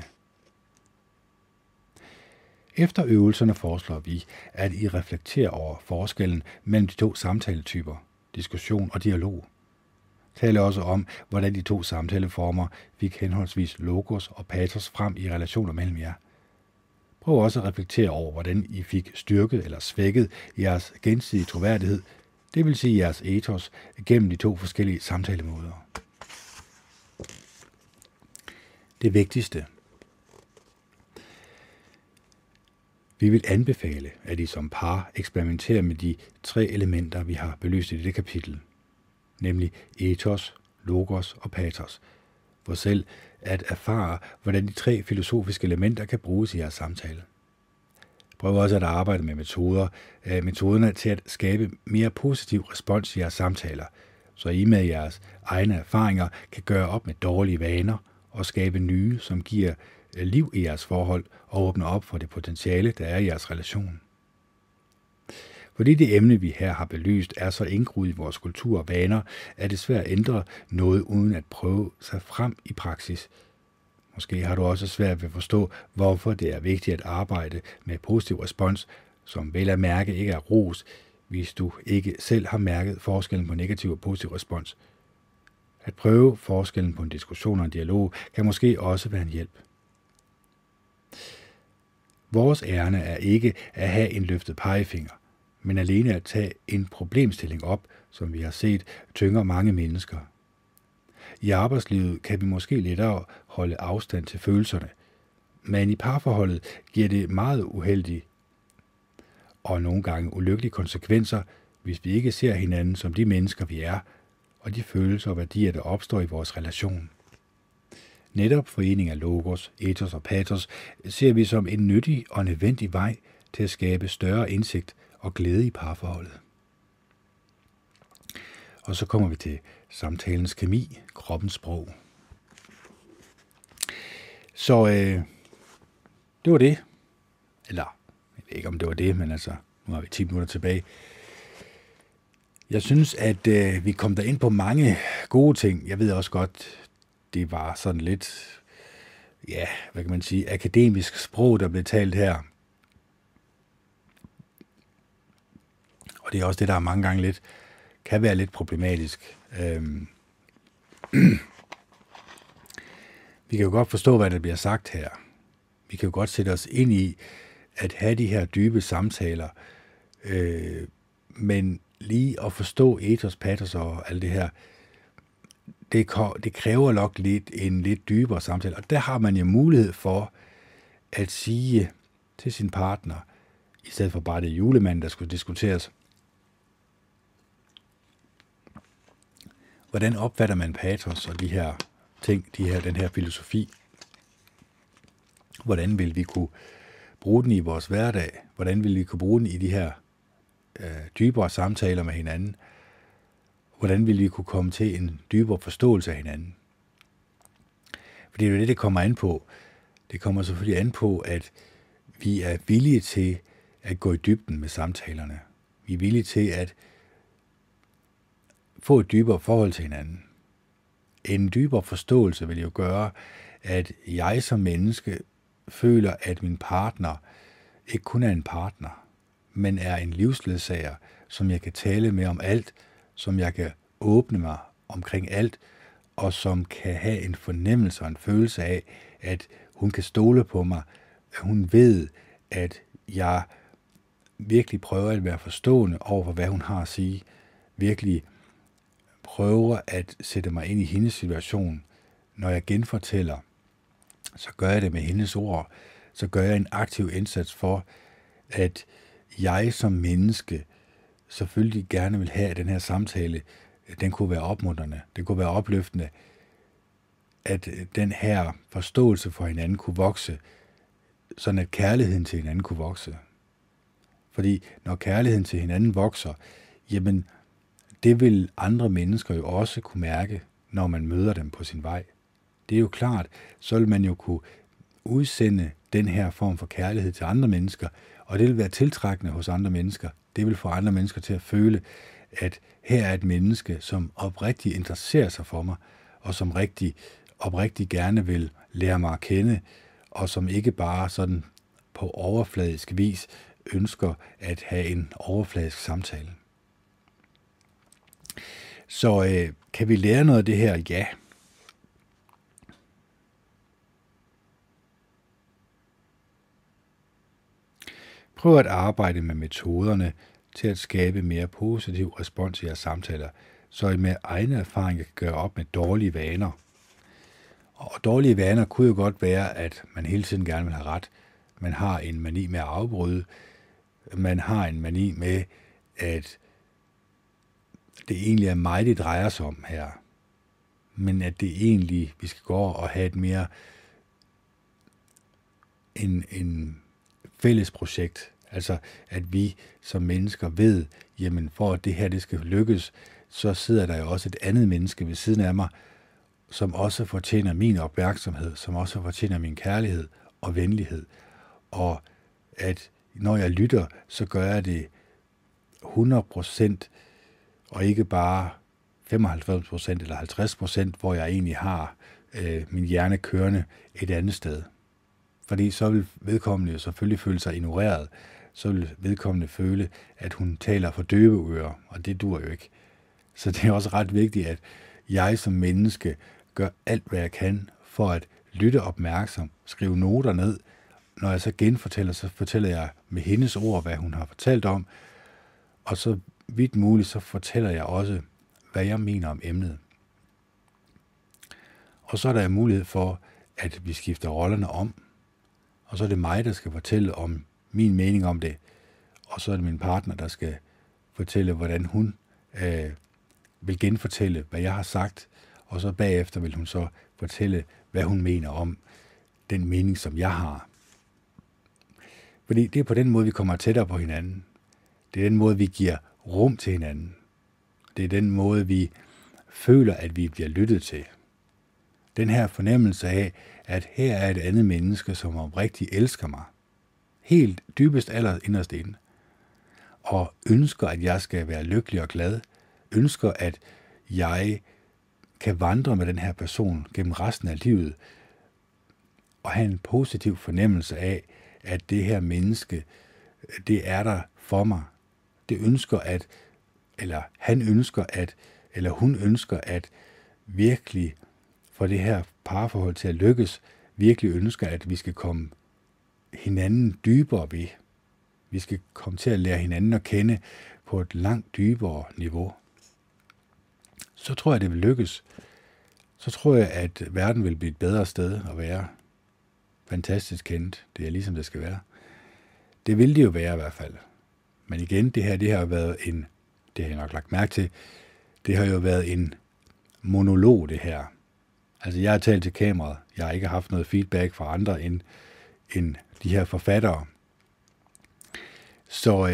Efter øvelserne foreslår vi, at I reflekterer over forskellen mellem de to samtaletyper, diskussion og dialog. Tale også om, hvordan de to samtaleformer fik henholdsvis logos og patos frem i relationer mellem jer. Prøv også at reflektere over, hvordan I fik styrket eller svækket jeres gensidige troværdighed, det vil sige jeres ethos, gennem de to forskellige samtalemåder. Det vigtigste. Vi vil anbefale, at I som par eksperimenterer med de 3 elementer, vi har belyst i dette kapitel, nemlig ethos, logos og patos, for selv at erfare, hvordan de 3 filosofiske elementer kan bruges i jeres samtale. Prøv også at arbejde med metoderne til at skabe mere positiv respons i jeres samtaler, så I med jeres egne erfaringer kan gøre op med dårlige vaner og skabe nye, som giver liv i jeres forhold og åbner op for det potentiale, der er i jeres relation. Fordi det emne, vi her har belyst, er så indgroet i vores kultur og vaner, er det svært at ændre noget uden at prøve sig frem i praksis. Måske har du også svært ved at forstå, hvorfor det er vigtigt at arbejde med positiv respons, som vel at mærke ikke er ros, hvis du ikke selv har mærket forskellen på negativ og positiv respons. At prøve forskellen på en diskussion og en dialog kan måske også være en hjælp. Vores ærne er ikke at have en løftet pegefinger, men alene at tage en problemstilling op, som vi har set tynger mange mennesker. I arbejdslivet kan vi måske lettere holde afstand til følelserne, men i parforholdet giver det meget uheldige og nogle gange ulykkelige konsekvenser, hvis vi ikke ser hinanden som de mennesker, vi er, og de følelser og værdier, der opstår i vores relation. Netop forening af logos, ethos og patos ser vi som en nyttig og nødvendig vej til at skabe større indsigt og glæde i parforholdet. Og så kommer vi til samtalens kemi, kroppens sprog. Så det var det. Eller, jeg ved ikke om det var det, men altså, nu har vi 10 minutter tilbage. Jeg synes, at vi kom derind på mange gode ting. Jeg ved også godt, det var sådan lidt, ja, hvad kan man sige, akademisk sprog, der blev talt her. Og det er også det, der mange gange lidt, kan være lidt problematisk. Vi kan jo godt forstå, hvad der bliver sagt her. Vi kan jo godt sætte os ind i at have de her dybe samtaler, men lige at forstå ethos, patos og alt det her, det kræver nok en lidt dybere samtale. Og der har man jo mulighed for at sige til sin partner, i stedet for bare det julemand, der skulle diskuteres, hvordan opfatter man patos og de her ting, den her filosofi? Hvordan vil vi kunne bruge den i vores hverdag? Hvordan vil vi kunne bruge den i de her dybere samtaler med hinanden? Hvordan vil vi kunne komme til en dybere forståelse af hinanden? For det er jo det kommer an på. Det kommer selvfølgelig an på, at vi er villige til at gå i dybden med samtalerne. Vi er villige til at få et dybere forhold til hinanden. En dybere forståelse vil jo gøre, at jeg som menneske føler, at min partner ikke kun er en partner, men er en livsledsager, som jeg kan tale med om alt, som jeg kan åbne mig omkring alt, og som kan have en fornemmelse og en følelse af, at hun kan stole på mig, at hun ved, at jeg virkelig prøver at være forstående over for, hvad hun har at sige, virkelig prøver at sætte mig ind i hendes situation. Når jeg genfortæller, så gør jeg det med hendes ord, så gør jeg en aktiv indsats for, at jeg som menneske selvfølgelig gerne vil have, at den her samtale, den kunne være opmuntrende, den kunne være opløftende, at den her forståelse for hinanden kunne vokse, sådan at kærligheden til hinanden kunne vokse. Fordi når kærligheden til hinanden vokser, jamen det vil andre mennesker jo også kunne mærke, når man møder dem på sin vej. Det er jo klart, så vil man jo kunne udsende den her form for kærlighed til andre mennesker, og det vil være tiltrækkende hos andre mennesker. Det vil få andre mennesker til at føle, at her er et menneske, som oprigtigt interesserer sig for mig, og som oprigtigt gerne vil lære mig at kende, og som ikke bare sådan på overfladisk vis ønsker at have en overfladisk samtale. Så kan vi lære noget af det her? Ja. Prøv at arbejde med metoderne til at skabe mere positiv respons i jeres samtaler, så I med egne erfaringer kan gøre op med dårlige vaner. Og dårlige vaner kunne jo godt være, at man hele tiden gerne vil have ret. Man har en mani med at afbryde. Man har en mani med, at det egentlig er mig, det drejer sig om her. Men at det egentlig, vi skal gå over og have et mere en fælles projekt. Altså, at vi som mennesker ved, jamen for at det her det skal lykkes, så sidder der jo også et andet menneske ved siden af mig, som også fortjener min opmærksomhed, som også fortjener min kærlighed og venlighed. Og at når jeg lytter, så gør jeg det 100%, og ikke bare 95% eller 50%, hvor jeg egentlig har min hjerne kørende et andet sted. Fordi så vil vedkommende jo selvfølgelig føle sig ignoreret. Så vil vedkommende føle, at hun taler for døve ører, og det dur jo ikke. Så det er også ret vigtigt, at jeg som menneske gør alt, hvad jeg kan, for at lytte opmærksom, skrive noter ned. Når jeg så genfortæller, så fortæller jeg med hendes ord, hvad hun har fortalt om, og så vidt muligt, så fortæller jeg også, hvad jeg mener om emnet. Og så er der mulighed for, at vi skifter rollerne om, og så er det mig, der skal fortælle om min mening om det, og så er det min partner, der skal fortælle, hvordan hun vil genfortælle, hvad jeg har sagt, og så bagefter vil hun så fortælle, hvad hun mener om den mening, som jeg har. Fordi det er på den måde, vi kommer tættere på hinanden. Det er den måde, vi giver rum til hinanden. Det er den måde, vi føler, at vi bliver lyttet til. Den her fornemmelse af, at her er et andet menneske, som oprigtigt elsker mig. Helt dybest inderst inde. Og ønsker, at jeg skal være lykkelig og glad. Ønsker, at jeg kan vandre med den her person gennem resten af livet. Og have en positiv fornemmelse af, at det her menneske, det er der for mig. Det ønsker at, eller han ønsker at, eller hun ønsker at virkelig for det her parforhold til at lykkes, virkelig ønsker, at vi skal komme hinanden dybere ved. Vi skal komme til at lære hinanden at kende på et langt dybere niveau. Så tror jeg, det vil lykkes. Så tror jeg, at verden vil blive et bedre sted at være. Fantastisk kendt. Det er ligesom det skal være. Det vil det jo være i hvert fald. Men igen, det har været det har jeg nok lagt mærke til, det har jo været en monolog, det her. Altså, jeg har talt til kameraet. Jeg har ikke haft noget feedback fra andre end de her forfattere. Så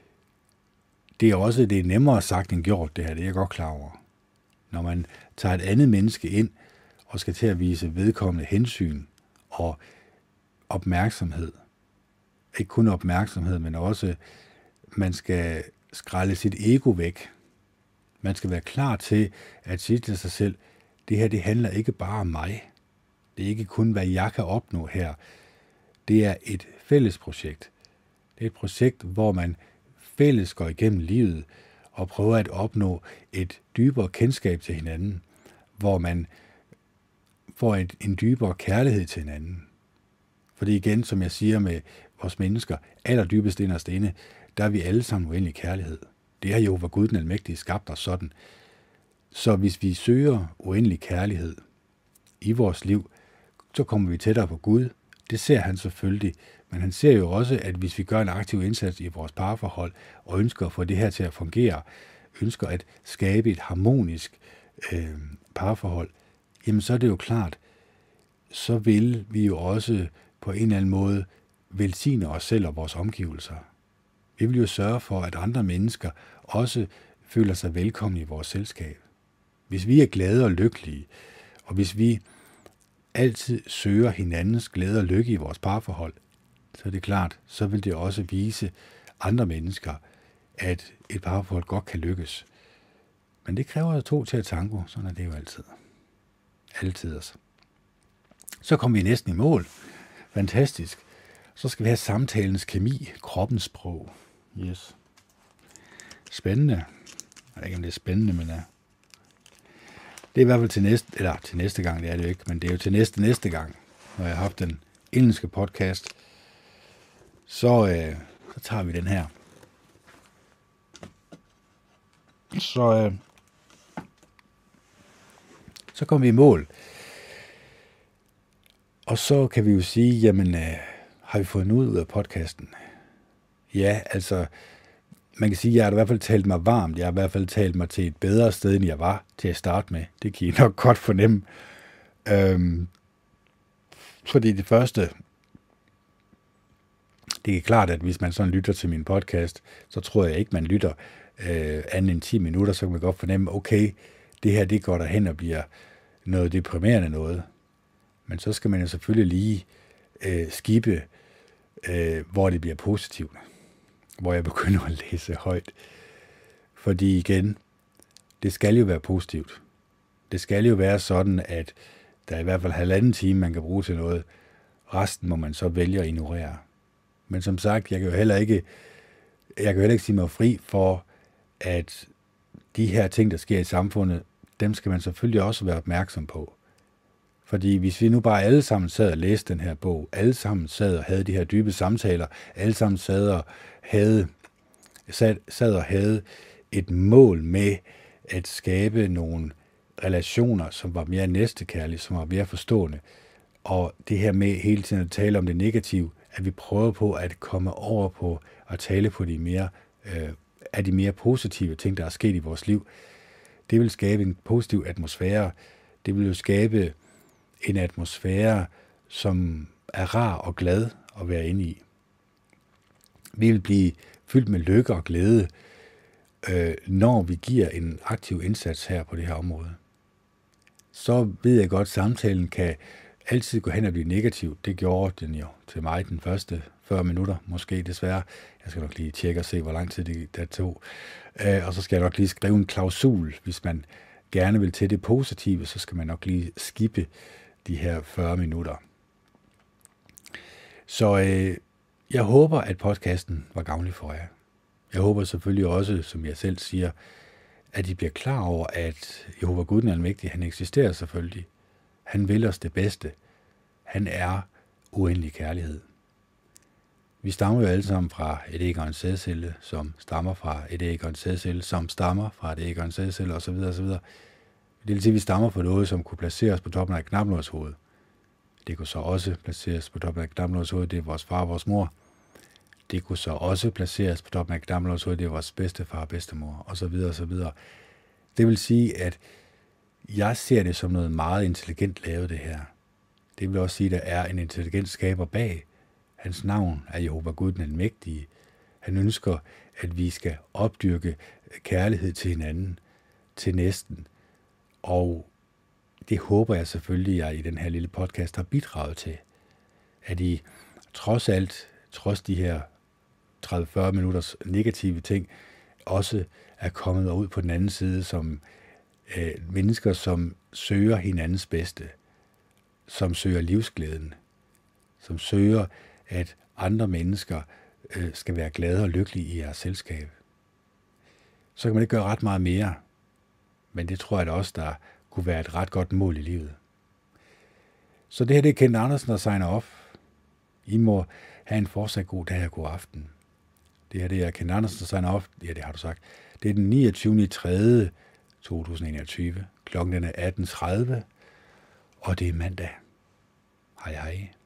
det er nemmere sagt end gjort, det her. Det er jeg godt klar over. Når man tager et andet menneske ind og skal til at vise vedkommende hensyn og opmærksomhed. Ikke kun opmærksomhed, men også, man skal skrælle sit ego væk. Man skal være klar til at sige til sig selv, det her, det handler ikke bare om mig. Det er ikke kun, hvad jeg kan opnå her. Det er et fælles projekt. Det er et projekt, hvor man fælles går igennem livet og prøver at opnå et dybere kendskab til hinanden, hvor man får en dybere kærlighed til hinanden. Fordi igen, som jeg siger med vores mennesker, allerdybest inderst inde, der er vi alle sammen uendelig kærlighed. Det er jo, hvor Gud den Almægtige skabte os sådan. Så hvis vi søger uendelig kærlighed i vores liv, så kommer vi tættere på Gud. Det ser han selvfølgelig, men han ser jo også, at hvis vi gør en aktiv indsats i vores parforhold, og ønsker at få det her til at fungere, ønsker at skabe et harmonisk parforhold, jamen så er det jo klart, så vil vi jo også på en eller anden måde velsigne os selv og vores omgivelser. Vi vil jo sørge for, at andre mennesker også føler sig velkomne i vores selskab. Hvis vi er glade og lykkelige, og hvis vi altid søger hinandens glæde og lykke i vores parforhold, så er det klart, så vil det også vise andre mennesker, at et parforhold godt kan lykkes. Men det kræver jo to til at tango, sådan er det jo altid. Altid altså. Så kommer vi næsten i mål. Fantastisk. Så skal vi have samtalens kemi, kroppens sprog. Yes. Spændende. Jeg ved ikke, om det er spændende, men ja. Det er i hvert fald til næste gang, det er det jo ikke, men det er jo til næste gang, når jeg har haft den engelske podcast. Så tager vi den her. Så kommer vi i mål. Og så kan vi jo sige, jamen, har vi fået noget ud af podcasten? Ja, altså, man kan sige, at jeg har i hvert fald talt mig varmt. Jeg har i hvert fald talt mig til et bedre sted, end jeg var til at starte med. Det kan I nok godt fornemme. Fordi det første, det er klart, at hvis man sådan lytter til min podcast, så tror jeg ikke, man lytter anden end 10 minutter, så kan man godt fornemme, okay, det her, det går derhen og bliver noget deprimerende noget. Men så skal man jo selvfølgelig lige skippe, hvor det bliver positivt. Hvor jeg begynder at læse højt. Fordi igen, det skal jo være positivt. Det skal jo være sådan, at der er i hvert fald 1,5 time, man kan bruge til noget. Resten må man så vælge at ignorere. Men som sagt, jeg kan jo heller ikke sige mig fri for, at de her ting, der sker i samfundet, dem skal man selvfølgelig også være opmærksom på. Fordi hvis vi nu bare alle sammen sad og læste den her bog, alle sammen sad og havde de her dybe samtaler, alle sammen sad og havde et mål med at skabe nogle relationer, som var mere næstekærlige, som var mere forstående. Og det her med hele tiden at tale om det negative, at vi prøver på at komme over på at tale på de mere positive ting, der er sket i vores liv. Det vil skabe en positiv atmosfære. Det vil jo skabe en atmosfære, som er rar og glad at være inde i. Vi vil blive fyldt med lykke og glæde, når vi giver en aktiv indsats her på det her område. så ved jeg godt, at samtalen kan altid gå hen og blive negativ. Det gjorde den jo til mig den første 40 minutter, måske desværre. Jeg skal nok lige tjekke og se, hvor lang tid det tog. Og så skal jeg nok lige skrive en klausul. Hvis man gerne vil til det positive, så skal man nok lige skippe de her 40 minutter. Så jeg håber, at podcasten var gavnlig for jer. Jeg håber selvfølgelig også, som jeg selv siger, at I bliver klar over, at Jehova Gud den Almægtige, han eksisterer selvfølgelig. Han vil os det bedste. Han er uendelig kærlighed. Vi stammer jo alle sammen fra et æg og en sædcelle, som stammer fra et æg og en sædcelle, som stammer fra et æg og en sædcelle osv. osv. Det vil sige, at vi stammer fra noget, som kunne placeres på toppen af et knapnålshoved. Det kunne så også placeres på toppen af et knapnålshoved, det er vores far og vores mor. Det kunne så også placeres på toppen af et knapnålshoved, det er vores bedstefar og bedstemor osv. osv. Det vil sige, at jeg ser det som noget meget intelligent lavet, det her. Det vil også sige, at der er en intelligent skaber bag. Hans navn er Jehova Gud den Almægtige. Han ønsker, at vi skal opdyrke kærlighed til hinanden, til næsten. Og det håber jeg selvfølgelig, at jeg i den her lille podcast har bidraget til. At I trods de her 30-40 minutters negative ting, også er kommet ud på den anden side som mennesker, som søger hinandens bedste, som søger livsglæden, som søger, at andre mennesker skal være glade og lykkelige i jeres selskab. Så kan man ikke gøre ret meget mere, men det tror jeg da også, der kunne være et ret godt mål i livet. Så det her, det er Kent Andersen, der signer off. I må have en fortsat god dag og god aften. Det her, det er Kent Andersen, der signer off. Ja, det har du sagt. Det er den 29.3.2021. Klokken er 18.30, og det er mandag. Hej hej.